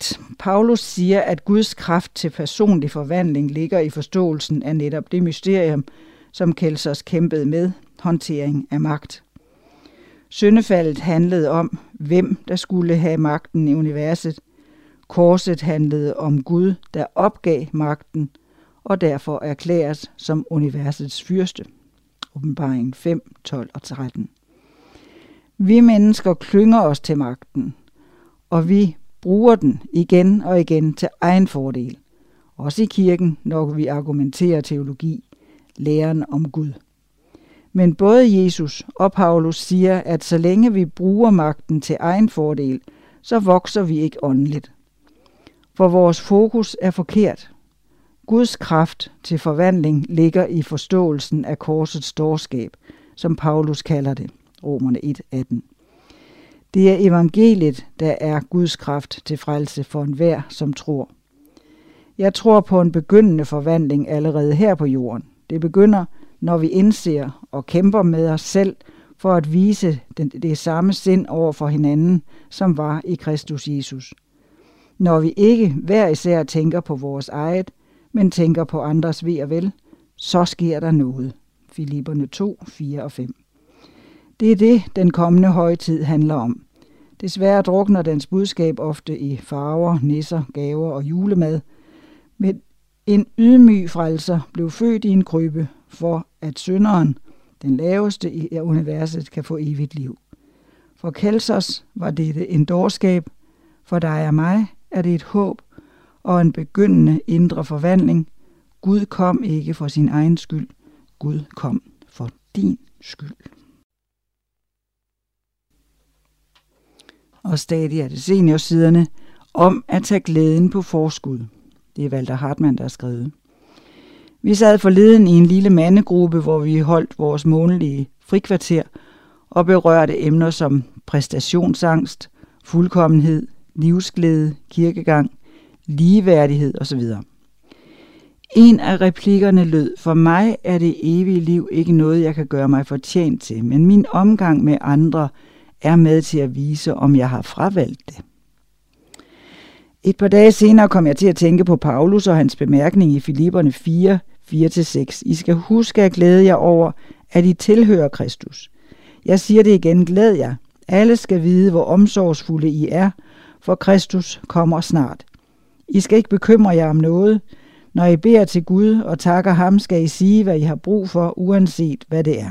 Paulus siger, at Guds kraft til personlig forvandling ligger i forståelsen af netop det mysterium, som Kelsos kæmpede med, håndtering af magt. Syndefaldet handlede om, hvem der skulle have magten i universet. Korset handlede om Gud, der opgav magten, og derfor erklæres som universets fyrste. Åbenbaringen fem, tolv og tretten. Vi mennesker klynger os til magten, og vi bruger den igen og igen til egen fordel. Også i kirken, når vi argumenterer teologi, læren om Gud. Men både Jesus og Paulus siger, at så længe vi bruger magten til egen fordel, så vokser vi ikke åndeligt. For vores fokus er forkert. Guds kraft til forvandling ligger i forståelsen af korsets dårskab, som Paulus kalder det, Romerne et, atten. Det er evangeliet, der er Guds kraft til frelse for enhver, som tror. Jeg tror på en begyndende forvandling allerede her på jorden. Det begynder, når vi indser og kæmper med os selv for at vise det, det samme sind over for hinanden, som var i Kristus Jesus. Når vi ikke hver især tænker på vores eget, men tænker på andres ve og vel, så sker der noget. Filipperne to, fire og fem. Det er det, den kommende højtid handler om. Desværre drukner dens budskab ofte i farver, nisser, gaver og julemad. Men en ydmyg frelser blev født i en krybbe, for at synderen, den laveste i universet, kan få evigt liv. For Kelsos var dette en dårskab, for dig og mig er det et håb og en begyndende indre forvandling. Gud kom ikke for sin egen skyld, Gud kom for din skyld. Og stadig er det seniorsiderne om at tage glæden på forskud. Det er Walter Hartmann, der har skrevet. Vi sad forleden i en lille mandegruppe, hvor vi holdt vores månedlige frikvarter og berørte emner som præstationsangst, fuldkommenhed, livsglæde, kirkegang, ligeværdighed osv. En af replikkerne lød: for mig er det evige liv ikke noget, jeg kan gøre mig fortjent til, men min omgang med andre er med til at vise, om jeg har fravalgt det. Et par dage senere kom jeg til at tænke på Paulus og hans bemærkning i Filipperne fire, fire til seks. I skal huske at glæde jer over, at I tilhører Kristus. Jeg siger det igen, glæd jer. Alle skal vide, hvor omsorgsfulde I er, for Kristus kommer snart. I skal ikke bekymre jer om noget. Når I beder til Gud og takker ham, skal I sige, hvad I har brug for, uanset hvad det er.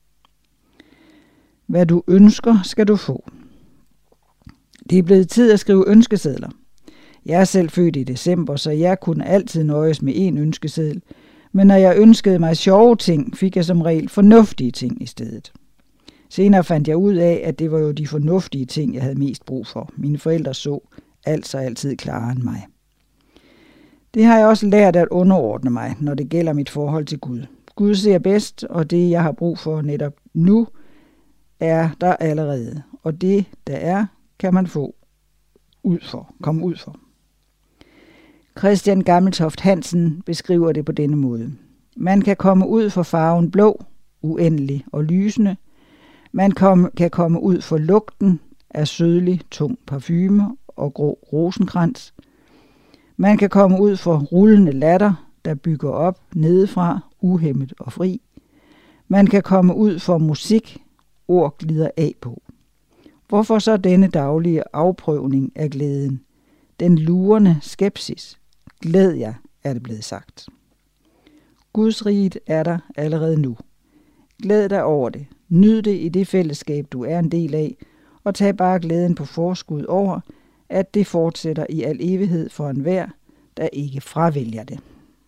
Hvad du ønsker, skal du få. Det er blevet tid at skrive ønskesedler. Jeg er selv født i december, så jeg kunne altid nøjes med én ønskeseddel. Men når jeg ønskede mig sjove ting, fik jeg som regel fornuftige ting i stedet. Senere fandt jeg ud af, at det var jo de fornuftige ting, jeg havde mest brug for. Mine forældre så altså altid klarere end mig. Det har jeg også lært at underordne mig, når det gælder mit forhold til Gud. Gud ser bedst, og det, jeg har brug for netop nu, er der allerede. Og det, der er, kan man få ud for, komme ud for. Christian Gammeltoft Hansen beskriver det på denne måde. Man kan komme ud for farven blå, uendelig og lysende. Man kom, kan komme ud for lugten af sødlig, tung parfume og grå rosenkrans. Man kan komme ud for rullende latter, der bygger op nedefra, uhæmmet og fri. Man kan komme ud for musik, ord glider af på. Hvorfor så denne daglige afprøvning af glæden? Den lurende skepsis. Glæd jer, er det blevet sagt. Guds riget er der allerede nu. Glæd dig over det. Nyd det i det fællesskab, du er en del af, og tag bare glæden på forskud over, at det fortsætter i al evighed for enhver, der ikke fravælger det.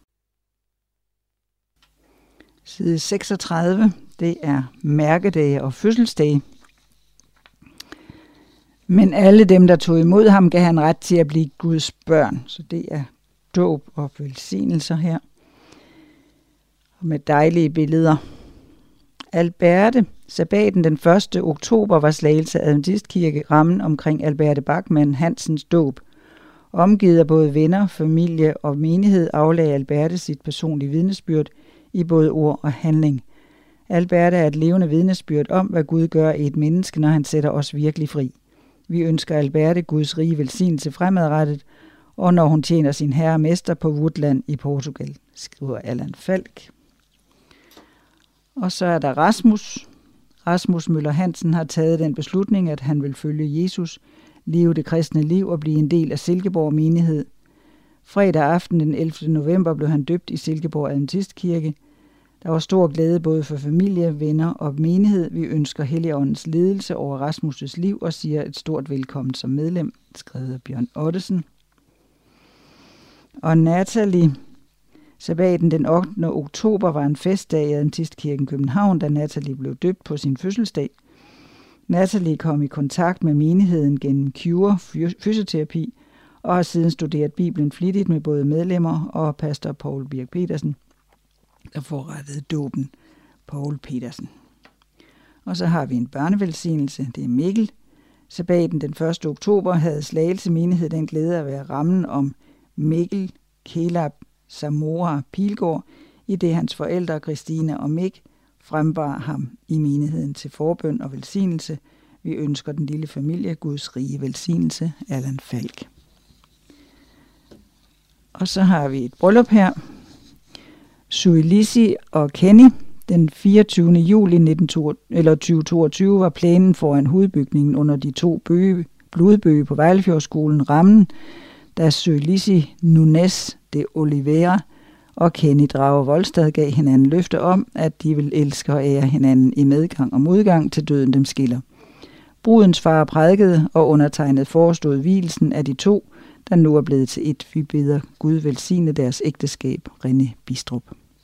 Side seksogtredive, det er mærkedage og fødselsdage. Men alle dem, der tog imod ham, gav han ret til at blive Guds børn. Så det er dåb og velsignelser her. Og med dejlige billeder. Alberte, sabbaten den første oktober, var Slagelse Adventistkirke rammen omkring Alberte Bachmann Hansens dåb. Omgivet af både venner, familie og menighed aflagde Alberte sit personlige vidnesbyrd i både ord og handling. Alberte er et levende vidnesbyrd om, hvad Gud gør i et menneske, når han sætter os virkelig fri. Vi ønsker Alberte Guds rige velsignelse fremadrettet, og når hun tjener sin herre mester på Woodland i Portugal, skriver Allan Falk. Og så er der Rasmus. Rasmus Møller Hansen har taget den beslutning, at han vil følge Jesus, leve det kristne liv og blive en del af Silkeborg menighed. Fredag aften den ellevte november blev han døbt i Silkeborg Adventistkirke. Der var stor glæde både for familie, venner og menighed. Vi ønsker Helligåndens ledelse over Rasmus' liv og siger et stort velkommen som medlem, skrevet af Bjørn Ottesen. Og Natalie, sabbaten den ottende oktober var en festdag i Adventistkirken København, da Natalie blev døbt på sin fødselsdag. Natalie kom i kontakt med menigheden gennem Cure fysioterapi og har siden studeret Bibelen flittigt med både medlemmer og pastor Poul Birk Petersen, der forrettede dåben. Poul Petersen. Og så har vi en børnevelsignelse, det er Mikkel. Sabbaten den første oktober havde Slagelse menighed den glæde at være rammen om Mikkel Kelab Zamora Pilgaard, i det hans forældre Christine og Mik frembar ham i menigheden til forbøn og velsignelse. Vi ønsker den lille familie Guds rige velsignelse. Allan Falk. Og så har vi et bryllup her. Suelisi og Kenny. Den fireogtyvende juli nitten tyve toogtyve var planen foran hovedbygningen under de to bøge, blodbøge på Vejlefjordskolen rammen, da Suelisi Nunes de Oliveira og Kenny Drage Voldstad gav hinanden løfte om, at de vil elske og ære hinanden i medgang og modgang til døden dem skiller. Brudens far prædikede og undertegnet forestod vielsen af de to, der nu er blevet til et. Vi beder Gud velsigne deres ægteskab. René Bistrup.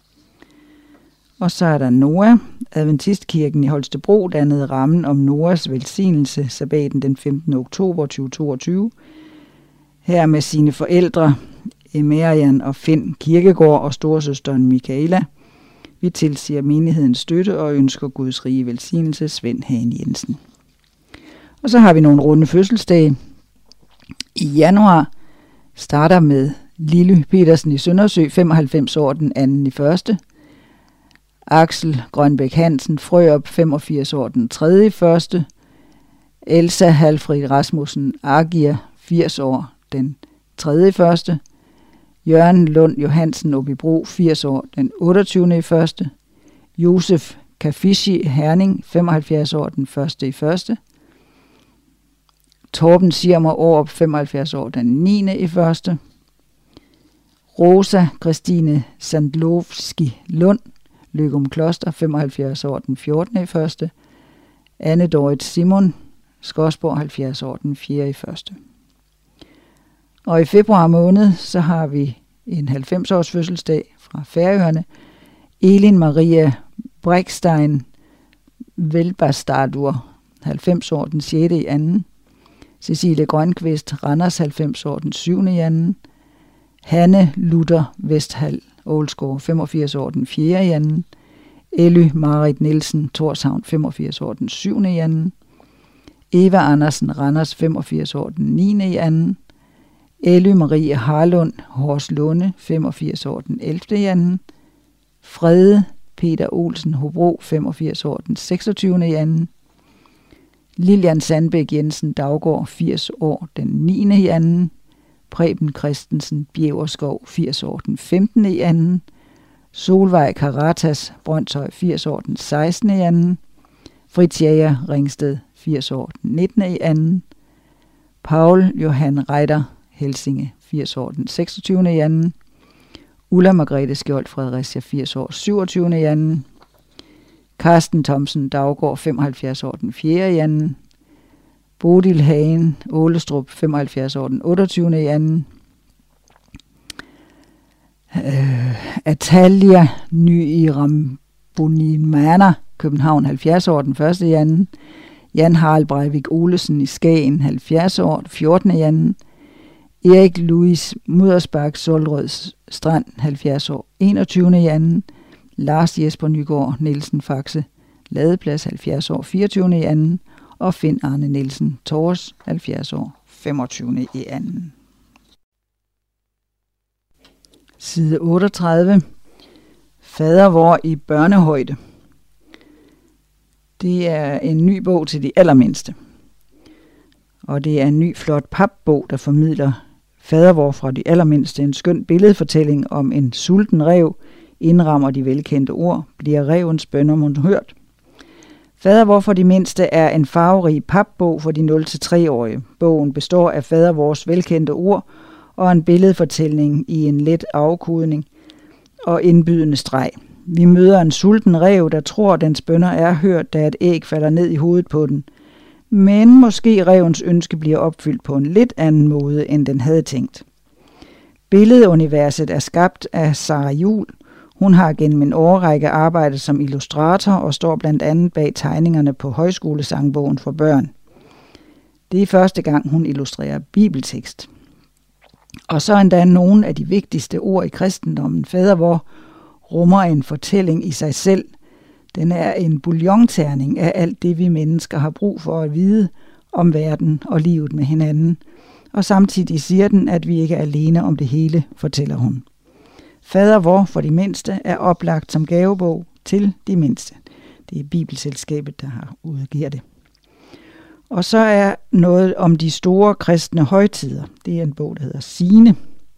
Og så er der Noah. Adventistkirken i Holstebro dannede rammen om Noahs velsignelse sabbaten den femtende oktober tyve toogtyve. Her med sine forældre Emerian og Finn Kirkegaard og storesøsteren Michaela. Vi tilsiger menighedens støtte og ønsker Guds rige velsignelse. Svend Hagen Jensen. Og så har vi nogle runde fødselsdage. I januar starter med Lille Petersen i Søndersø, femoghalvfems år, den anden i første. Axel Grønbæk Hansen Frøop, femogfirs år, den tredje i første. Elsa Halfrid Rasmussen Agier, firs år, den tredje i første. Jørgen Lund Johansen Åbibro, firs år, den otteogtyvende i første. Josef Kafishi Herning, femoghalvfjerds år, den første i første. Torben Sirmer Aarup, femoghalvfjerds år, den niende i første. Rosa Christine Sandlovski Lund, Løgum Kloster, femoghalvfjerds år, den fjortende i første. Anne Dorit Simon Skodsborg, halvfjerds år, den fjerde i første. Og i februar måned, så har vi en halvfems års fødselsdag fra Færøerne. Elin Maria Brækstein Velbastadur, halvfems år, den sjette i anden. Cecilie Grønqvist Randers, halvfems år, den syvende i anden. Hanne Luther Vesthal Ålsgaard, femogfirs år, den fjerde i anden. Elly Marit Nielsen Torshavn, femogfirs år, den syvende i anden. Eva Andersen Randers, femogfirs år, den niende i anden. Elly Marie Harlund Horslunde, femogfirs år, den ellevte i anden. Frede Peter Olsen Hobro, femogfirs år, den seksogtyvende i anden. Lilian Sandbæk Jensen Daugård, firs år, den niende i anden. Preben Christensen Bjæverskov, firs år, den femtende i anden. Solvej Karatas Brøndshøj, firs år, den sekstende i anden. Fritz Jager Ringsted, firs år, den nittende i anden. Paul Johan Reiter Helsinge, firs år, den seksogtyvende i anden. Ulla Margrethe Skjold Fredericia, firs år, syvogtyvende i anden. Carsten Thomsen Daugård, femoghalvfjerds år, den fjerde i anden. Bodil Hagen Ålestrup, femoghalvfjerds år, den otteogtyvende i anden. Uh, Atalia Nyiram Bonimana København, halvfjerds år, den første i anden. Jan Harald Breivik Olesen i Skagen, halvfjerds år, fjortende i anden. Erik Louis Mudersbak Solrøds Strand, halvfjerds år, enogtyvende i anden. Lars Jesper Nygaard Nielsen Faxe Ladeplads, halvfjerds år, fireogtyvende i anden. Og Finn Arne Nielsen Tors, halvfjerds år, femogtyvende i anden. Side otteogtredive. Fader vor i børnehøjde. Det er en ny bog til de allermindste. Og det er en ny flot papbog, der formidler Fadervor fra de allermindste, en skøn billedfortælling om en sulten ræv, indrammer de velkendte ord, bliver rævens bønner mon hørt. Fadervor for de mindste er en farverig papbog for de nul til tre-årige. Bogen består af fadervors velkendte ord og en billedfortælling i en let afkodning og indbydende streg. Vi møder en sulten ræv, der tror, at dens bønner er hørt, da et æg falder ned i hovedet på den. Men måske rævens ønske bliver opfyldt på en lidt anden måde, end den havde tænkt. Billeduniverset er skabt af Sara Juhl. Hun har gennem en årrække arbejdet som illustrator og står blandt andet bag tegningerne på Højskolesangbogen for børn. Det er første gang, hun illustrerer bibeltekst. Og så endda nogle af de vigtigste ord i kristendommen. Fadervor rummer en fortælling i sig selv. Den er en bouillonterning af alt det, vi mennesker har brug for at vide om verden og livet med hinanden. Og samtidig siger den, at vi ikke er alene om det hele, fortæller hun. Fadervor for de mindste er oplagt som gavebog til de mindste. Det er Bibelselskabet, der har udgivet det. Og så er noget om de store kristne højtider. Det er en bog, der hedder Signe.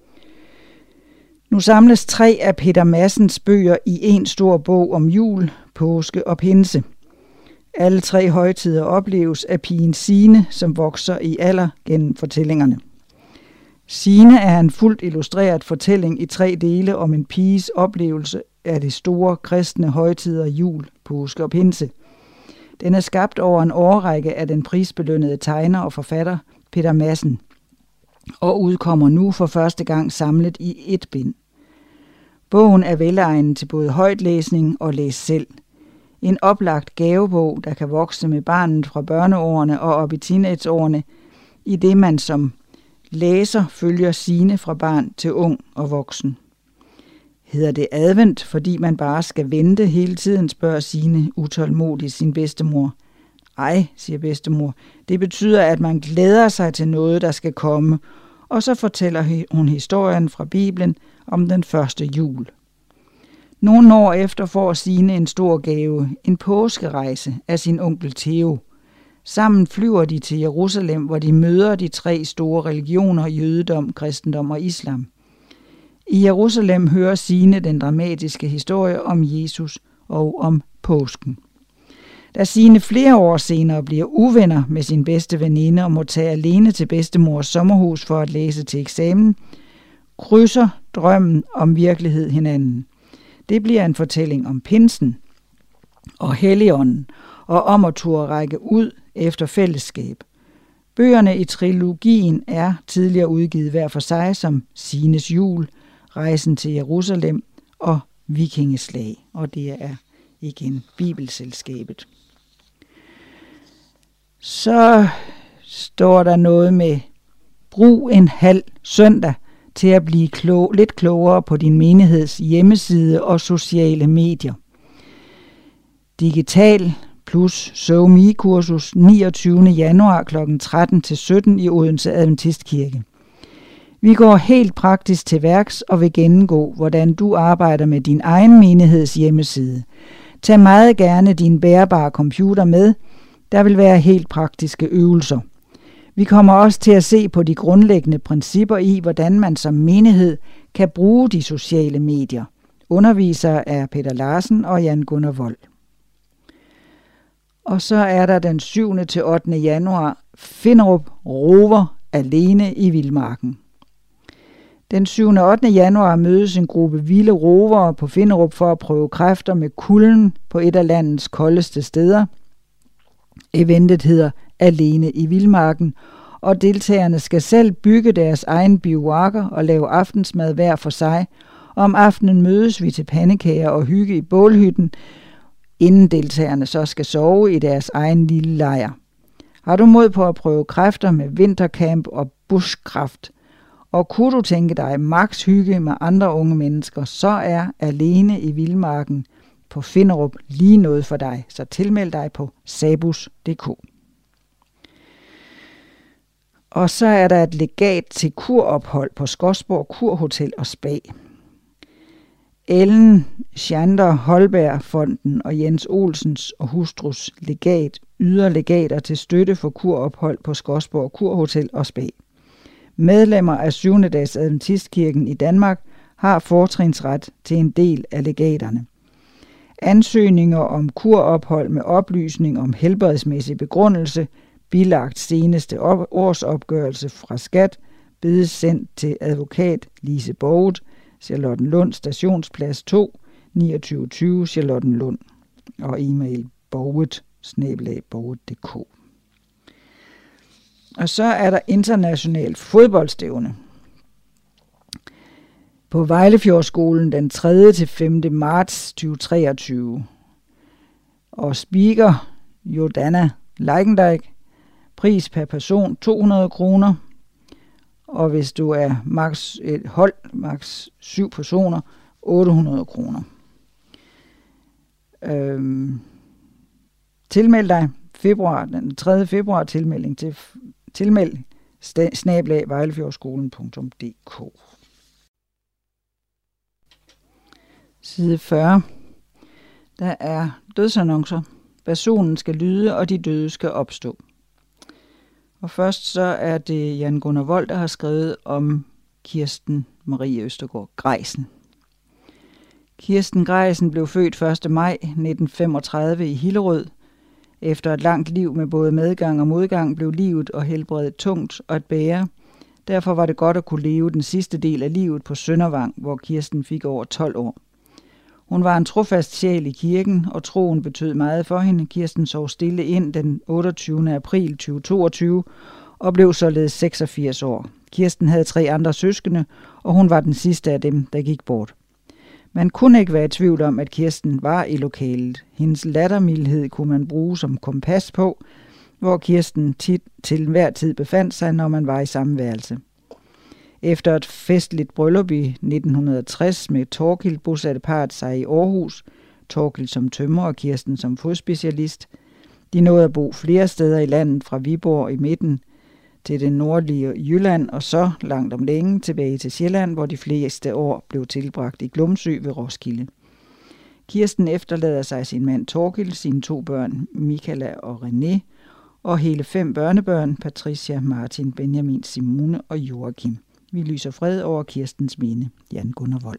Nu samles tre af Peter Madsens bøger i en stor bog om jul, påske og pinse. Alle tre højtider opleves af pigen Signe, som vokser i alder gennem fortællingerne. Signe er en fuldt illustreret fortælling i tre dele om en piges oplevelse af de store kristne højtider jul, påske og pinse. Den er skabt over en årrække af den prisbelønnede tegner og forfatter Peter Madsen og udkommer nu for første gang samlet i et bind. Bogen er velegnet til både højtlæsning og læs selv. En oplagt gavebog, der kan vokse med barnet fra børneårene og op i teenageårene, i det man som læser følger Signe fra barn til ung og voksen. Hedder det advent, fordi man bare skal vente hele tiden, spørger Signe utålmodigt sin bedstemor. Ej, siger bedstemor, det betyder, at man glæder sig til noget, der skal komme, og så fortæller hun historien fra Bibelen om den første jul. Nogle år efter får Signe en stor gave, en påskerejse af sin onkel Theo. Sammen flyver de til Jerusalem, hvor de møder de tre store religioner, jødedom, kristendom og islam. I Jerusalem hører Signe den dramatiske historie om Jesus og om påsken. Da Signe flere år senere bliver uvenner med sin bedste veninde og må tage alene til bedstemors sommerhus for at læse til eksamen, krydser drømmen om virkelighed hinanden. Det bliver en fortælling om pinsen og Helligånden og om at turde række ud efter fællesskab. Bøgerne i trilogien er tidligere udgivet hver for sig som Signes jul, Rejsen til Jerusalem og Vikingeslag, og det er igen Bibelselskabet. Så står der noget med brug en halv søndag til at blive klog, lidt klogere på din menigheds hjemmeside og sociale medier. Digital plus SoMe-kursus niogtyvende januar klokken tretten til sytten i Odense Adventistkirke. Vi går helt praktisk til værks og vil gennemgå, hvordan du arbejder med din egen menigheds hjemmeside. Tag meget gerne din bærbare computer med. Der vil være helt praktiske øvelser. Vi kommer også til at se på de grundlæggende principper i, hvordan man som menighed kan bruge de sociale medier. Undervisere er Peter Larsen og Jan Gunnar Vold. Og så er der den syvende til ottende januar Finderup Rover alene i Vildmarken. Den syvende og ottende januar mødes en gruppe vilde rovere på Finderup for at prøve kræfter med kulden på et af landets koldeste steder. Eventet hedder Alene i Vildmarken, og deltagerne skal selv bygge deres egen bivouakker og lave aftensmad hver for sig. Om aftenen mødes vi til pandekager og hygge i bålhytten, inden deltagerne så skal sove i deres egen lille lejr. Har du mod på at prøve kræfter med vintercamp og bushcraft, og kunne du tænke dig max hygge med andre unge mennesker, så er Alene i Vildmarken på Finderup lige noget for dig, så tilmeld dig på sabus punktum d k. Og så er der et legat til kurophold på Skodsborg Kurhotel og Spa. Ellen Schander Holberg Fonden og Jens Olsens og hustrus legat yder legater til støtte for kurophold på Skodsborg Kurhotel og Spa. Medlemmer af syvende dags Adventistkirken i Danmark har fortrinsret til en del af legaterne. Ansøgninger om kurophold med oplysning om helbredsmæssig begrundelse, bilagt seneste årsopgørelse fra Skat, bedes sendt til advokat Lise Borget, Charlottenlund Stationsplads to, niogtyve tyve Charlottenlund, og e-mail borget snabel-a borget punktum d k. Og så er der internationalt fodboldstævne på Vejlefjordskolen den tredje til femte marts to tusind og treogtyve. Og speaker Jordana Leikendijk, pris per person to hundrede kroner. Og hvis du er maks et hold, maks syv personer, otte hundrede kroner. Øhm, tilmeld dig februar, den tredje februar, tilmelding til tilmeld snabel-a vejlefjordskolen punktum d k. Side fyrre. Der er dødsannoncer. Personen skal lyde, og de døde skal opstå. Og først så er det Jan Gunnar Vold, der har skrevet om Kirsten Marie Østergaard Greisen. Kirsten Greisen blev født første maj nitten femogtredive i Hillerød. Efter et langt liv med både medgang og modgang blev livet og helbredet tungt og at bære. Derfor var det godt at kunne leve den sidste del af livet på Søndervang, hvor Kirsten fik over tolv år. Hun var en trofast sjæl i kirken, og troen betød meget for hende. Kirsten sov stille ind den otteogtyvende april to tusind og toogtyve og blev således seksogfirs år. Kirsten havde tre andre søskende, og hun var den sidste af dem, der gik bort. Man kunne ikke være i tvivl om, at Kirsten var i lokalet. Hendes lattermildhed kunne man bruge som kompas på, hvor Kirsten tit til hver tid befandt sig, når man var i samme værelse. Efter et festligt bryllup i nitten tres med Torkild bosatte parret sig i Aarhus, Torkild som tømrer og Kirsten som fodspecialist. De nåede at bo flere steder i landet, fra Viborg i midten til det nordlige Jylland, og så langt om længe tilbage til Sjælland, hvor de fleste år blev tilbragt i Glumsø ved Roskilde. Kirsten efterlader sig sin mand Torkild, sine to børn Michaela og René, og hele fem børnebørn, Patricia, Martin, Benjamin, Simone og Joachim. Vi lyser fred over Kirstens minde. Jan Gunnar Vold.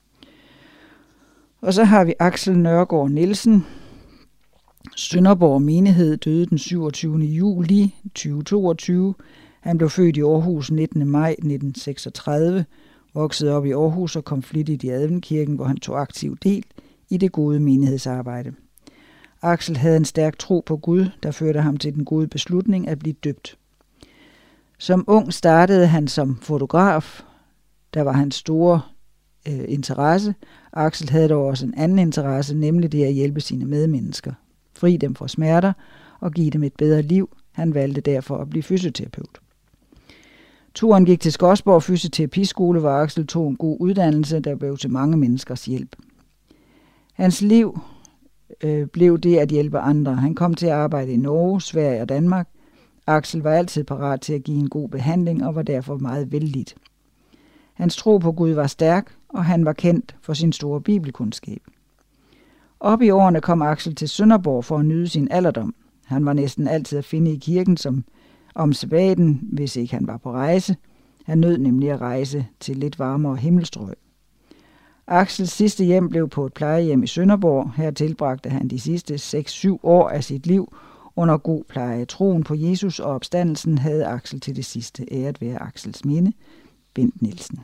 Og så har vi Axel Nørgaard Nielsen. Sønderborg menighed, døde den syvogtyvende juli to tusind og toogtyve. Han blev født i Aarhus nittende maj nitten seksogtredive, voksede op i Aarhus og kom flittigt i Adventkirken, hvor han tog aktiv del i det gode menighedsarbejde. Axel havde en stærk tro på Gud, der førte ham til den gode beslutning at blive døbt. Som ung startede han som fotograf. Der var hans store øh, interesse. Axel havde dog også en anden interesse, nemlig det at hjælpe sine medmennesker. Fri dem fra smerter og give dem et bedre liv. Han valgte derfor at blive fysioterapeut. Turen gik til Skodsborg Fysioterapiskole, hvor Axel tog en god uddannelse, der blev til mange menneskers hjælp. Hans liv øh, blev det at hjælpe andre. Han kom til at arbejde i Norge, Sverige og Danmark. Axel var altid parat til at give en god behandling og var derfor meget vellidt. Hans tro på Gud var stærk, og han var kendt for sin store bibelkundskab. Op i årene kom Axel til Sønderborg for at nyde sin alderdom. Han var næsten altid at finde i kirken som om sabbaten, hvis ikke han var på rejse. Han nød nemlig at rejse til lidt varmere himmelstrøg. Axels sidste hjem blev på et plejehjem i Sønderborg. Her tilbragte han de sidste seks syv år af sit liv under god pleje. Troen på Jesus og opstandelsen havde Axel til det sidste. Æret være Axels minde. Bent Nielsen.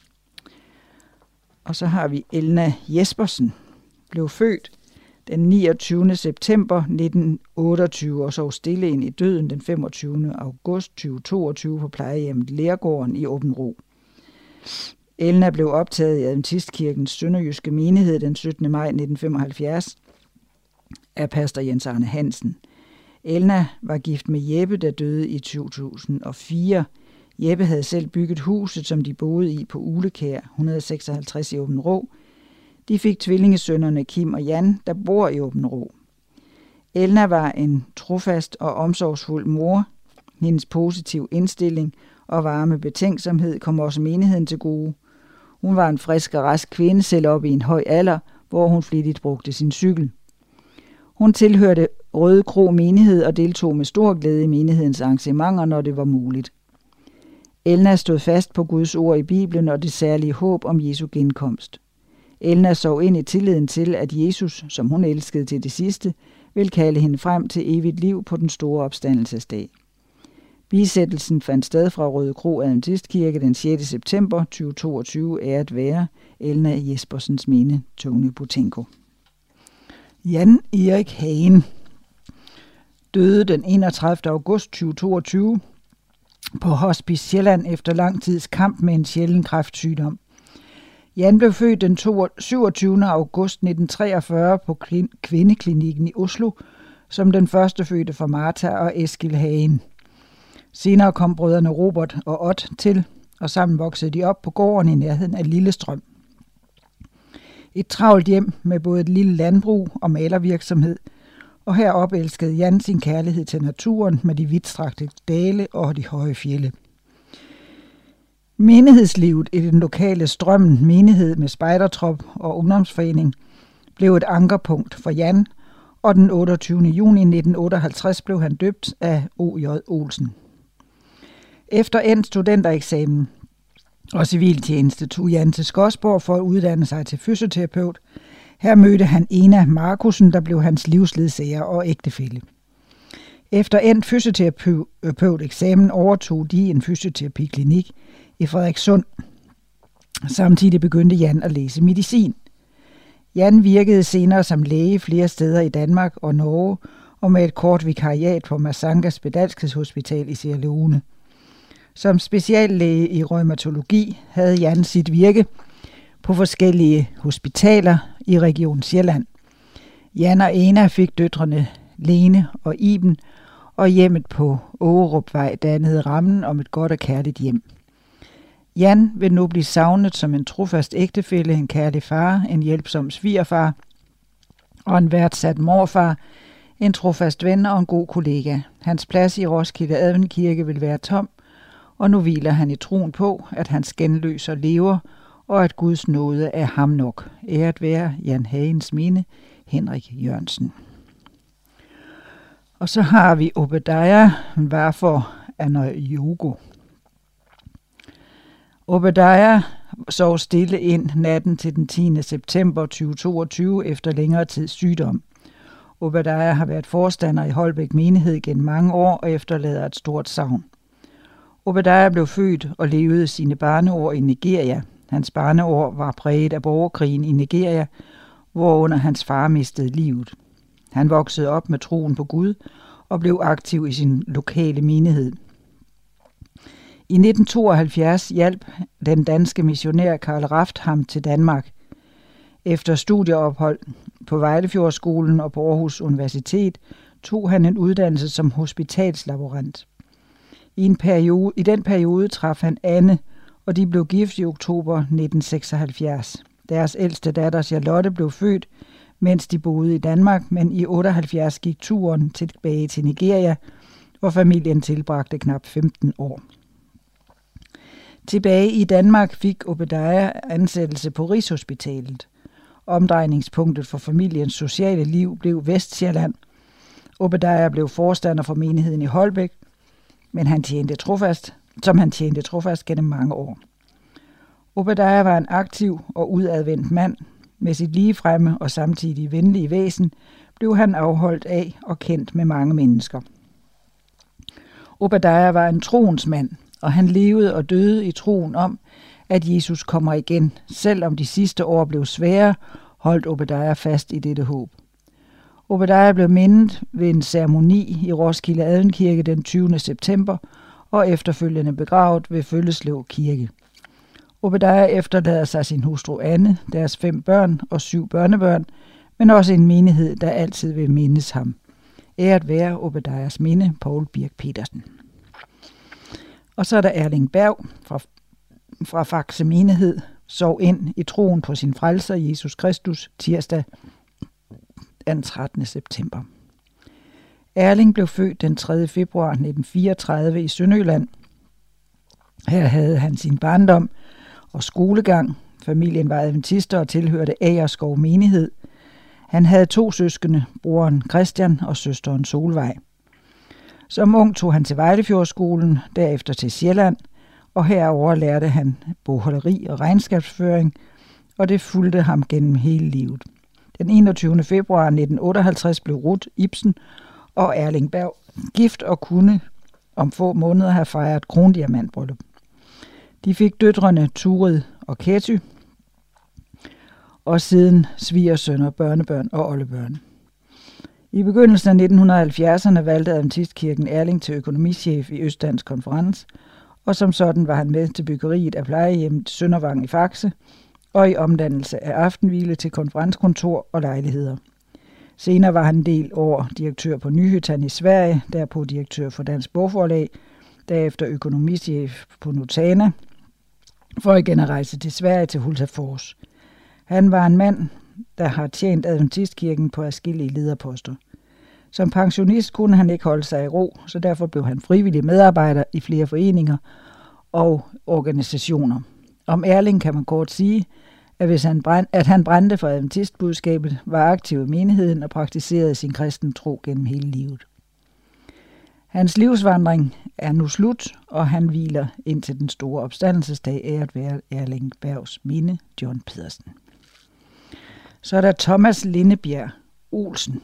Og så har vi Elna Jespersen. Blev født den niogtyvende september nitten otteogtyve og sov stille ind i døden den femogtyvende august to tusind og toogtyve på plejehjemmet Lergården i Åbenrå. Elna blev optaget i Adventistkirkens sønderjyske menighed den syttende maj nitten femoghalvfjerds af pastor Jens Arne Hansen. Elna var gift med Jeppe, der døde i to tusind og fire. Jeppe havde selv bygget huset, som de boede i på Ulekær, et hundrede og seksoghalvtreds i Åbenrå. De fik tvillingesønnerne Kim og Jan, der bor i Åbenrå. Elna var en trofast og omsorgsfuld mor. Hendes positiv indstilling og varme betænksomhed kom også menigheden til gode. Hun var en frisk og rask kvinde, selv op i en høj alder, hvor hun flittigt brugte sin cykel. Hun tilhørte Røde Kro menighed og deltog med stor glæde i menighedens arrangementer, når det var muligt. Elna stod fast på Guds ord i Bibelen og det særlige håb om Jesu genkomst. Elna sov ind i tilliden til, at Jesus, som hun elskede til det sidste, vil kalde hende frem til evigt liv på den store opstandelsesdag. Bisættelsen fandt sted fra Røde Kro Adventistkirke den sjette september to tusind og toogtyve, æret være Elna Jespersens minde, Tony Butenko. Jan Erik Hagen døde den enogtredivte august to tusind og toogtyve på Hospice Sjælland efter lang tids kamp med en sjælden kræftsygdom. Jan blev født den syvogtyvende august nitten treogfyrre på Kvindeklinikken i Oslo, som den første fødte for Martha og Eskil Hagen. Senere kom brødrene Robert og Ott til, og sammen voksede de op på gården i nærheden af Lillestrøm. Et travlt hjem med både et lille landbrug og malervirksomhed, og heroppe elskede Jan sin kærlighed til naturen med de vidtstrakte dale og de høje fjelde. Menighedslivet i den lokale Strømmen menighed med spejdertrop og ungdomsforening blev et ankerpunkt for Jan, og den otteogtyvende juni nitten otteoghalvtreds blev han døbt af O J Olsen. Efter endt studentereksamen og civiltjeneste tog Jan til Skodsborg for at uddanne sig til fysioterapeut. Her mødte han Ena Markusen, der blev hans livsledsager og ægtefælle. Efter endt fysioterapeuteksamen overtog de en fysioterapiklinik i Frederikssund. Samtidig begyndte Jan at læse medicin. Jan virkede senere som læge flere steder i Danmark og Norge, og med et kort vikariat på Masangas Spedalskhedshospital i Sierra Leone. Som speciallæge i rheumatologi havde Jan sit virke på forskellige hospitaler i Region Sjælland. Jan og Ena fik døtrene Lene og Iben, og hjemmet på Ågerupvej dannede rammen om et godt og kærligt hjem. Jan vil nu blive savnet som en trofast ægtefælle, en kærlig far, en hjælpsom svigerfar og en værdsat morfar, en trofast ven og en god kollega. Hans plads i Roskilde Adventkirke vil være tom, og nu hviler han i troen på, at hans genløser lever, og at Guds nåde er ham nok. Æret være Jan Hagens minde, Henrik Jørgensen. Og så har vi Obadiah Varfor Anoyogo. Obadiah sov stille ind natten til den tiende september to tusind og toogtyve efter længere tids sygdom. Obadiah har været forstander i Holbæk menighed gennem mange år og efterlader et stort savn. Obadiah blev født og levede sine barneår i Nigeria. Hans barneår var præget af borgerkrigen i Nigeria, hvorunder hans far mistede livet. Han voksede op med troen på Gud og blev aktiv i sin lokale menighed. I nitten tooghalvfjerds hjalp den danske missionær Karl Raft ham til Danmark. Efter studieophold på Vejlefjordskolen og på Aarhus Universitet tog han en uddannelse som hospitalslaborant. I, en periode, I den periode traf han Anne, og de blev gift i oktober nitten seksoghalvfjerds. Deres ældste datter Charlotte blev født, mens de boede i Danmark, men i otteoghalvfjerds gik turen tilbage til Nigeria, hvor familien tilbragte knap femten år. Tilbage i Danmark fik Obadiah ansættelse på Rigshospitalet. Omdrejningspunktet for familiens sociale liv blev Vestsjælland. Obadiah blev forstander for menigheden i Holbæk, men han tjente trofast, som han tjente trofast gennem mange år. Obadiah var en aktiv og udadvendt mand. Med sit ligefremme og samtidig venlige væsen blev han afholdt af og kendt med mange mennesker. Obadiah var en troens mand, og han levede og døde i troen om, at Jesus kommer igen. Selvom de sidste år blev svære, holdt Obadiah fast i dette håb. Obadiah blev mindet ved en ceremoni i Roskilde Adventkirke den tyvende september og efterfølgende begravet ved Følleslev Kirke. Obadiah efterlader sig sin hustru Anne, deres fem børn og syv børnebørn, men også en menighed, der altid vil mindes ham. Æret være Obadiahs minde, Poul Birk Petersen. Og så er der Erling Berg fra, fra Faxe menighed, sov ind i troen på sin frelser Jesus Kristus tirsdag den trettende september. Erling blev født den tredje februar nitten fireogtredive i Sønderjylland. Her havde han sin barndom og skolegang. Familien var adventister og tilhørte Agerskov menighed. Han havde to søskende, broren Christian og søsteren Solvej. Som ung tog han til Vejlefjordskolen, derefter til Sjælland, og herover lærte han bogholderi og regnskabsføring, og det fulgte ham gennem hele livet. Den enogtyvende februar nitten otteoghalvtreds blev Ruth Ibsen og Erling Berg gift og kunne om få måneder have fejret krondiamantbryllup. De fik døtrene Turid og Ketty, og siden svigersønner, børnebørn og oldebørn. I begyndelsen af nitten halvfjerdserne valgte Adventistkirken Erling til økonomichef i Østdansk Konferens, og som sådan var han med til byggeriet af plejehjemmet Søndervang i Faxe, og i omdannelse af aftenhvile til konferenskontor og lejligheder. Senere var han en del år direktør på Nyhyttan i Sverige, derpå direktør for Dansk Bogforlag, derefter økonomichef på Notana, for igen at rejse til Sverige til Hultafors. Han var en mand, der har tjent Adventistkirken på adskillige lederposter. Som pensionist kunne han ikke holde sig i ro, så derfor blev han frivillig medarbejder i flere foreninger og organisationer. Om Erling kan man kort sige, at, hvis han brænd, at han brændte for adventistbudskabet, var aktiv i menigheden og praktiserede sin kristne tro gennem hele livet. Hans livsvandring er nu slut, og han hviler indtil den store opstandelsesdag, æret være Erling Bergs minde, John Pedersen. Så er der Thomas Lindebjerg Olsen,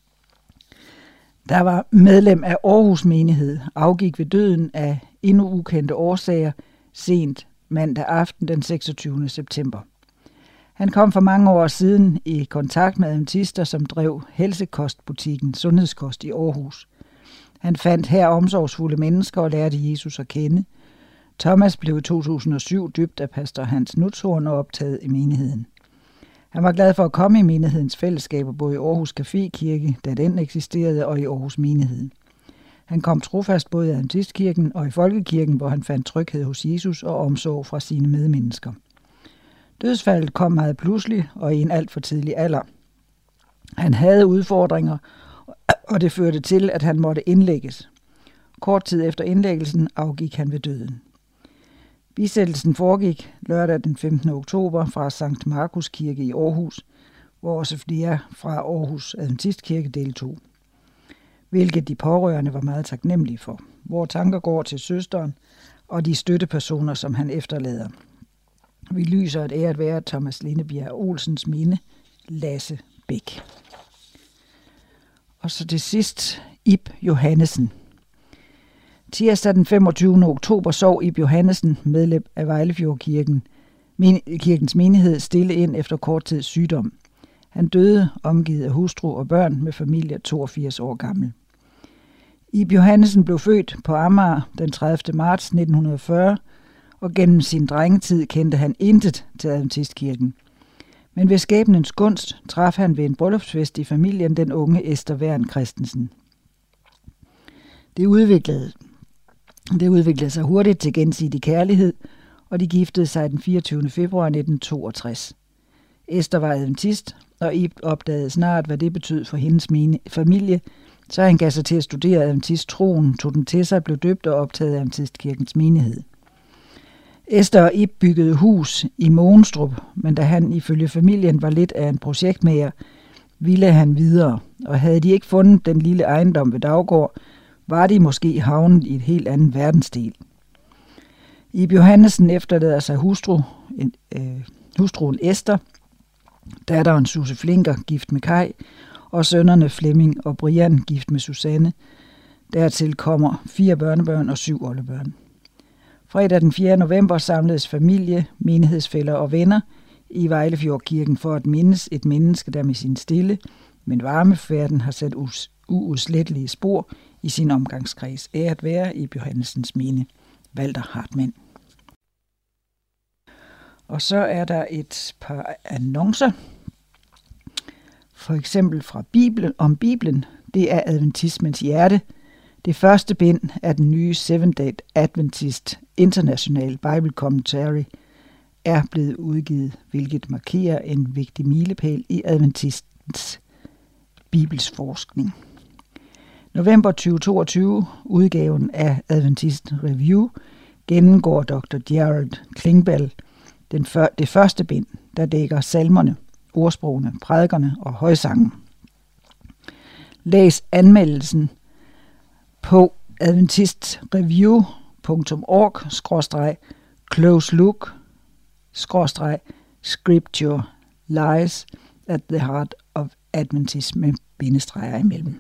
der var medlem af Aarhus menighed, afgik ved døden af endnu ukendte årsager sent mandag aften den seksogtyvende september. Han kom for mange år siden i kontakt med adventister, som drev helsekostbutikken Sundhedskost i Aarhus. Han fandt her omsorgsfulde mennesker og lærte Jesus at kende. Thomas blev i to tusind og syv døbt af pastor Hans Nutzhorn og optaget i menigheden. Han var glad for at komme i menighedens fællesskaber, både i Aarhus Café Kirke, da den eksisterede, og i Aarhus Menighed. Han kom trofast både i Adventistkirken og i Folkekirken, hvor han fandt tryghed hos Jesus og omsorg fra sine medmennesker. Dødsfaldet kom meget pludselig og i en alt for tidlig alder. Han havde udfordringer, og det førte til, at han måtte indlægges. Kort tid efter indlæggelsen afgik han ved døden. Bisættelsen foregik lørdag den femtende oktober fra Sankt Markus Kirke i Aarhus, hvor også flere fra Aarhus Adventistkirke deltog, hvilket de pårørende var meget taknemmelige for. Hvor tanker går til søsteren og de støttepersoner, som han efterlader. Vi lyser et æret være Thomas Lindebjerg Olsens minde, Lasse Bæk. Og så til sidst Ib Johannesen. Tirsdag den femogtyvende oktober sov Ib Johannesen, medlem af Vejlefjordkirken, kirkens menighed, stille ind efter kort tids sygdom. Han døde omgivet af hustru og børn med familie toogfirs år gammel. Ib Johannesen blev født på Amager den tredivte marts nitten fyrre, og gennem sin drengetid kendte han intet til Adventistkirken. Men ved skæbnens gunst traf han ved en bryllupsfest i familien den unge Esther Wern Christensen. Det udviklede, det udviklede sig hurtigt til gensidig kærlighed, og de giftede sig den fireogtyvende februar nitten toogtres. Esther var adventist, og Ib opdagede snart, hvad det betød for hendes familie, så han gav sig til at studere adventisttroen, tog den til sig, blev døbt og optaget af Adventistkirkens menighed. Esther og Ib byggede hus i Mogenstrup, men da han ifølge familien var lidt af en projektmager, ville han videre, og havde de ikke fundet den lille ejendom ved Daggård, var de måske havnet i et helt andet verdensdel. Ib Johannesen efterlader sig hustru, øh, hustruen Esther, datteren Susse Flinker, gift med Kai, og sønnerne Flemming og Brian, gift med Susanne. Dertil kommer fire børnebørn og syv oldebørn. Fredag den fjerde november samledes familie, menighedsfæller og venner i Vejlefjordkirken for at mindes et menneske, der med sin stille, men varme færden har sat us- uudslettelige spor i sin omgangskreds. Æret være Ib Johannessens minde. Walter Hartmann. Og så er der et par annoncer. For eksempel fra Bibelen om Bibelen. Det er Adventismens hjerte. Det første bind af den nye Seventh-day Adventist International Bible Commentary er blevet udgivet, hvilket markerer en vigtig milepæl i adventistens bibelsforskning. November tyve toogtyve, udgaven af Adventist Review, gennemgår doktor Gerald Klingbeil den før, det første bind, der dækker salmerne, ordsprogene, prædikerne og højsangen. Læs anmeldelsen på adventist review punktum org skråstreg close look skråstreg scripture lies at the heart of Adventism med bindestreger imellem.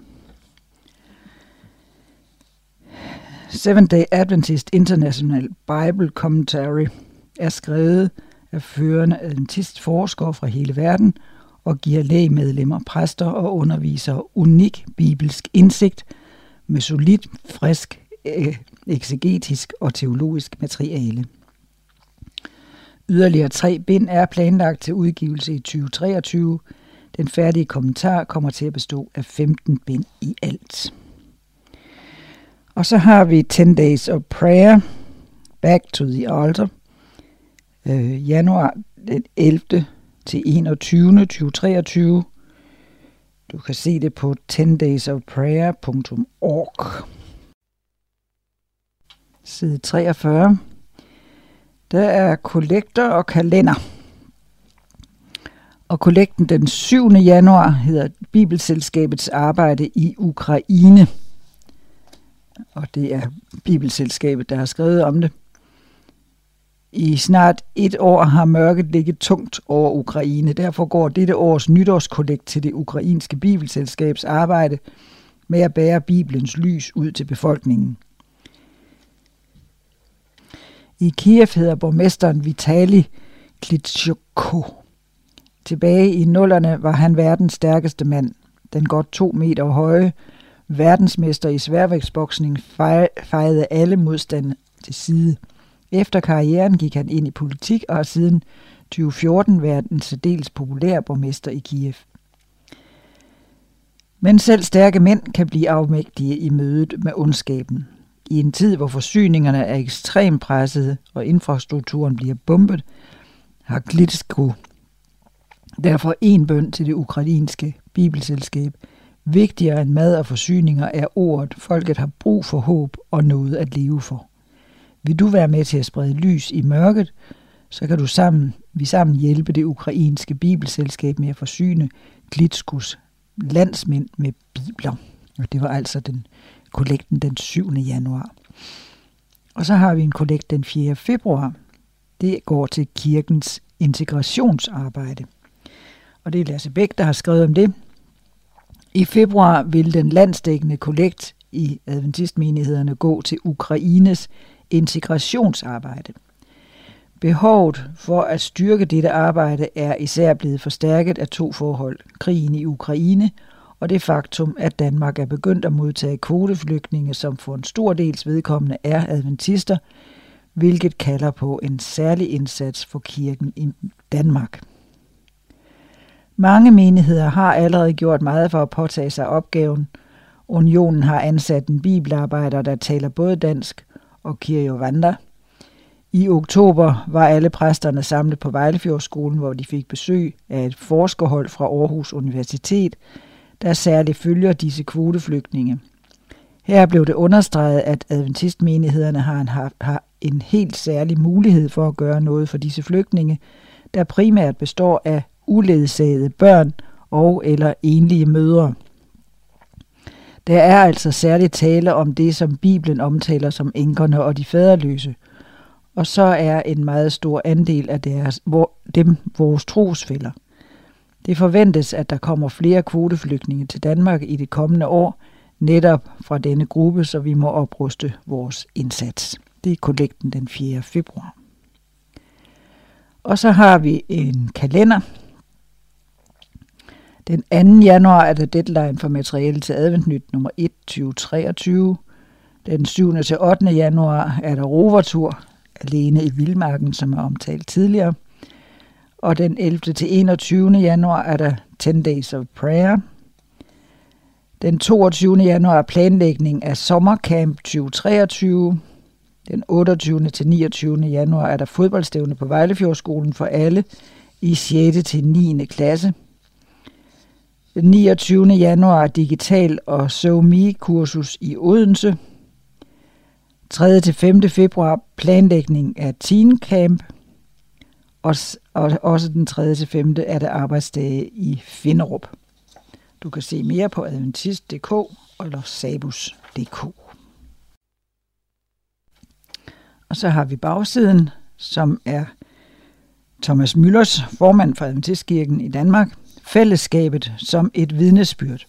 Seventh-day Adventist International Bible Commentary er skrevet af førende adventistforskere fra hele verden og giver lægmedlemmer, præster og undervisere unik bibelsk indsigt med solidt, frisk, eksegetisk og teologisk materiale. Yderligere tre bind er planlagt til udgivelse i tyve treogtyve. Den færdige kommentar kommer til at bestå af femten bind i alt. Og så har vi ten days of Prayer, Back to the Altar, øh, januar den ellevte til enogtyvende tyve treogtyve. Du kan se det på ten days of prayer punktum org. Side treogfyrre. Der er kollekter og kalender. Og kollekten den syvende januar hedder Bibelselskabets arbejde i Ukraine. Og det er Bibelselskabet, der har skrevet om det. I snart et år har mørket ligget tungt over Ukraine. Derfor går dette års nytårskollekt til det ukrainske bibelselskabs arbejde med at bære Bibelens lys ud til befolkningen. I Kiev hedder borgmesteren Vitali Klitschko. Tilbage i nullerne var han verdens stærkeste mand. Den godt to meter høje verdensmester i sværvægtsboksning fejede alle modstande til side. Efter karrieren gik han ind i politik og har siden tyve fjorten været en særdeles populær borgmester i Kiev. Men selv stærke mænd kan blive afmægtige i mødet med ondskaben. I en tid, hvor forsyningerne er ekstremt pressede og infrastrukturen bliver bombet, har Klitschko derfor en bøn til det ukrainske bibelselskab. Vigtigere end mad og forsyninger er ordet, folket har brug for håb og noget at leve for. Vil du være med til at sprede lys i mørket, så kan du sammen, vi sammen hjælpe det ukrainske bibelselskab med at forsyne Klitschkos landsmænd med bibler. Og det var altså den kollekten den syvende januar. Og så har vi en kollekt den fjerde februar. Det går til kirkens integrationsarbejde. Og det er Lasse Bæk, der har skrevet om det. I februar vil den landsdækkende kollekt i adventistmenighederne gå til Ukraines integrationsarbejde. Behovet for at styrke dette arbejde er især blevet forstærket af to forhold. Krigen i Ukraine og det faktum, at Danmark er begyndt at modtage kvoteflygtninge, som for en stor dels vedkommende er adventister, hvilket kalder på en særlig indsats for kirken i Danmark. Mange menigheder har allerede gjort meget for at påtage sig opgaven. Unionen har ansat en bibelarbejder, der taler både dansk og Kirjovanda. I oktober var alle præsterne samlet på Vejlefjordskolen, hvor de fik besøg af et forskerhold fra Aarhus Universitet, der særligt følger disse kvoteflygtninge. Her blev det understreget, at adventistmenighederne har en, har en helt særlig mulighed for at gøre noget for disse flygtninge, der primært består af uledsagede børn og eller enlige mødre. Der er altså særligt tale om det, som Bibelen omtaler som enkerne og de faderløse, og så er en meget stor andel af deres, hvor, dem vores trosfæller. Det forventes, at der kommer flere kvoteflygtninge til Danmark i det kommende år, netop fra denne gruppe, så vi må opruste vores indsats. Det er kollekten den fjerde februar. Og så har vi en kalender. Den anden januar er der deadline for materiale til Adventnyt nummer et tyve treogtyve. Den syvende til ottende januar er der rovertur alene i Vildmarken, som er omtalt tidligere. Og den ellevte til enogtyvende januar er der ten days of prayer. Den toogtyvende januar er planlægning af sommercamp tyve treogtyve. Den otteogtyvende til niogtyvende januar er der fodboldstævne på Vejlefjordskolen for alle i sjette til niende klasse. Den niogtyvende januar er digital og SoMe-kursus i Odense. tredje til femte februar planlægning af Teen Camp. Og, og også den tredje til femte er der arbejdsdage i Finderup. Du kan se mere på adventist punktum d k eller sabus punktum d k. Og så har vi bagsiden, som er Thomas Müllers, formand for Adventistkirken i Danmark, fællesskabet som et vidnesbyrd.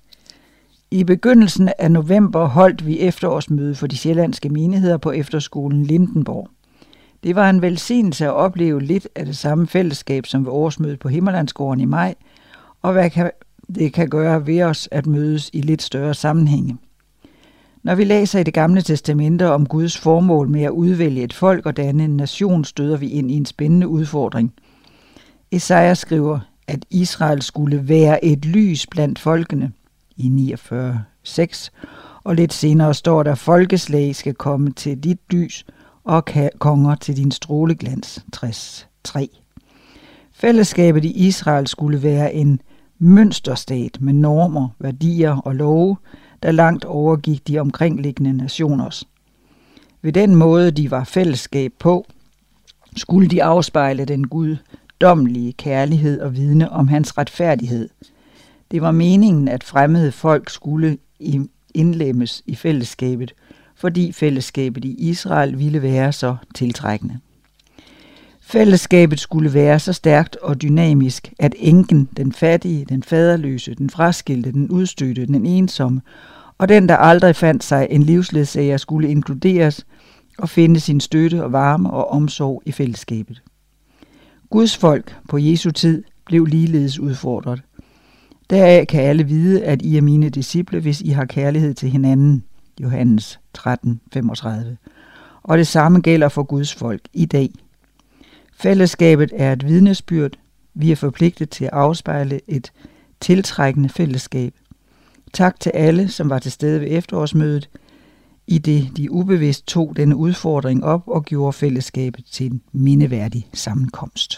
I begyndelsen af november holdt vi efterårsmøde for de sjællandske menigheder på efterskolen Lindenborg. Det var en velsignelse at opleve lidt af det samme fællesskab som ved årsmødet på Himmerlandsgården i maj, og hvad kan, det kan gøre ved os at mødes i lidt større sammenhænge. Når vi læser i Det Gamle Testamente om Guds formål med at udvælge et folk og danne en nation, støder vi ind i en spændende udfordring. Esaja skriver, at Israel skulle være et lys blandt folkene i niogfyrre seks, og lidt senere står der, folkeslag skal komme til dit lys, og konger til din stråleglans, tres tre. Fællesskabet i Israel skulle være en mønsterstat med normer, værdier og love, der langt overgik de omkringliggende nationers. Ved den måde, de var fællesskab på, skulle de afspejle den guddommelige kærlighed og vidne om hans retfærdighed. Det var meningen, at fremmede folk skulle indlemmes i fællesskabet, fordi fællesskabet i Israel ville være så tiltrækkende. Fællesskabet skulle være så stærkt og dynamisk, at enken, den fattige, den faderløse, den fraskilte, den udstødte, den ensomme og den, der aldrig fandt sig en livsledsager, skulle inkluderes og finde sin støtte og varme og omsorg i fællesskabet. Guds folk på Jesu tid blev ligeledes udfordret. Deraf kan alle vide, at I er mine disciple, hvis I har kærlighed til hinanden. Johannes tretten femogtredive. Og det samme gælder for Guds folk i dag. Fællesskabet er et vidnesbyrd. Vi er forpligtet til at afspejle et tiltrækkende fællesskab. Tak til alle, som var til stede ved efterårsmødet, i det de ubevidst tog denne udfordring op og gjorde fællesskabet til en mindeværdig sammenkomst.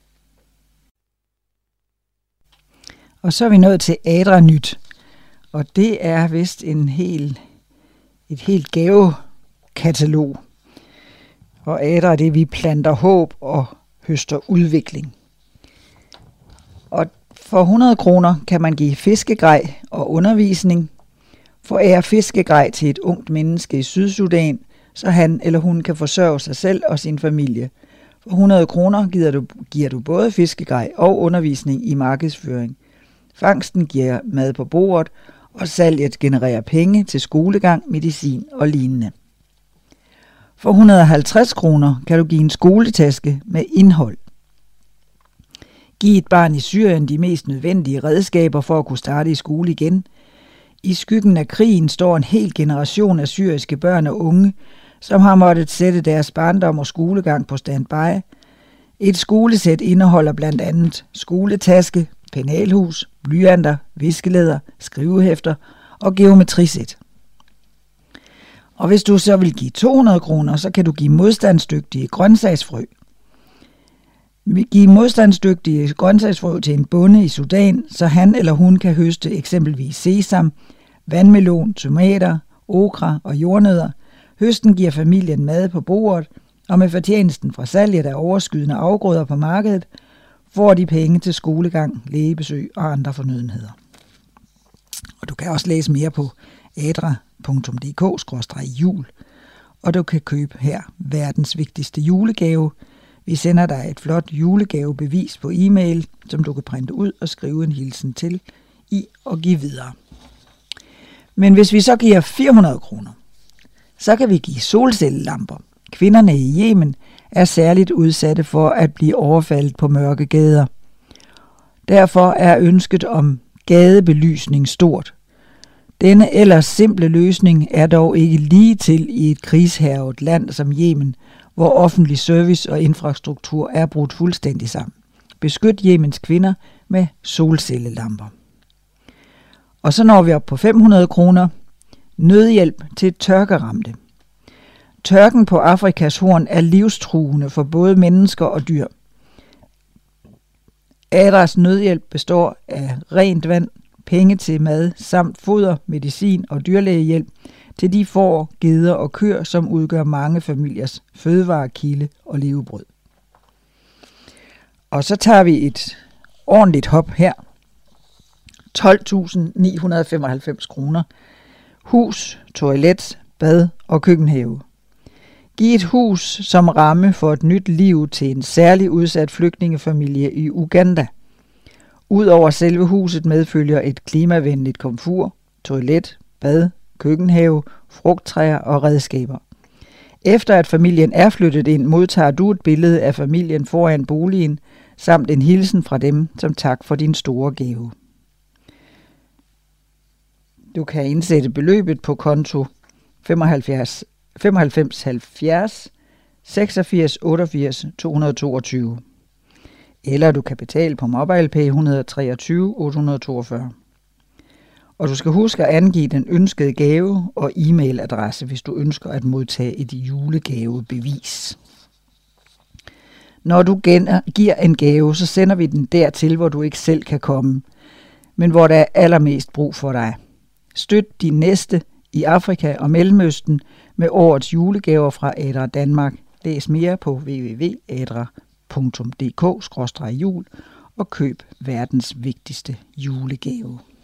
Og så er vi nået til Adra Nyt, og det er vist en hel, et helt gavekatalog. Og Adra er det, vi planter håb og høster udvikling. Og for hundrede kroner kan man give fiskegrej og undervisning. Forære fiskegrej til et ungt menneske i Sydsudan, så han eller hun kan forsørge sig selv og sin familie. For hundrede kroner giver du, giver du både fiskegrej og undervisning i markedsføring. Fangsten giver mad på bordet, og salget genererer penge til skolegang, medicin og lignende. For et hundrede og halvtreds kroner kan du give en skoletaske med indhold. Giv et barn i Syrien de mest nødvendige redskaber for at kunne starte i skole igen. I skyggen af krigen står en hel generation af syriske børn og unge, som har måttet sætte deres barndom og skolegang på standby. Et skolesæt indeholder blandt andet skoletaske, penalhus, blyanter, viskelæder, skrivehæfter og geometrisæt. Og hvis du så vil give to hundrede kroner, så kan du give modstandsdygtige grøntsagsfrø. Giv modstandsdygtige grøntsagsfrø til en bonde i Sudan, så han eller hun kan høste eksempelvis sesam, vandmelon, tomater, okra og jordnødder. Høsten giver familien mad på bordet, og med fortjenesten fra salget af overskydende afgrøder på markedet, får de penge til skolegang, lægebesøg og andre fornødenheder. Og du kan også læse mere på adra punktum d k skråstreg jul, og du kan købe her verdens vigtigste julegave. Vi sender dig et flot julegavebevis på e-mail, som du kan printe ud og skrive en hilsen til i og give videre. Men hvis vi så giver fire hundrede kroner, så kan vi give solcellelamper. Kvinderne i Yemen er særligt udsatte for at blive overfaldet på mørke gader. Derfor er ønsket om gadebelysning stort. Denne ellers simple løsning er dog ikke lige til i et krigshærget land som Yemen, hvor offentlig service og infrastruktur er brudt fuldstændig sammen. Beskyt Yemens kvinder med solcellelamper. Og så når vi op på fem hundrede kroner. Nødhjælp til tørkeramte. Tørken på Afrikas Horn er livstruende for både mennesker og dyr. Adras nødhjælp består af rent vand, penge til mad samt foder, medicin og dyrlægehjælp til de får, geder og køer, som udgør mange familiers fødevarekilde og levebrød. Og så tager vi et ordentligt hop her. tolv tusind ni hundrede og femoghalvfems kroner. Hus, toilet, bad og køkkenhave. Giv et hus som ramme for et nyt liv til en særlig udsat flygtningefamilie i Uganda. Udover selve huset medfølger et klimavenligt komfur, toilet, bad, køkkenhave, frugttræer og redskaber. Efter at familien er flyttet ind, modtager du et billede af familien foran boligen, samt en hilsen fra dem som tak for din store gave. Du kan indsætte beløbet på konto femoghalvfjerds femoghalvfems halvfjerds seksogfirs otteogfirs to hundrede toogtyve. Eller du kan betale på MobilePay et hundrede treogtyve otte hundrede toogfyrre. Og du skal huske at angive den ønskede gave og e-mailadresse, hvis du ønsker at modtage et julegavebevis. Når du giver en gave, så sender vi den dertil, hvor du ikke selv kan komme, men hvor der er allermest brug for dig. Støt din næste i Afrika og Mellemøsten med årets julegaver fra Adra Danmark. Læs mere på w w w punktum adra punktum d k skråstreg jul og køb verdens vigtigste julegave.